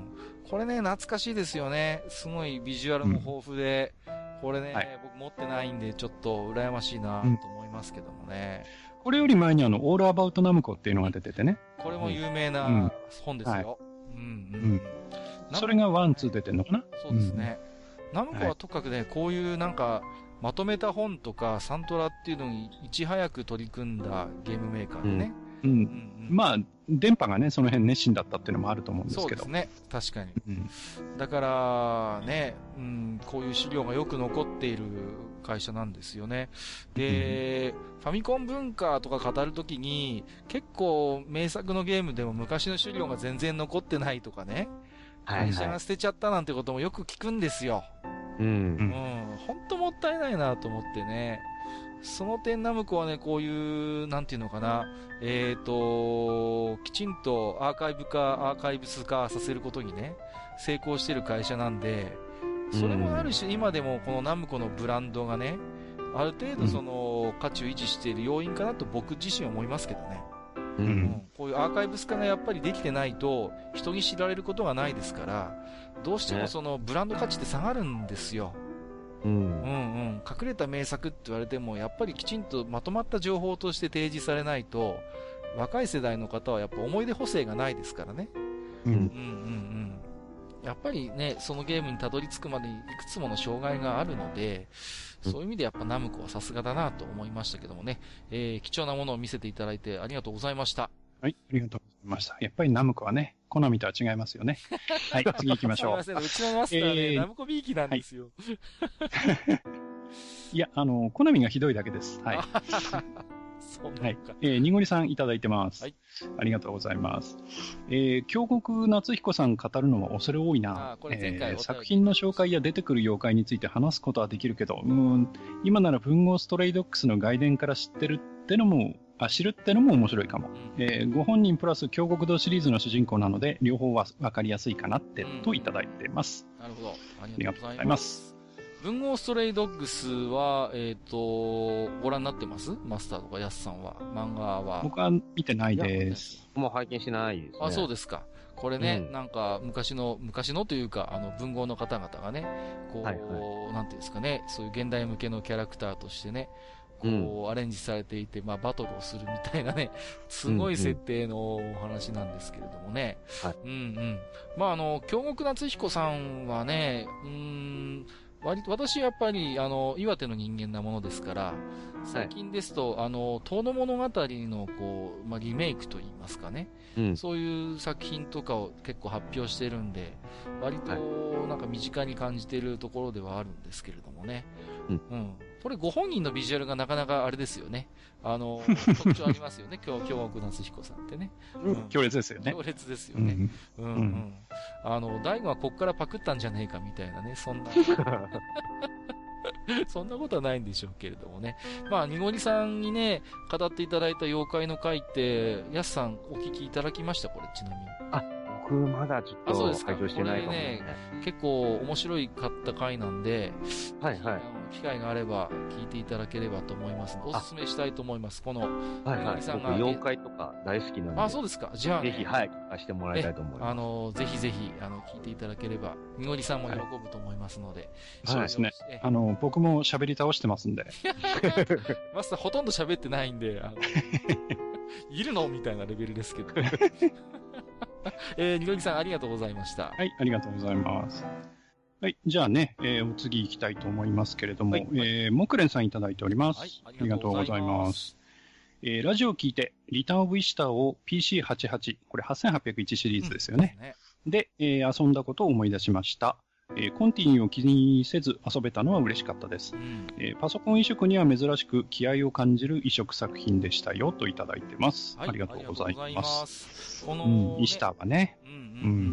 これね、懐かしいですよね。すごいビジュアルも豊富で、うん、これね、はい、僕持ってないんで、ちょっと羨ましいなと思いますけどもね、 うん。これより前にあの、オールアバウトナムコっていうのが出ててね。 これも有名な本ですよ。うん、うん、うんうん。それがワン、ツー出てんのかな？ そうですね。うん、ナムコはとかくね、こういうなんか、まとめた本とかサントラっていうのにいち早く取り組んだゲームメーカーでね。 うん。うんうん、まあ、電波がね、その辺熱心だったっていうのもあると思うんですけど。 そうですね。確かに。うん、だから、ね、うん、こういう資料がよく残っている会社なんですよね。で、うん、ファミコン文化とか語るときに、結構名作のゲームでも昔の資料が全然残ってないとかね。会社が捨てちゃったなんてこともよく聞くんですよ。 うん。うん。 本当もったいないなと思ってね。その点ナムコはね、こういう、なんていうのかな、えっと、きちんとアーカイブ化、アーカイブス化させることにね、成功してる会社なんで、それもある種今でもこのナムコのブランドがね、ある程度その価値を維持している要因かなと僕自身は思いますけどね。 うんうん、 こういうアーカイブス化がやっぱりできてないと人に知られることがないですから、どうしてもそのブランド価値って下がるんですよ。 うん、 うんうん。隠れた名作って言われても、やっぱりきちんとまとまった情報として提示されないと、若い世代の方はやっぱ思い出補正がないですからね。 うん。うんうんうん。やっぱりね、そのゲームにたどり着くまでにいくつもの障害があるので、そういう意味でやっぱナムコはさすがだなと思いましたけどもね、えー、貴重なものを見せていただいてありがとうございました。 はい、ありがとうございました。やっぱりナムコはね、コナミとは違いますよね。はい、次行きましょう。 すみません、うちのマスターね、えー、ナムコビーキなんですよ。 はい、いや、あの、コナミがひどいだけです。はい。 そうなんか。 はい。えー、にごりさんいただいてます。 はい。 ありがとうございます。えー、京極夏彦さん語るのは恐れ多いな。 あこれ前回、 えー、作品の紹介や出てくる妖怪について話すことはできるけど、うん、今なら文豪ストレイドックスの外伝から知ってるってのも、あ、知るってのも面白いかも。うん、えー、ご本人プラス京極堂シリーズの主人公なので、両方は分かりやすいかなって、といただいてます。 なるほど。 ありがとうございます。 文豪ストレイドッグスは、えっ、ー、と、ご覧になってますマスターとかヤスさんは。漫画は。 僕は見てないです。 もう拝見しないですね。 あ、そうですか。これね、うん、なんか昔の、昔のというか、あの、文豪の方々がね、こう、はいはい、なんていうんですかね、そういう現代向けのキャラクターとしてね、こう、うん、アレンジされていて、まあ、バトルをするみたいなね、すごい設定のお話なんですけれどもね。うんうん。うんうん。まあ、あの、京極夏彦さんはね、うーん、割と、私はやっぱり、あの、岩手の人間なものですから、最近ですと、はい、あの、遠野物語の、こう、まあ、リメイクといいますかね、うん。そういう作品とかを結構発表してるんで、割と、なんか身近に感じているところではあるんですけれどもね。うん。うん。これご本人のビジュアルがなかなかあれですよね。あの、特徴ありますよね。京極夏彦さんってね。 うん。強烈ですよね。 強烈ですよね。うん。うん、うん。あの、大悟はこっからパクったんじゃねえかみたいなね、そんな。そんなことはないんでしょうけれどもね。まあ、にごりさんにね、語っていただいた妖怪の回って、やすさんお聞きいただきましたこれ、ちなみに。 あ、僕まだちょっと拝聴してないかもね。 結構面白いかった回なんで、 はいはい。 機会があれば聞いていただければと思いますので、お勧めしたいと思います。この、 はいはい。さんが妖怪とか大好きなんで。 あ、そうですか。じゃあ、 ね、ぜひ、はい、聞かせてもらいたいと思います。 あの、ぜひぜひ、あの、聞いていただければ、にごりさんも喜ぶと思いますので。はい、 そうですね。あの、僕も喋り倒してますんで。 マスターほとんど喋ってないんで、あの、いるのみたいなレベルですけど。えー、にごりさんありがとうございました。 はい、ありがとうございます。はい。じゃあね、えー、お次行きたいと思いますけれども、はい、えー、木蓮さんいただいております。はい、ありがとうございます。えー、ラジオを聞いて、リターンオブイシターを ピーシーはちじゅうはち、これはっせんはっぴゃくいちシリーズですよね。うん、ねで、えー、遊んだことを思い出しました。えー、コンティニューを気にせず遊べたのは嬉しかったです。うんえー、パソコン移植には珍しく気合を感じる移植作品でしたよといただいてます。はい、ありがとうございます。 この、 うん、イシターはね、 うんうんうん、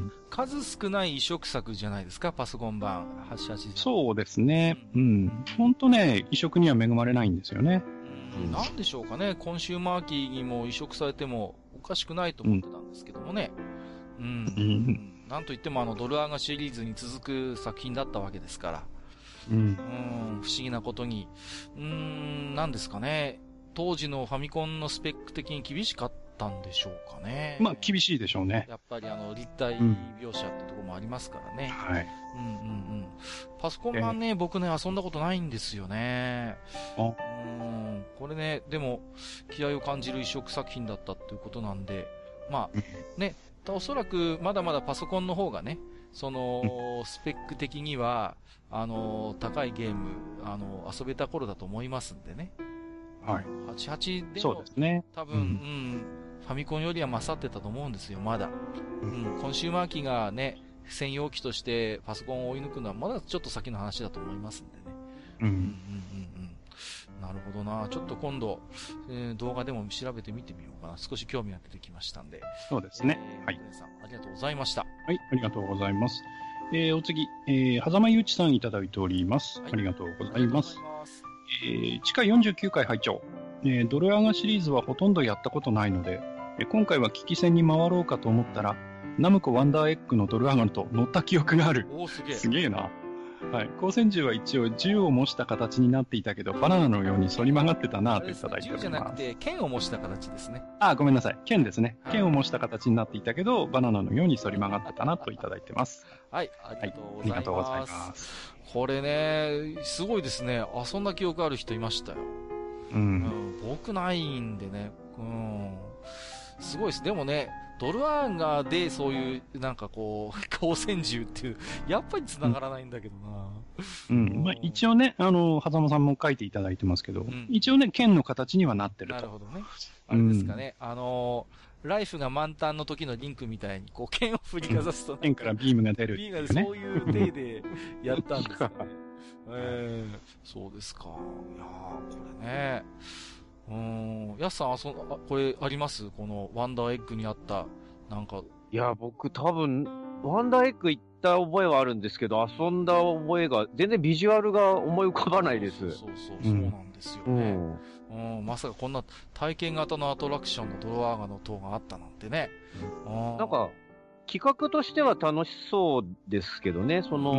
数少ない移植作じゃないですか、パソコン版はちはち。 そうですね。うん。ほんとね、移植には恵まれないんですよね。 うん、なんでしょうかね、コンシューマーキーにも移植されてもおかしくないと思ってたんですけどもね。うん。うんうんなんといってもあのドルアーガシリーズに続く作品だったわけですから。うん。うん不思議なことに。うーん、なんですかね。当時のファミコンのスペック的に厳しかったんでしょうかね。 まあ厳しいでしょうね。 やっぱりあの立体描写ってところもありますからね。 うん、はい。 うんうんうん。パソコン版ね、えー、僕ね遊んだことないんですよね。あうん。これね、でも気合を感じる移植作品だったっていうことなんで、まあ、ね、おそらくまだまだパソコンの方がね、その、スペック的には、あの、高いゲーム、あの、遊べた頃だと思いますんでね。 はい。 はちじゅうはちでも、 そうですね。 多分、うん、うん、ファミコンよりは勝ってたと思うんですよ、まだ。うん、コンシューマー機がね、専用機としてパソコンを追い抜くのはまだちょっと先の話だと思いますんでね。うん、うん、うん、うん。なるほどな。ちょっと今度、えー、動画でも調べてみてみようかな。少し興味が出てきましたんで。 そうですね。 えー、はい。さん、ありがとうございました。 はい、ありがとうございます。えー、お次、えー、狭間ゆうちさんいただいております。はい、ありがとうございます。ますえー、地下よんじゅうきゅうかい拝聴。えー、ドルアガシリーズはほとんどやったことないので、えー、今回は危機戦に回ろうかと思ったら、ナムコワンダーエッグのドルアガと乗った記憶がある。 おー、すげえ。 すげえな。はい。光線銃は一応銃を模した形になっていたけど、バナナのように反り曲がってたなといただいております。 銃じゃなくて、剣を模した形ですね。 あ、ごめんなさい。剣ですね。剣を模した形になっていたけど、バナナのように反り曲がってたなといただいてます。 はい。ありがとうございます。はい、ありがとうございます。これね、すごいですね。遊んだ記憶ある人いましたよ。うん。うん、僕ないんでね。うん。すごいです。でもね、ドルアーガでそういう、なんかこう、光線銃っていう、やっぱり繋がらないんだけどな。 うん。うん、まあ、一応ね、あの、狭間さんも書いていただいてますけど、うん、一応ね、剣の形にはなってると。 なるほどね。あれですかね。うん、あの、ライフが満タンの時のリンクみたいに、こう、剣を振りかざすと、ね、 剣からビームが出る、 ね。ビームがそういう体でやったんですよね。えー、そうですか。いやー、これね。うーん。 やすさん、あそ、あ、これありますこのワンダーエッグにあった、なんか。 いや、僕多分、ワンダーエッグ行った覚えはあるんですけど、遊んだ覚えが、全然ビジュアルが思い浮かばないです。 そうそうそう、そうなんですよね。うん、うん、まさかこんな体験型のアトラクションのドロワーガの塔があったなんてね。 うん、なんか、企画としては楽しそうですけどね、その、うん、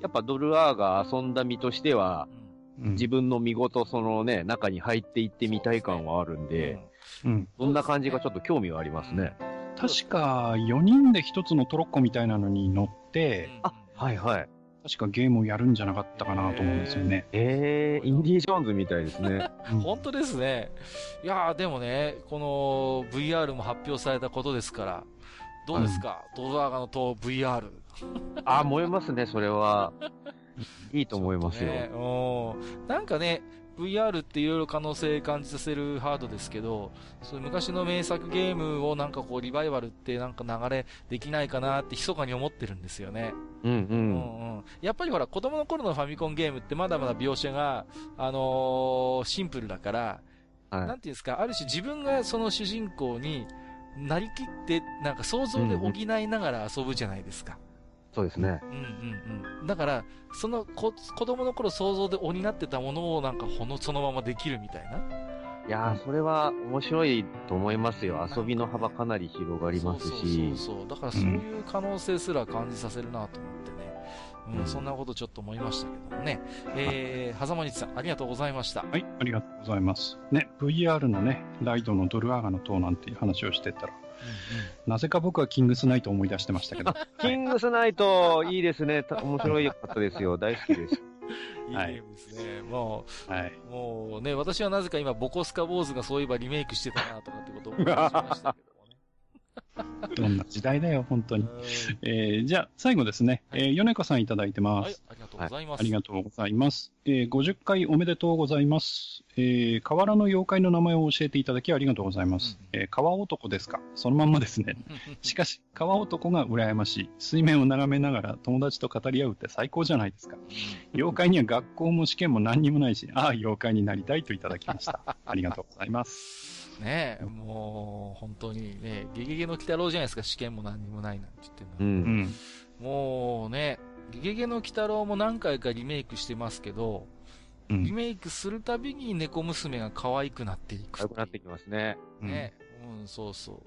やっぱドルアーが遊んだ身としては、うん、自分の見事そのね、中に入っていってみたい感はあるんで、うん、そんな感じがちょっと興味はありますね。 確かよにんで一つのトロッコみたいなのに乗って、 あ、はいはい。 確かゲームをやるんじゃなかったかなと思うんですよね。 えー、インディ・ジョーンズみたいですね。 本当ですね。いやーでもね、この ブイアール も発表されたことですから、どうですか、うん、ドドラーガの塔 ブイアール。 あ、思いますね、それは。いいと思いますよ。 ね、なんかね、ブイアール っていろいろ可能性感じさせるハードですけど、そういう昔の名作ゲームをなんかこうリバイバルってなんか流れできないかなって密かに思ってるんですよね。 うんうん。うんうん。やっぱりほら子供の頃のファミコンゲームってまだまだ描写が、あのー、シンプルだから、はい、なんていうんですか、ある種自分がその主人公になりきって、なんか想像で補いながら遊ぶじゃないですか。 うんうん、そうですね。 うんうんうん。だから、その子、子供の頃想像で補ってたものをなんかほの、そのままできるみたいな。 いやー、それは面白いと思いますよ。遊びの幅かなり広がりますし。 そうそうそう。だからそういう可能性すら感じさせるなと思ってね。うん、そんなことちょっと思いましたけどもね。えー、はざまにちさん、ありがとうございました。 はい、ありがとうございます。ね、ブイアール のね、ライドのドルアーガの塔なんていう話をしてたら、うんうん、なぜか僕はキングスナイトを思い出してましたけど。 キングスナイト、いいですね。面白いかったですよ。大好きです。 いいゲームですね。もう、はい、もうね、私はなぜか今、ボコスカ坊主がそういえばリメイクしてたなとかってことを思い出しましたけどもね。 どんな時代だよ、本当に。えー、じゃあ、最後ですね。はい、えー、米子さんいただいてます。 はい、ありがとうございます。 はい、ありがとうございます。えー、ごじゅっかいおめでとうございます。えー、河原の妖怪の名前を教えていただきありがとうございます。うん、えー、川男ですか？そのまんまですね。しかし、川男が羨ましい。水面を眺めながら友達と語り合うって最高じゃないですか。妖怪には学校も試験も何にもないし、ああ、妖怪になりたいといただきました。ありがとうございます。 ねえ、もう、本当にね、ゲゲゲの鬼太郎じゃないですか、試験も何にもないなんて言ってるの。うん。もうね、ゲゲゲの鬼太郎も何回かリメイクしてますけど、うん、リメイクするたびに猫娘が可愛くなっていく。 可愛くなってきますね。 ね、うん、うん、そうそう。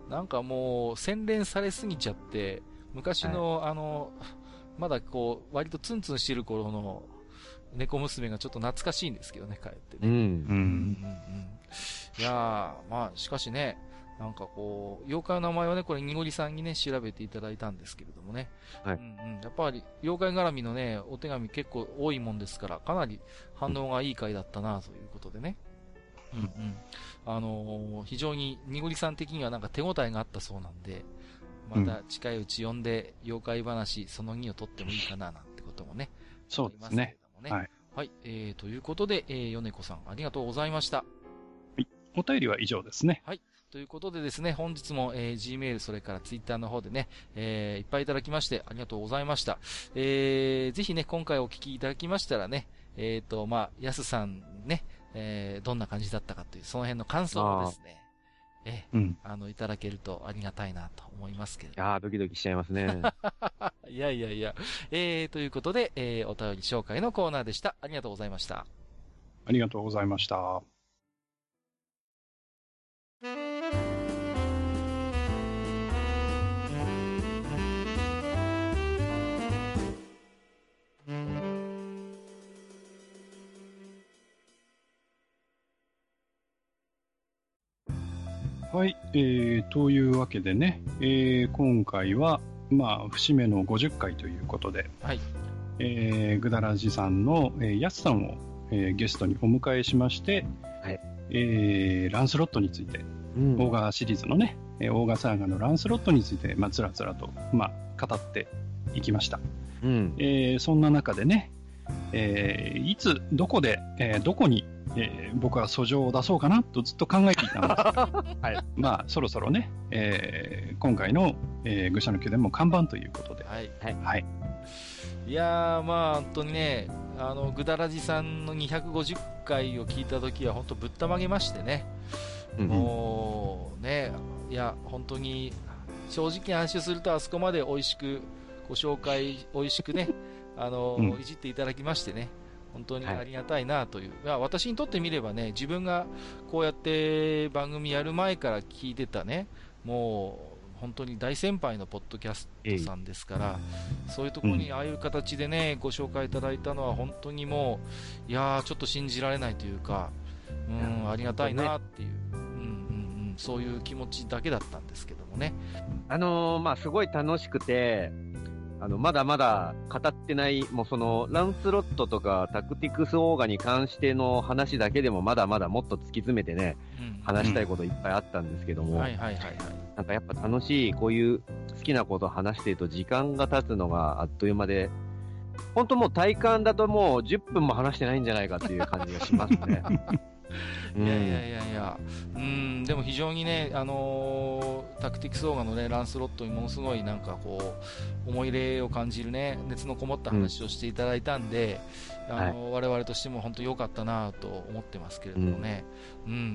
なんかもう、洗練されすぎちゃって、昔の、はい、あの、まだこう、割とツンツンしてる頃の猫娘がちょっと懐かしいんですけどね、帰ってね。うん。うんうんうんいやー、まあ、しかしね、なんかこう、妖怪の名前をね、これ、にごりさんにね、調べていただいたんですけれどもね。はい。うんうん。やっぱり、妖怪絡みのね、お手紙結構多いもんですから、かなり反応がいい回だったな、ということでね。うんうん。あのー、非常に、にごりさん的にはなんか手応えがあったそうなんで、また近いうち呼んで、妖怪話、そのにを取ってもいいかな、なんてこともね。 そうですね。 ねはい。はい。えー、ということで、えー、米子さん、ありがとうございました。 お便りは以上ですね。 はい。ということでですね、本日も、えー、Gmail、それから Twitter の方でね、えー、いっぱいいただきまして、ありがとうございました。えー、ぜひね、今回お聞きいただきましたらね、えっと、まあ、やすさんね、えー、どんな感じだったかという、その辺の感想をですね、えー、うん、あの、いただけるとありがたいなと思いますけれど。 いやー、ドキドキしちゃいますね。 いやいやいや。えー、ということで、えー、お便り紹介のコーナーでした。ありがとうございました。 ありがとうございました。はい、えー、というわけでね、えー、今回は、まあ、節目のごじゅっかいということで、はい、えー、ぐだらじさんの、えー、やすさんを、えー、ゲストにお迎えしまして、はい、えー、ランスロットについて、うん、オーガシリーズのね、オーガサーガのランスロットについて、まあ、つらつらと、まあ、語っていきました。うんえー、そんな中でね、えー、いつ、どこで、えー、どこに、えー、僕は訴状を出そうかなとずっと考えていたんですが、はい、まあそろそろね、えー、今回の、えー、愚者の宮殿も看板ということで、はいはいはい、 いやーまあ本当にね、あのぐだらじさんのにひゃくごじゅっ介を聞いたときは本当ぶったまげましてね、うん、もうね、いや本当に正直安心するとあそこまで美味しくご紹介美味しくねあの、うん、いじっていただきましてね、本当にありがたいなという、はい、いや私にとってみればね、自分がこうやって番組やる前から聞いてたね、もう本当に大先輩のポッドキャストさんですから、えー、そういうところにああいう形でね、うん、ご紹介いただいたのは本当にもういやーちょっと信じられないというか、うん、ありがたいなっていう、うんうんうん、そういう気持ちだけだったんですけどもね。 あのー、まあすごい楽しくて、あのまだまだ語ってない、もうそのランスロットとかタクティクスオーガに関しての話だけでもまだまだもっと突き詰めてね、うん、話したいこといっぱいあったんですけども、はいはいはいはい、なんかやっぱ楽しい、こういう好きなことを話していると時間が経つのがあっという間で、本当もう体感だともうじゅっぷんも話してないんじゃないかっていう感じがしますね。 いやいやいやいや、うん、でも非常にね、あのー、タクティクスオーガのね、ランスロットにものすごいなんかこう、思い入れを感じるね、熱のこもった話をしていただいたんで、うん、あのーはい、我々としても本当良かったなと思ってますけれどもね、うん、うんうんうん、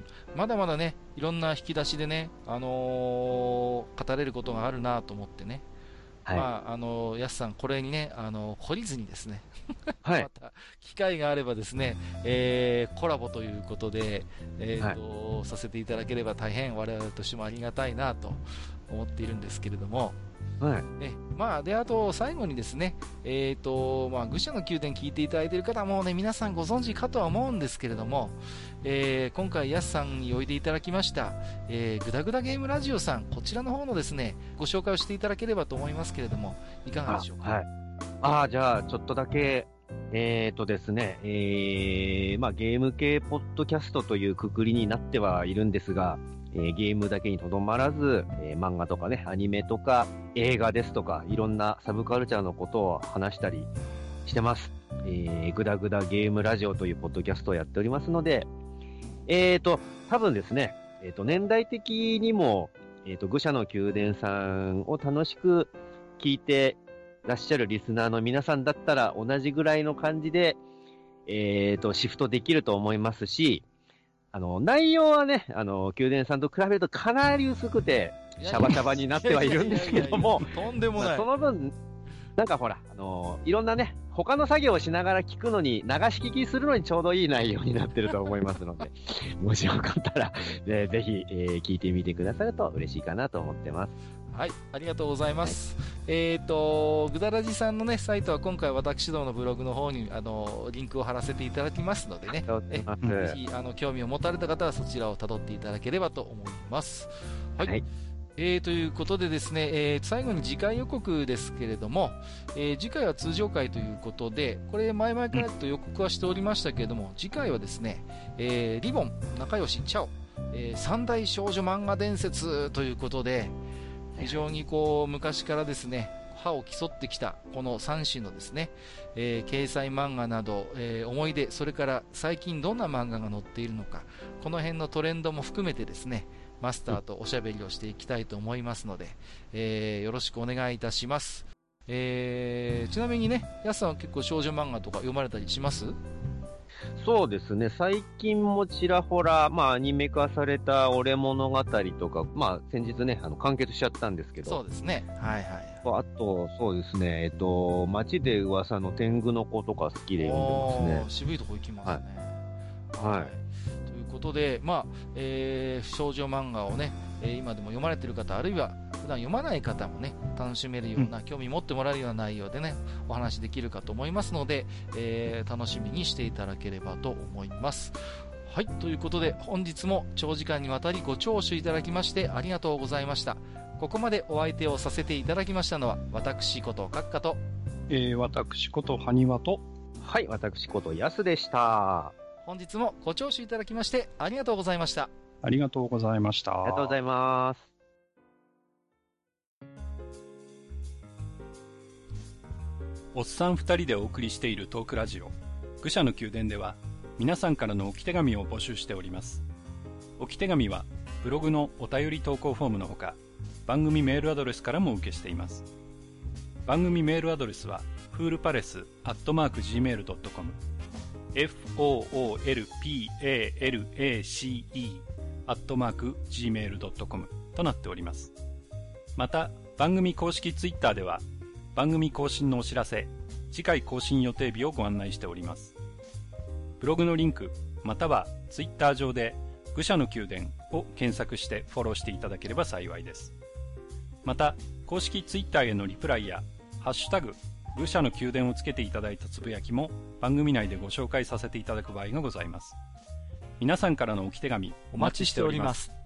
まだまだね、いろんな引き出しでね、あのー、語れることがあるなと思ってね、はい、まあ、あの、やすさん、これにね、あの、懲りずにですね、はい、また、機会があればですね、えー、コラボということで、えーと、はい、させていただければ大変我々としてもありがたいなと思っているんですけれども、はい。ね、まあ、で、あと、最後にですね、えーと、まあ、愚者の宮殿聞いていただいている方はもうね、皆さんご存知かとは思うんですけれども、えー、今回、やすさんにおいでいただきました、えー、グダグダゲームラジオさん、こちらの方のですね、ご紹介をしていただければと思いますけれども、いかがでしょうか。 はい。ああ、じゃあ、ちょっとだけ、えーとですね、えー、まあ、ゲーム系ポッドキャストというくくりになってはいるんですが、えー、ゲームだけにとどまらず、えー、漫画とかね、アニメとか、映画ですとか、いろんなサブカルチャーのことを話したりしてます。えー、グダグダゲームラジオというポッドキャストをやっておりますので、えーと、多分ですね、えーと、年代的にも、えーと、愚者の宮殿さんを楽しく聞いてらっしゃるリスナーの皆さんだったら同じぐらいの感じで、えーと、シフトできると思いますし、あの、内容はね、あの、宮殿さんと比べるとかなり薄くて、シャバシャバになってはいるんですけども、 とんでもない。 その分、なんかほら、あの、いろんなね、他の作業をしながら聞くのに、流し聞きするのにちょうどいい内容になってると思いますので、もしよかったら、ね、ぜひ、えー、聞いてみてくださると嬉しいかなと思ってます。 はい、ありがとうございます。はい、えっ、ー、と、ぐだらじさんのね、サイトは今回私どものブログの方に、あの、リンクを貼らせていただきますのでね、えぜひ、あの、興味を持たれた方はそちらを辿っていただければと思います。はい。はい、えー、ということでですね、えー、最後に次回予告ですけれども、えー、次回は通常回ということで、これ前々からと予告はしておりましたけれども、うん、次回はですね、えー、リボン、仲良し、チャオ、えー、三大少女漫画伝説ということで、非常にこう昔からですね歯を競ってきたこのさん種のですね、えー、掲載漫画など、えー、思い出、それから最近どんな漫画が載っているのか、この辺のトレンドも含めてですねマスターとおしゃべりをしていきたいと思いますので、えー、よろしくお願いいたします。えー、ちなみにね、やすさんは結構少女漫画とか読まれたりします？ そうですね。最近もちらほら、まあ、アニメ化された俺物語とか、まあ、先日ね、あの、完結しちゃったんですけど。 そうですね。はいはい。 あと、そうですね、えっと、街で噂の天狗の子とか好きで読んでますね。 渋いとこ行きますね。 はい。はい、 ということで、まあ、えー、少女漫画をね、えー、今でも読まれている方、あるいは普段読まない方もね、楽しめるような、うん、興味持ってもらえるような内容でね、お話できるかと思いますので、えー、楽しみにしていただければと思います。はい、ということで、本日も長時間にわたりご聴取いただきましてありがとうございました。ここまでお相手をさせていただきましたのは、私こと閣下と、 えー、私こと埴輪と、 はい、私ことやすでした。 本日もご聴取いただきましてありがとうございました。 ありがとうございました。 ありがとうございます。 おっさん二人でお送りしているトークラジオ、愚者の宮殿では、皆さんからの置き手紙を募集しております。置き手紙は、ブログのお便り投稿フォームのほか、番組メールアドレスからも受けしています。番組メールアドレスは、フールパレスアットマークジーメールドットコム、 フ オー オー エル ピー エー エル エー シー イー アットマーク ジーメール ドット コム となっております。また、番組公式ツイッターでは、番組更新のお知らせ、次回更新予定日をご案内しております。ブログのリンク、またはツイッター上で、愚者の宮殿を検索してフォローしていただければ幸いです。また、公式ツイッターへのリプライや、ハッシュタグ、愚者の宮殿をつけていただいたつぶやきも番組内でご紹介させていただく場合がございます。皆さんからの置き手紙お待ちしております。